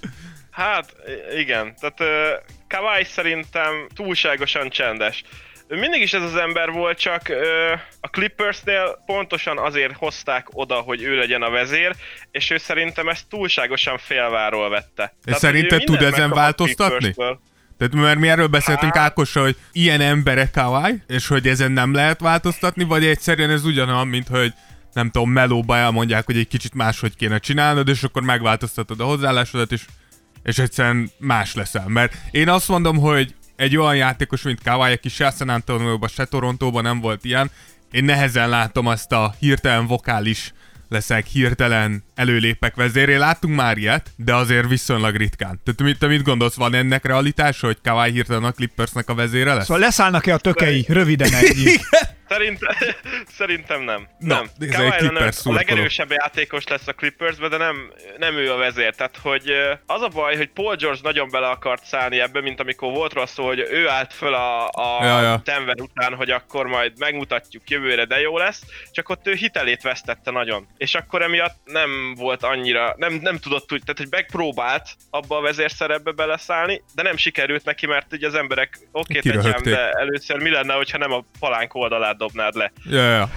Hát igen, tehát uh, Kawhi szerintem túlságosan csendes. Mindig is ez az ember volt, csak uh, a Clippersnél pontosan azért hozták oda, hogy ő legyen a vezér, és ő szerintem ezt túlságosan félváról vette. És szerinted tud ezen változtatni? Tehát mert mi erről beszéltünk hát... Ákossal, hogy ilyen emberek Kawhi, és hogy ezen nem lehet változtatni, vagy egyszerűen ez ugyanolyan, mint hogy nem tudom, melóba elmondják, hogy egy kicsit máshogy kéne csinálnod, és akkor megváltoztatod a hozzáállásodat, és, és egyszerűen más leszel. Mert én azt mondom, hogy egy olyan játékos, mint Kawhi, aki se San Antonioban, se Torontóban nem volt ilyen, én nehezen látom azt a hirtelen vokális leszek, hirtelen előlépek vezéré. Láttunk már ilyet, de azért viszonylag ritkán. Tehát te mit gondolsz, van ennek realitása, hogy Kawhi hirtelen a Clippersnek a vezére lesz? Szóval leszállnak-e a tökei? Röviden ennyi. Szerintem, szerintem nem. Na, nem. ez egy Kawhi Clippers Leonard a szurkoló. legerősebb játékos lesz a Clippersben, de nem, nem ő a vezér. Tehát, hogy az a baj, hogy Paul George nagyon bele akart szállni ebbe, mint amikor volt róla szó, hogy ő állt föl a, a ja, ja. Denver után, hogy akkor majd megmutatjuk jövőre, de jó lesz, csak ott ő hitelét vesztette nagyon. És akkor emiatt nem volt annyira, nem, nem tudott úgy, tehát hogy megpróbált abba a vezérszerepbe beleszállni, de nem sikerült neki, mert ugye az emberek oké, okay, tegyem, de először mi lenne, hogyha nem a palánk oldalát dobnád le. Ja, ja.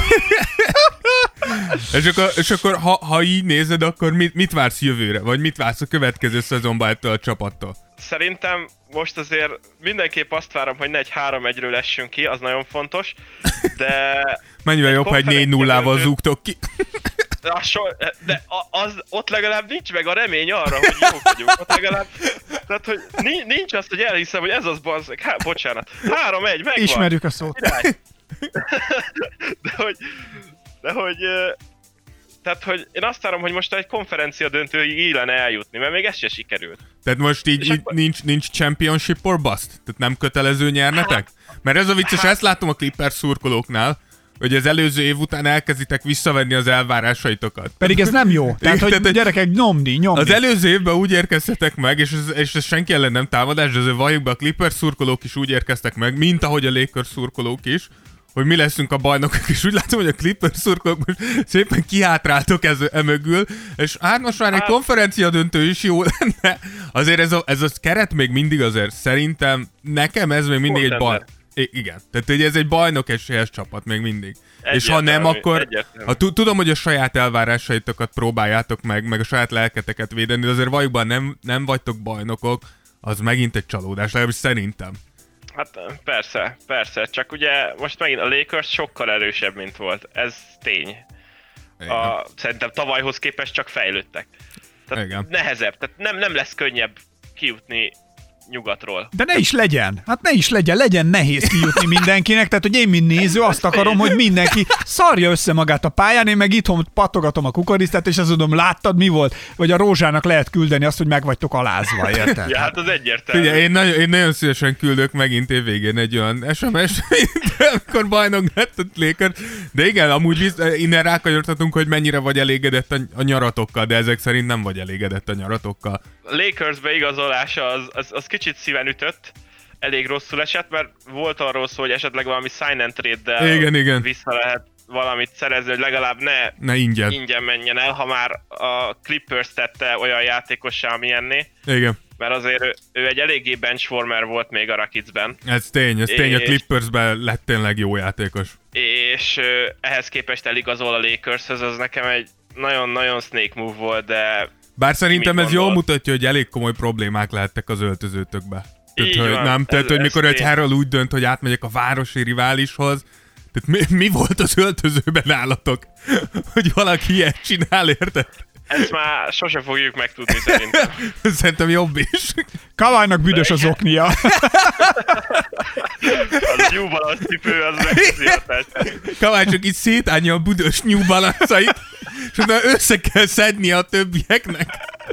és akkor, és akkor ha, ha így nézed, akkor mit, mit vársz jövőre? Vagy mit vársz a következő szezonban ettől a csapattól? Szerintem most azért mindenképp azt várom, hogy ne egy három egyről essünk ki, az nagyon fontos, de... Mennyivel jobb, ha egy négy nullával zúgtok ki? So, de az, ott legalább nincs meg a remény arra, hogy jók vagyunk. Ott legalább, tehát, hogy nincs azt, hogy elhiszem, hogy ez az bazzeg. Há, bocsánat. három egy, megvan. Ismerjük a szót. De hogy, de hogy, tehát, hogy én azt várom, hogy most egy konferencia döntőig illene eljutni, mert még ez se sikerült. Tehát most így, így akkor... nincs, nincs championship or bust? Tehát nem kötelező nyernetek? Mert ez a vicces, hát... ezt látom a Clippers szurkolóknál, hogy az előző év után elkezditek visszavenni az elvárásaitokat. Pedig ez nem jó. Tehát, hogy Tehát, gyerekek, nyomni, nyomni. Az előző évben úgy érkeztetek meg, és ez, és ez senki ellen nem támadás, de azért valljuk be, a Clippers szurkolók is úgy érkeztek meg, mint ahogy a Lakers szurkolók is, hogy mi leszünk a bajnokok, és úgy látom, hogy a Clippers szurkolók most szépen kihátráltok ez, emögül, és hát most már egy konferencia döntő is jó lenne. Azért ez a, ez a keret még mindig azért szerintem, nekem ez még mindig egy baj. I- igen, tehát hogy ez egy bajnok esélyes csapat még mindig. Egyértelmű, és ha nem, akkor ha t- tudom, hogy a saját elvárásaitokat próbáljátok meg, meg a saját lelketeket védeni, de azért valójában nem, nem vagytok bajnokok, az megint egy csalódás, legalábbis szerintem. Hát persze, persze, csak ugye most megint a Lakers sokkal erősebb, mint volt, ez tény. A, szerintem tavalyhoz képest csak fejlődtek. Tehát igen. Nehezebb, tehát nem, nem lesz könnyebb kijutni nyugatról. De ne is legyen. Hát ne is legyen. Legyen nehéz kijutni mindenkinek. Tehát, hogy én, mint néző, azt akarom, hogy mindenki szarja össze magát a pályán, én meg itthon patogatom a kukorisztát, és azt tudom, láttad, mi volt? Vagy a Rózsának lehet küldeni azt, hogy meg vagytok alázva, érted? Ja, hát az egyértelmű. Figyelj, én, nagyon, én nagyon szívesen küldök megint év végén egy olyan es em es, amikor bajnok lett a Lakers. De igen, amúgy visz, innen rákanyartatunk, hogy mennyire vagy elégedett a, a nyaratokkal, de ezek szerint nem vagy elégedett a nyaratokkal. A Lakers-be igazolása az, az, az kicsit szíven ütött, elég rosszul esett, mert volt arról szó, hogy esetleg valami sign and trade-del igen, igen. vissza lehet valamit szerezni, hogy legalább ne, ne ingyen. ingyen menjen el, ha már a Clippers tette olyan játékossá, amilyenné. Igen. Mert azért ő, ő egy eléggé benchwarmer volt még a Rocketsben. Ez tény, ez tény, a Clippersben lett tényleg jó játékos. És ehhez képest eligazol a Lakershez, az nekem egy nagyon-nagyon snake move volt, de... Bár szerintem ez jól mutatja, hogy elég komoly problémák lehettek az öltözőtökbe. Tehát, hogy, nem, tehát, ez, hogy mikor egy Harrell úgy dönt, hogy átmegyek a városi riválishoz, tehát mi, mi volt az öltözőben nálatok, hogy valaki ilyet csinál, érted? Ezt már sose fogjuk megtudni szerintem. Szerintem jobb is. Kawhinak büdös az oknia. Az New Balance cipő, az megközi hatást. Kawhi csak itt szétányja a büdös New Balance-ait, és utána össze kell szedni a többieknek.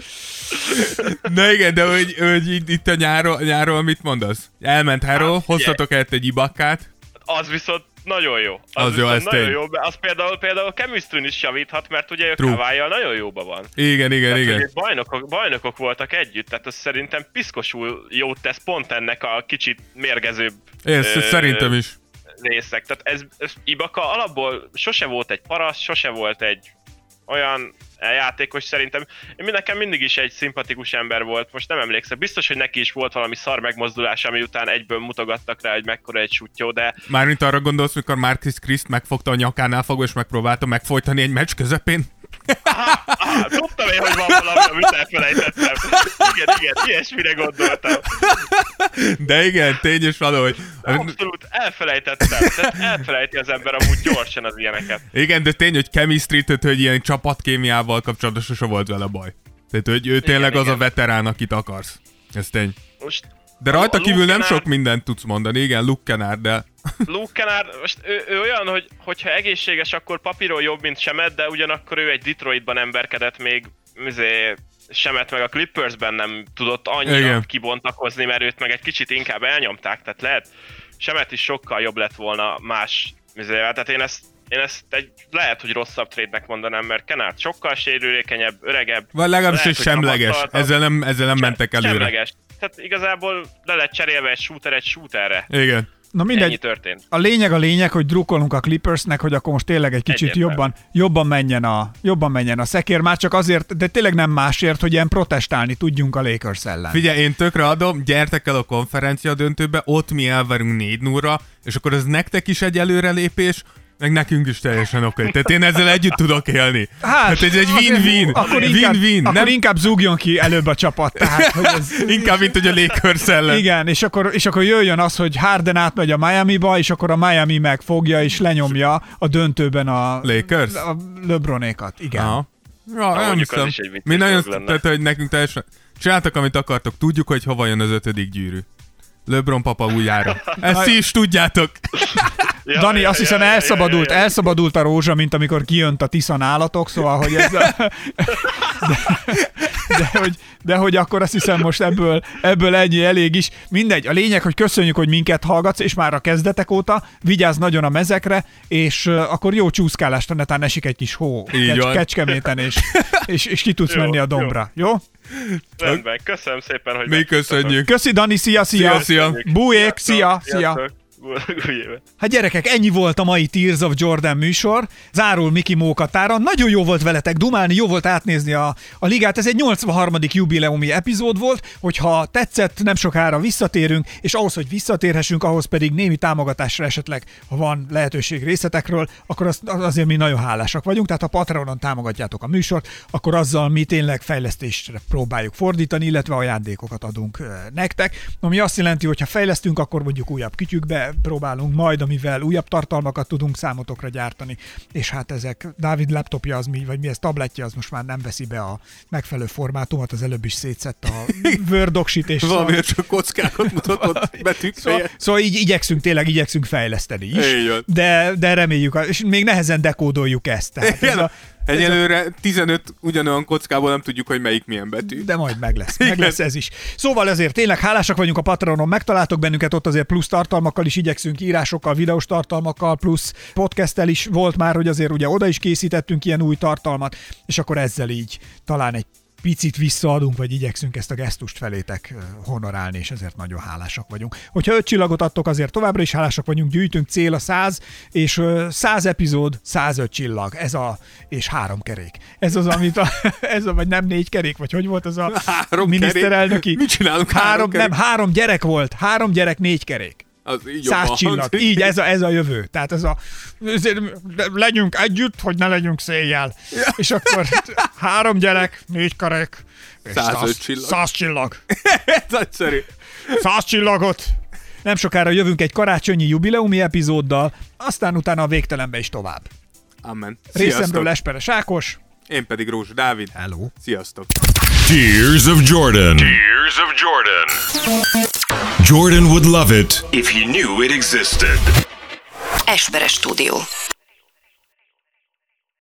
Na igen, de hogy, hogy itt a nyáról, nyáról mit mondasz? Elment Harrell, hát, hoztatok el egy Ibakát. Az viszont nagyon jó. Az, az jó, ez nagyon tény. jó. Az például, például chemistry-n is javíthat, mert ugye ő Kawhi-jal nagyon jóban van. Igen, igen, tehát, igen. Bajnokok, bajnokok voltak együtt, tehát az szerintem piszkosul jót tesz pont ennek a kicsit mérgezőbb Én ö, szerintem is. részek. Tehát ez, ez Ibaka alapból sose volt egy paraszt, sose volt egy olyan játékos szerintem. Én nekem mindig is egy szimpatikus ember volt, most nem emlékszem. Biztos, hogy neki is volt valami szar megmozdulás, ami után egyből mutogattak rá, hogy mekkora egy sutyó, de... Mármint arra gondolsz, mikor Marquis Christ megfogta a nyakánál fogva, és megpróbálta megfojtani egy meccs közepén? Aha, aha, tudtam én, hogy van valami, amit elfelejtettem. Igen, igen, ilyesmire gondoltam. De igen, tény és valahogy. Abszolút elfelejtettem. Tehát elfelejti az ember amúgy gyorsan az ilyeneket. Igen, de tény, hogy chemistry, tehát hogy ilyen csapatkémiával kapcsolatban sose volt vele baj. Tehát, hogy ő tényleg igen, az igen. a veterán, akit akarsz. Ez tény. Most de rajta a kívül Luke nem Kennard, sok mindent tudsz mondani, igen, Luke Kennard, de... Luke Kennard, most ő, ő olyan, hogy hogyha egészséges, akkor papíron jobb, mint Semet, de ugyanakkor ő egy Detroitban emberkedett még, azért Semet meg a Clippersben nem tudott annyira igen. kibontakozni, mert őt meg egy kicsit inkább elnyomták, tehát lehet Semet is sokkal jobb lett volna más mizével, tehát én ezt Én ezt egy, lehet, hogy rosszabb trade-nek mondanám, mert Kennard sokkal sérülékenyebb, öregebb. Vagy legalábbis egy semleges, ezzel nem, ezzel nem sem, mentek előre. Semleges. Tehát igazából le lett cserélve egy shooter egy shooterre. Igen. Na mindegy, ennyi történt. A lényeg a lényeg, hogy drukkolunk a Clippersnek, hogy akkor most tényleg egy kicsit jobban, jobban, menjen a, jobban menjen a szekér, már csak azért, de tényleg nem másért, hogy ilyen protestálni tudjunk a Lakers ellen. Figyelj, én tökre adom, gyertek el a konferencia döntőbe, ott mi elverünk négy nullra, és akkor ez nektek is egy előrelépés, meg nekünk is teljesen oké. Okay. Tehát én ezzel együtt tudok élni. Hát, hát ez egy win-win. Akkor inkább, win-win. Akkor nem? inkább zúgjon ki előbb a csapat. Tehát, hogy ez... inkább, mint hogy a Lakers ellen. Igen, és akkor, és akkor jöjjön az, hogy Harden átmegy a Miamiba, és akkor a Miami megfogja és lenyomja a döntőben a, Lakers? a LeBronékat. Igen. Aha. Ja, nem hiszem. Mi nagyon, tehát, hogy nekünk teljesen... Csináltak, amit akartok. Tudjuk, hogy hova jön az ötödik gyűrű. LeBron papa újjára. Ezt ti is tudjátok. Ja, Dani, ja, azt hiszem ja, elszabadult, ja, ja, ja. elszabadult a rózsa, mint amikor kijönt a Tisza nálatok, szóval, hogy ez a... de, de, hogy, de hogy akkor azt hiszem most ebből, ebből ennyi elég is. Mindegy, a lényeg, hogy köszönjük, hogy minket hallgatsz, és már a kezdetek óta vigyázz nagyon a mezekre, és uh, akkor jó csúszkálást, netán esik egy kis hó kecs, Kecskeméten, és, és, és ki tudsz jó, menni a dombra. Jó? jó? Rendben, köszönöm szépen, hogy mi köszönjük. Köszi, Dani, szia, szia. Szia, szia. Bújék, szia, szia. Hát gyerekek, ennyi volt a mai Tears of Jordan műsor. Zárul Miki Mókatára. Nagyon jó volt veletek dumálni, jó volt átnézni a, a ligát. Ez egy nyolcvanharmadik jubileumi epizód volt. Hogyha tetszett, nem sokára visszatérünk, és ahhoz, hogy visszatérhessünk, ahhoz pedig némi támogatásra esetleg, ha van lehetőség részletekről, akkor az, azért mi nagyon hálásak vagyunk. Tehát ha Patreonon támogatjátok a műsort, akkor azzal mi tényleg fejlesztésre próbáljuk fordítani, illetve ajándékokat adunk nektek. Ami azt jelenti, hogy ha fejlesztünk, akkor mondjuk újabb kütyükbe próbálunk majd, amivel újabb tartalmakat tudunk számotokra gyártani, és hát ezek, Dávid laptopja az mi, vagy mi ez, tabletje az most már nem veszi be a megfelelő formátumot, az előbb is szétszett a Word doc-sit, és valamiért csak kockákat mutatott betűk. Szóval, szóval így igyekszünk, tényleg igyekszünk fejleszteni is, de, de reméljük, és még nehezen dekódoljuk ezt. Tehát ez a, Egyelőre tizenöt ugyanolyan kockából nem tudjuk, hogy melyik milyen betű. De majd meg lesz, meg lesz ez is. Szóval azért tényleg hálásak vagyunk a Patreonon, megtaláltok bennünket, ott azért plusz tartalmakkal is igyekszünk, írásokkal, videós tartalmakkal, plusz podcasttel is volt már, hogy azért ugye oda is készítettünk ilyen új tartalmat, és akkor ezzel így talán egy picit visszaadunk, vagy igyekszünk ezt a gesztust felétek honorálni, és ezért nagyon hálásak vagyunk. Hogyha öt csillagot adtok, azért továbbra is hálásak vagyunk, gyűjtünk, cél a száz, és száz epizód, százöt csillag, ez a, és három kerék. Ez az, amit a, ez a, vagy nem négy kerék, vagy hogy volt az a három miniszterelnöki? Kerék? Mit csinálunk három, három kerék? Nem, három gyerek volt, három gyerek, négy kerék. Száz csillag. Így, ez a, ez a jövő. Tehát ez a, legyünk együtt, hogy ne legyünk széjjel. Ja. És akkor három gyerek, négy kerek, százöt csillag. Száz csillag. Ez egyszerű. Száz csillagot. Nem sokára jövünk egy karácsonyi jubileumi epizóddal, aztán utána a végtelenbe is tovább. Amen. Részemről Esperes Ákos. Én pedig Rózsa Dávid. Hello. Sziasztok. Tears of Jordan. Tears of Jordan. Jordan would love it if he knew it existed. Esperes Stúdió.